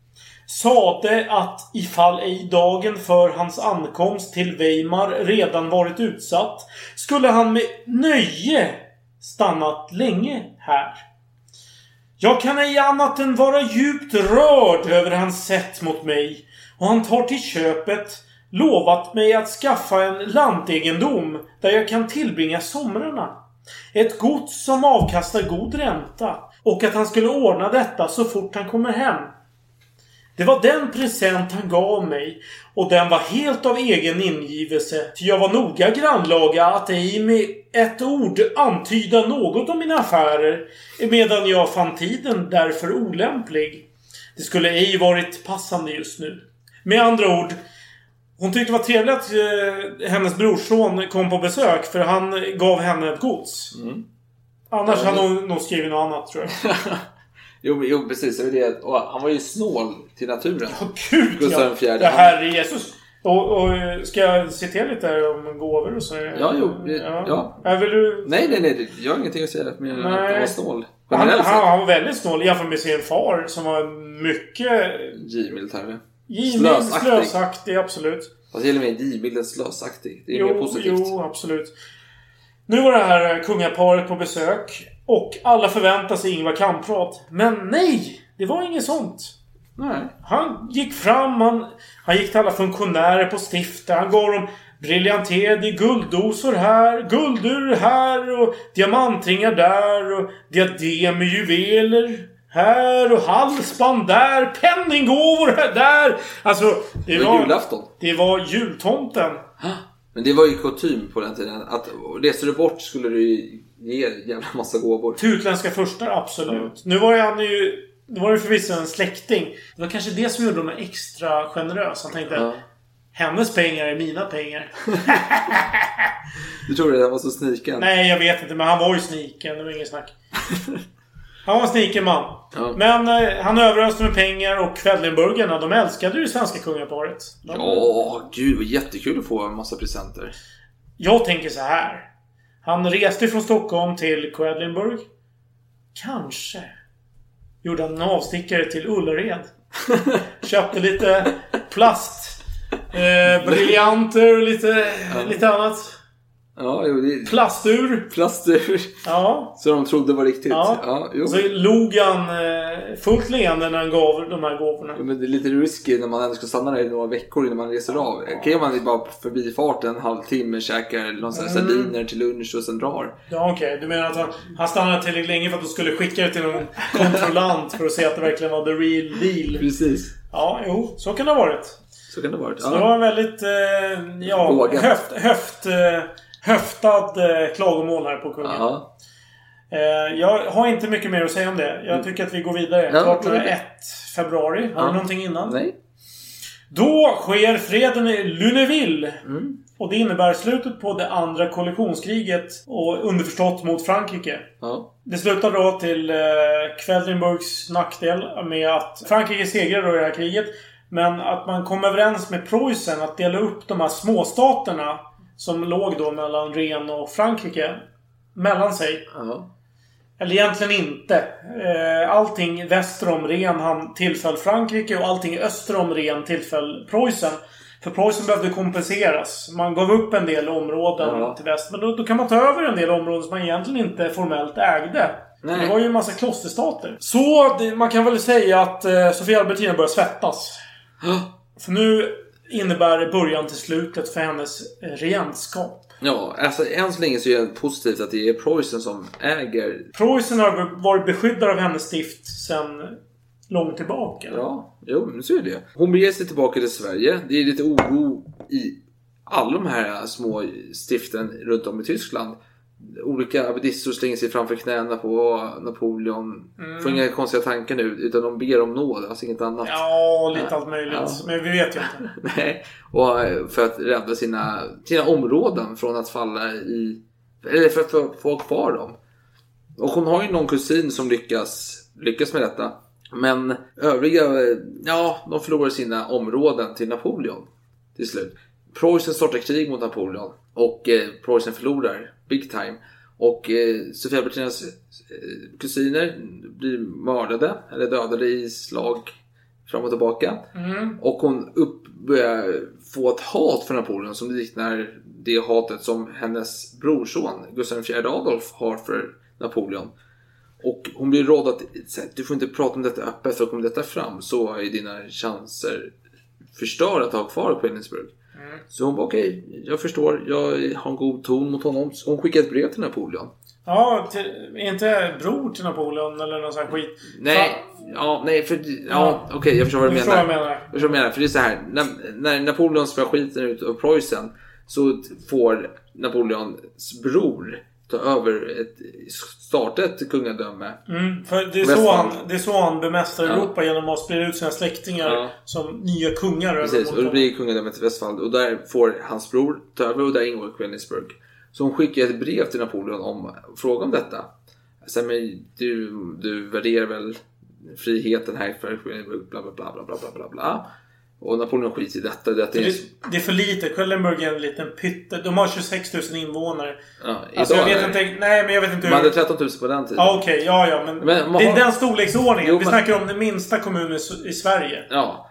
Sade att ifall ej dagen för hans ankomst till Weimar redan varit utsatt, skulle han med nöje stannat länge här. Jag kan ej annat än vara djupt rörd över hans sätt mot mig, och han tar till köpet lovat mig att skaffa en lantegendom där jag kan tillbringa somrarna. Ett gods som avkastar god ränta, och att han skulle ordna detta så fort han kommer hem. Det var den present han gav mig, och den var helt av egen ingivelse, ty jag var noga grannlaga att ej med ett ord antyda något om mina affärer, medan jag fann tiden därför olämplig. Det skulle ej varit passande just nu. Med andra ord, hon tyckte det var trevligt att eh, hennes brorson kom på besök, för han gav henne ett gods. Mm. Annars ja, hade hon nog skrivit något annat, tror jag. jo, jo, precis. Det det. Och han var ju snål till naturen. Ja, gud, Gustav den fjärde. Det här är Jesus. Och, och ska jag citera lite här om gåvor och så? Ja, jo. Ja. ja. ja. Vill du... Nej, nej, nej. Jag har ingenting att säga med att han var snål. Han, han, han var väldigt snål jämfört med sin far som var mycket... G-militär. Givmild, slösaktig, absolut. Vad gäller med givmild slösaktig? Det är jo, mer positivt. Jo, absolut. Nu var det här kungaparet på besök. Och alla förväntar sig Ingvar Kamprad. Men nej! Det var inget sånt. Nej. Han gick fram, han, han gick till alla funktionärer på stiftet. Han gav dem briljanter, gulddosor här, guldur här och diamantringar där och diadem med juveler här och halsband där, penninggåvor här, där. Alltså, det, det var, var julafton. Det var jultomten. Men det var ju kutym på den tiden att reser du bort skulle du ge jävla massa gåvor. Till utländska furstar, absolut. Mm. Nu var han ju Det var ju förvisso en släkting. Det var kanske det som gjorde dem extra generös. Han tänkte, ja. hennes pengar är mina pengar. Du tror det? Han var så sniken? Nej, jag vet inte. Men han var ju sniken. Det var ingen snack. Han var en sniken man. Ja. Men eh, han överöste med pengar. Och Quedlinburgarna, de älskade ju det svenska kungaparet. De... Ja, gud, det var jättekul att få en massa presenter. Jag tänker så här. Han reste från Stockholm till Quedlinburg. Kanske gjorde han en avstickare till Ullared. Köpte lite plast. Eh, briljanter och lite, ja. lite annat. Ja, jo, det... Plastur. Plastur. Ja. Så de trodde det var riktigt. Ja. Ja, jo. Så log han eh, fullt leende när han gav de här gåvorna. Ja, men det är lite risky när man ändå ska stanna där i några veckor innan man reser av. Kan man bara förbi farten en halvtimme, käkar någon sån här mm. sardiner till lunch och sen drar. Ja, okej. Okay. Du menar att han, han stannade tillräckligt länge för att de skulle skicka det till någon kontrollant för att se att det verkligen var the real deal. Precis. Ja, jo. Så kan det ha varit. Så kan det ha varit. Så ja. Det var en väldigt eh, ja, höft... höft eh, höftad eh, klagomål här på kungen. Ja. Eh, jag har inte mycket mer att säga om det. Jag tycker att vi går vidare. Ja, artonhundraett februari. Har ja. du någonting innan? Nej. Då sker freden i Lunéville. Mm. Och det innebär slutet på det andra koalitionskriget. Och underförstått mot Frankrike. Ja. Det slutar då till eh, Quedlinburgs nackdel med att Frankrike segrar i det här kriget. Men att man kom överens med Preussen att dela upp de här småstaterna som låg då mellan Ren och Frankrike mellan sig. Uh-huh. Eller egentligen inte. Allting väster om Ren han tillföll Frankrike och allting öster om Ren tillföll Preussen. För Preussen behövde kompenseras. Man gav upp en del områden uh-huh. till väst. Men då, då kan man ta över en del områden som man egentligen inte formellt ägde. Nej. Det var ju en massa klosterstater. Så det, man kan väl säga att eh, Sofia Albertina börjar svettas. Uh-huh. För nu innebär det början till slutet för hennes regentskap. Ja, alltså än så länge så är det positivt att det är Preussen som äger... Preussen har varit beskyddad av hennes stift sedan långt tillbaka. Ja, jo, men så är det. Hon beger sig tillbaka till Sverige. Det är lite oro i alla de här små stiften runt om i Tyskland. Olika abbedissor slänger sig framför knäna på Napoleon. Mm. Får inga konstiga tankar nu, utan de ber om nåd, alltså inget annat. Ja, lite allt möjligt. Ja. Men vi vet ju inte. Nej, och för att rädda sina, sina områden från att falla i... Eller för att få, få kvar dem. Och hon har ju någon kusin som lyckas, lyckas med detta. Men övriga, ja, de förlorar sina områden till Napoleon till slut. Preussen startar krig mot Napoleon. Och eh, Preussen förlorar big time. Och eh, Sofia Albertinas eh, kusiner blir mördade eller dödade i slag fram och tillbaka. Mm. Och hon upp, börjar få ett hat för Napoleon som liknar det hatet som hennes brorson Gustav den fjärde Adolf har för Napoleon. Och hon blir råd att du får inte prata om detta öppet, för kommer detta fram så är dina chanser förstörda att ha kvar Quedlinburg. Mm. Så hon bara, okej, okay, jag förstår, jag har en god ton mot honom. Så hon skickar ett brev till Napoleon. Ja, till, är inte bror till Napoleon eller någon sån här skit? Nej, Fan. ja, nej, för, ja, ja. okej, okay, jag förstår vad du menar. Jag menar. Jag förstår vad du menar, för det är så här, när, när Napoleon spär skiten ut av Preussen så får Napoleons bror ta över ett, starta ett kungadöme. Mm, för det är, så han, det är så han bemästrar ja. Europa genom att sprida ut sina släktingar ja. som nya kungar. Precis, och det blir kungadömet till Västfall. Och där får hans bror ta över och där ingår Quedlinburg. Så hon skickar ett brev till Napoleon om fråga om detta. Sen, men du, du värderar väl friheten här för Quedlinburg, bla bla bla bla bla bla bla. Och Napoleon skiter i detta. detta är... det, det är för lite. Quedlinburg är en liten pytte. De har tjugosex tusen invånare. Ja, alltså, jag vet inte, nej, men jag vet inte hur... Man hade tretton tusen på den tiden. Ja, okej. Okay, ja, ja. Men, men det är har... den storleksordningen. Jo, Vi men... snackar om den minsta kommunen i Sverige. Ja.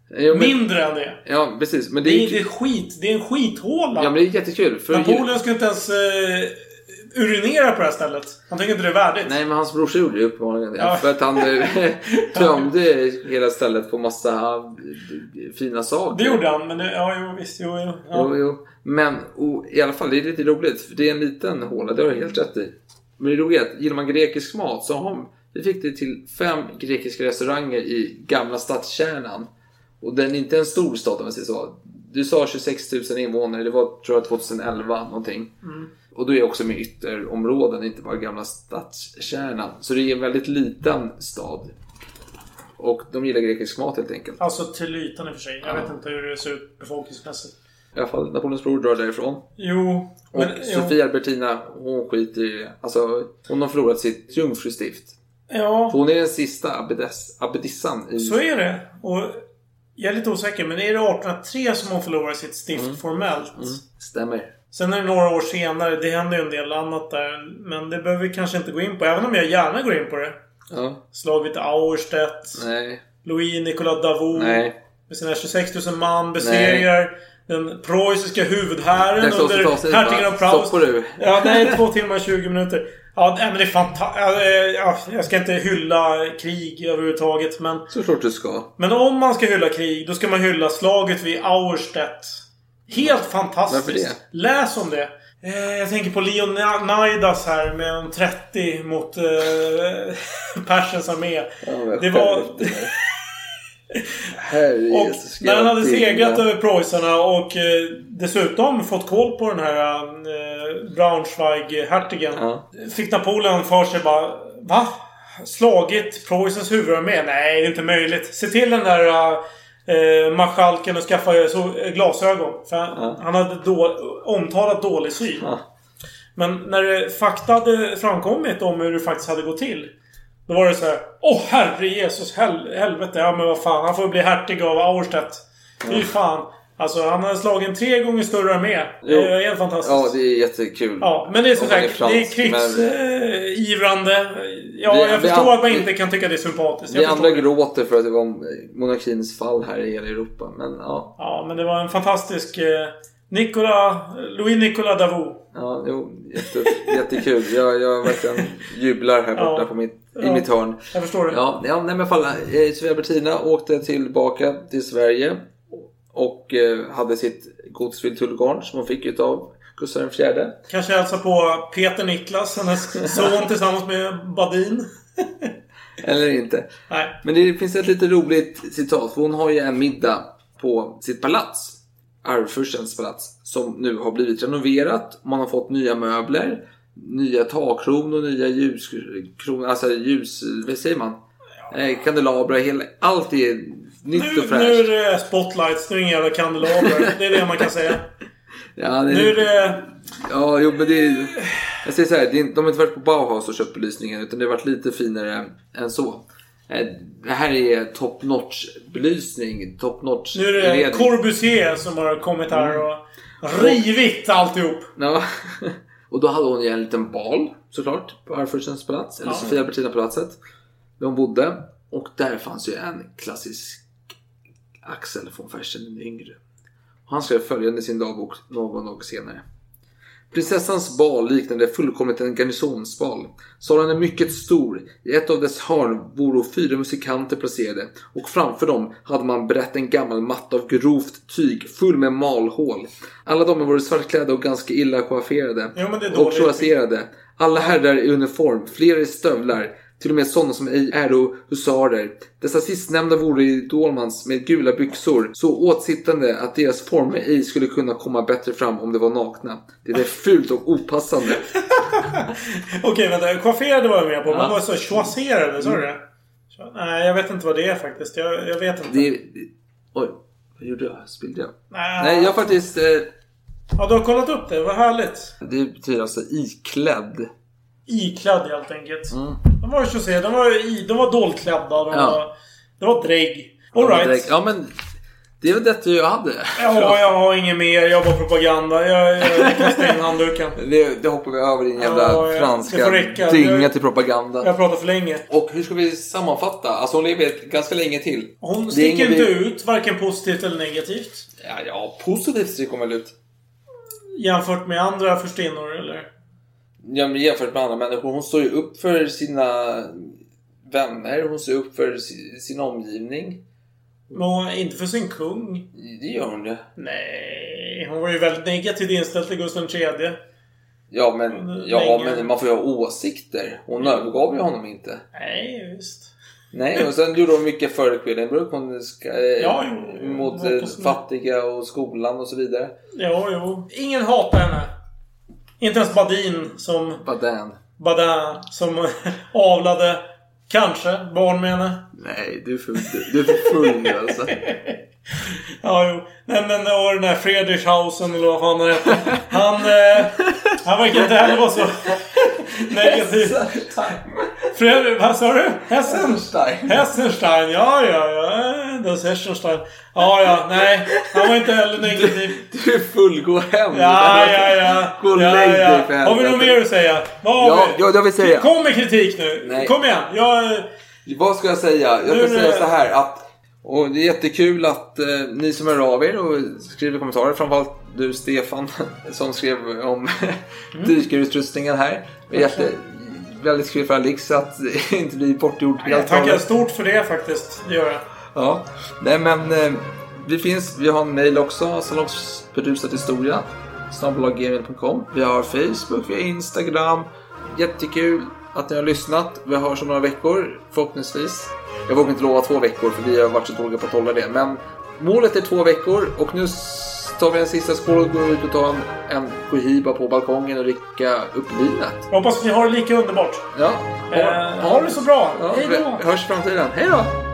Ja, men, mindre än det. Ja, precis. Men det, det, är, är, det är skit. Det är en skithåla. Ja, men det är jättekul. För Napoleon ska inte ens uh, urinera på det här stället. Han tycker inte det är värdigt. Nej, men hans brorsa gjorde det uppenbarligen. Ja. För att han tömde hela stället på massa fina saker. Det gjorde han, men det, ja, jo, visst. Jo, jo, ja. jo, jo. Men och, i alla fall, det är lite roligt. För det är en liten håla, det har jag helt rätt i. Men det är roligt att gillar man grekisk mat så har vi fick det till fem grekiska restauranger i gamla stadskärnan. Och den är inte en stor stad om man säger så. Du sa tjugosex tusen invånare, det var tror jag tjugoelva någonting. Mm. Och då är också med ytterområden, inte bara gamla stadskärnan. Så det är en väldigt liten stad. Och de gillar grekisk mat helt enkelt. Alltså till ytan i och för sig. Jag ja. vet inte hur det ser ut befolkningsmässigt. I alla fall Napoleons bror drar därifrån. Jo. Och men, Sofia Albertina, hon skiter i... Alltså, hon har förlorat sitt jungfrustift. Ja. Hon är den sista abbedess, abbedissan. I... Så är det. Och jag är lite osäker. Men är det artonhundratre som hon förlorar sitt stift mm. formellt? Mm. Stämmer. Sen är det några år senare. Det händer ju en del annat där. Men det behöver vi kanske inte gå in på. Även om jag gärna går in på det. Ja. Slag vid Auerstedt. Nej. Louis Nicolas Davout. Nej. Med sina tjugosex tusen man besegrar den preussiska huvudherren under hertigen av Praus. Stoppar du? Ja, nej, två timmar och tjugo minuter. Ja, men det är fantastiskt. Ja, jag ska inte hylla krig överhuvudtaget, men... Så klart du ska. Men om man ska hylla krig, då ska man hylla slaget vid Auerstedt. Helt fantastiskt. Varför det? Läs om det. Jag tänker på Leonidas här med en trettio mot eh, Persiens armé. Ja, det var... Och när han hade segrat över preussarna och eh, dessutom fått koll på den här eh, Braunschweig-hertigen ja. Fick Napoleon för sig bara, va? Slagit Preussens huvudarmé? Nej, det är inte möjligt. Se till den där eh, marskalken och skaffa så, glasögon. För ja. Han hade då, omtalat dålig syn. Ja. Men när fakta hade framkommit om hur det faktiskt hade gått till, då var det så här: åh herre Jesus, hel helvete, ja men vad fan, han får bli hertig av Auerstedt. Fy fan. Alltså han har slagit en tre gånger större armé. Det är helt fantastiskt. Ja, det är jättekul. Ja, men det är så sagt, det är krigsivrande. Men... Ja, vi, jag förstår att man inte kan tycka det är sympatiskt. Vi andra gråter för att det var monarkins fall här i hela Europa. Men ja. Ja, men det var en fantastisk... Eh, Nicolas, Louis Nicolas Davout. Ja, jo, jätte, jättekul. Jag, jag verkligen jublar här borta ja, på mitt, i ja, mitt hörn. Jag förstår det. Ja, ja nej, men fall, eh, Sofia Albertina åkte tillbaka till Sverige och eh, hade sitt gods vid Tullgarn som hon fick utav Gustav den fjärde. Kanske hälsa på Peter Niklas, hennes son tillsammans med Badin. Eller inte. Nej. Men det finns ett lite roligt citat. För hon har ju en middag på sitt palats. Arvfurstens palats, som nu har blivit renoverat. Man har fått nya möbler, nya takkronor, nya ljuskronor, alltså ljus, vad säger man? Eh, kandelabrar, hela, allt är nytt nu, och fräscht. Nu är det spotlights, nu är det inga jävla kandelabrar. Det är det man kan säga. Ja, det är, nu är det... Ja, jo, men det är... Jag säger så här, det är, de har inte varit på Bauhaus och köpt belysningen, utan det har varit lite finare än så. Det här är top notch belysning, top notch. Nu är det ledning. Corbusier som har kommit här och rivit alltihop. Ja. Och då hade hon ju en liten bal såklart på Arvfurstens palats, eller ja. Sofia Albertina palatset där hon bodde. Och där fanns ju en klassisk Axel von Fersen den yngre. Han skrev följande i sin dagbok någon dag senare. Prinsessans bal liknade fullkomligt en garnisonsbal. Salen är mycket stor. I ett av dess hörn vore fyra musikanter placerade. Och framför dem hade man brett en gammal matta av grovt tyg full med malhål. Alla de var svartklädda och ganska illa coifferade. Ja, och choiserade. Alla herrar i uniform, flera i stövlar. Till och med sådana som ej äro husarer. Dessa sistnämnda vore i dolmans med gula byxor, så åtsittande att deras former ej skulle kunna komma bättre fram om det var nakna. Det är fult och opassande. Okej, okay, vänta. Coifferade var jag med på. Ja. Man var så choiserade, sa du det? Nej, jag vet inte vad det är faktiskt. Jag, jag vet inte. Det, det, oj, vad gjorde jag? Spillde jag? Nej, Nej jag faktiskt... Eh, ja, du har kollat upp det. Vad härligt. Det betyder alltså iklädd. Iklädd helt enkelt. Mm. De var ju se, de var i, de var dolklädda, de ja. var, det var drägg. All right. Ja, men Det är väl detta jag hade. Ja, jag har inget mer. Jag var propaganda. Jag, jag kastar in handduken. Det, det hoppar vi över i din jävla ja, franska dynga till propaganda. Jag pratar för länge. Och hur ska vi sammanfatta? Alltså hon lever ganska länge till. Hon sticker inte vi... ut, varken positivt eller negativt. Ja, ja positivt sticker hon väl ut. Jämfört med andra förstinnor, eller? Ja, men jämfört med andra människor. Hon står ju upp för sina vänner. Hon står upp för sin, sin omgivning. Men inte för sin kung. Det gör hon det. Nej, hon var ju väldigt negativt inställd till Gustav den tredje. Ja, men, ja, men man får ju ha åsikter. Hon övergav ju honom inte. Nej, visst. Nej, och sen gjorde hon mycket för Quedlinburg. Hon ska, ja, jo, mot fattiga och skolan och så vidare. Ja, jo. Ingen hatar henne. Inte ens Badin som... Badin. Badin som avlade... Kanske, barn med henne. Nej, du är för, du, du är för full nu alltså. Ja, jo. Nej, men och den här Friedrichshausen eller vad fan han heter. Han, eh, han verkar inte heller vara så negativ. Fredrik, vad sa du? Hessenstein. Hessenstein, ja, ja, ja. Das Hessenstein. Ja, ja, nej. Han var inte heller negativ. Du, du är full, gå hem. Ja, ja, ja. Gå och lägg ja, ja. dig för Har vi något mer att säga? Vad har ja, vi? ja, det vill säga. Kom med kritik nu. Nej. Kom igen. Jag... Vad ska jag säga? Jag ska säga så här att och det är jättekul att eh, ni som hör av er och skriver kommentarer, framförallt du Stefan som skrev om mm. dykarutrustningen här. Det är jätte, väldigt kul för Alex att inte bli bortgjord. Jag tackar stort för det faktiskt, det gör jag. Ja, nej men eh, vi finns, vi har en mail också, salongsberusathistoria snabel-a gmail punkt com. Vi har Facebook, vi har Instagram. Jättekul att ni har lyssnat. Vi hörs om några veckor, förhoppningsvis. Jag vågar inte lova två veckor för vi har varit så dåliga på att hålla det. Men målet är två veckor och nu tar vi en sista skål och går ut och tar en, en cohiba på balkongen och rycka upp linet. Jag hoppas att ni har det lika underbart. Ja. Ha, eh, ha det så bra. Ja, hej då. Vi hörs i framtiden. Hej då.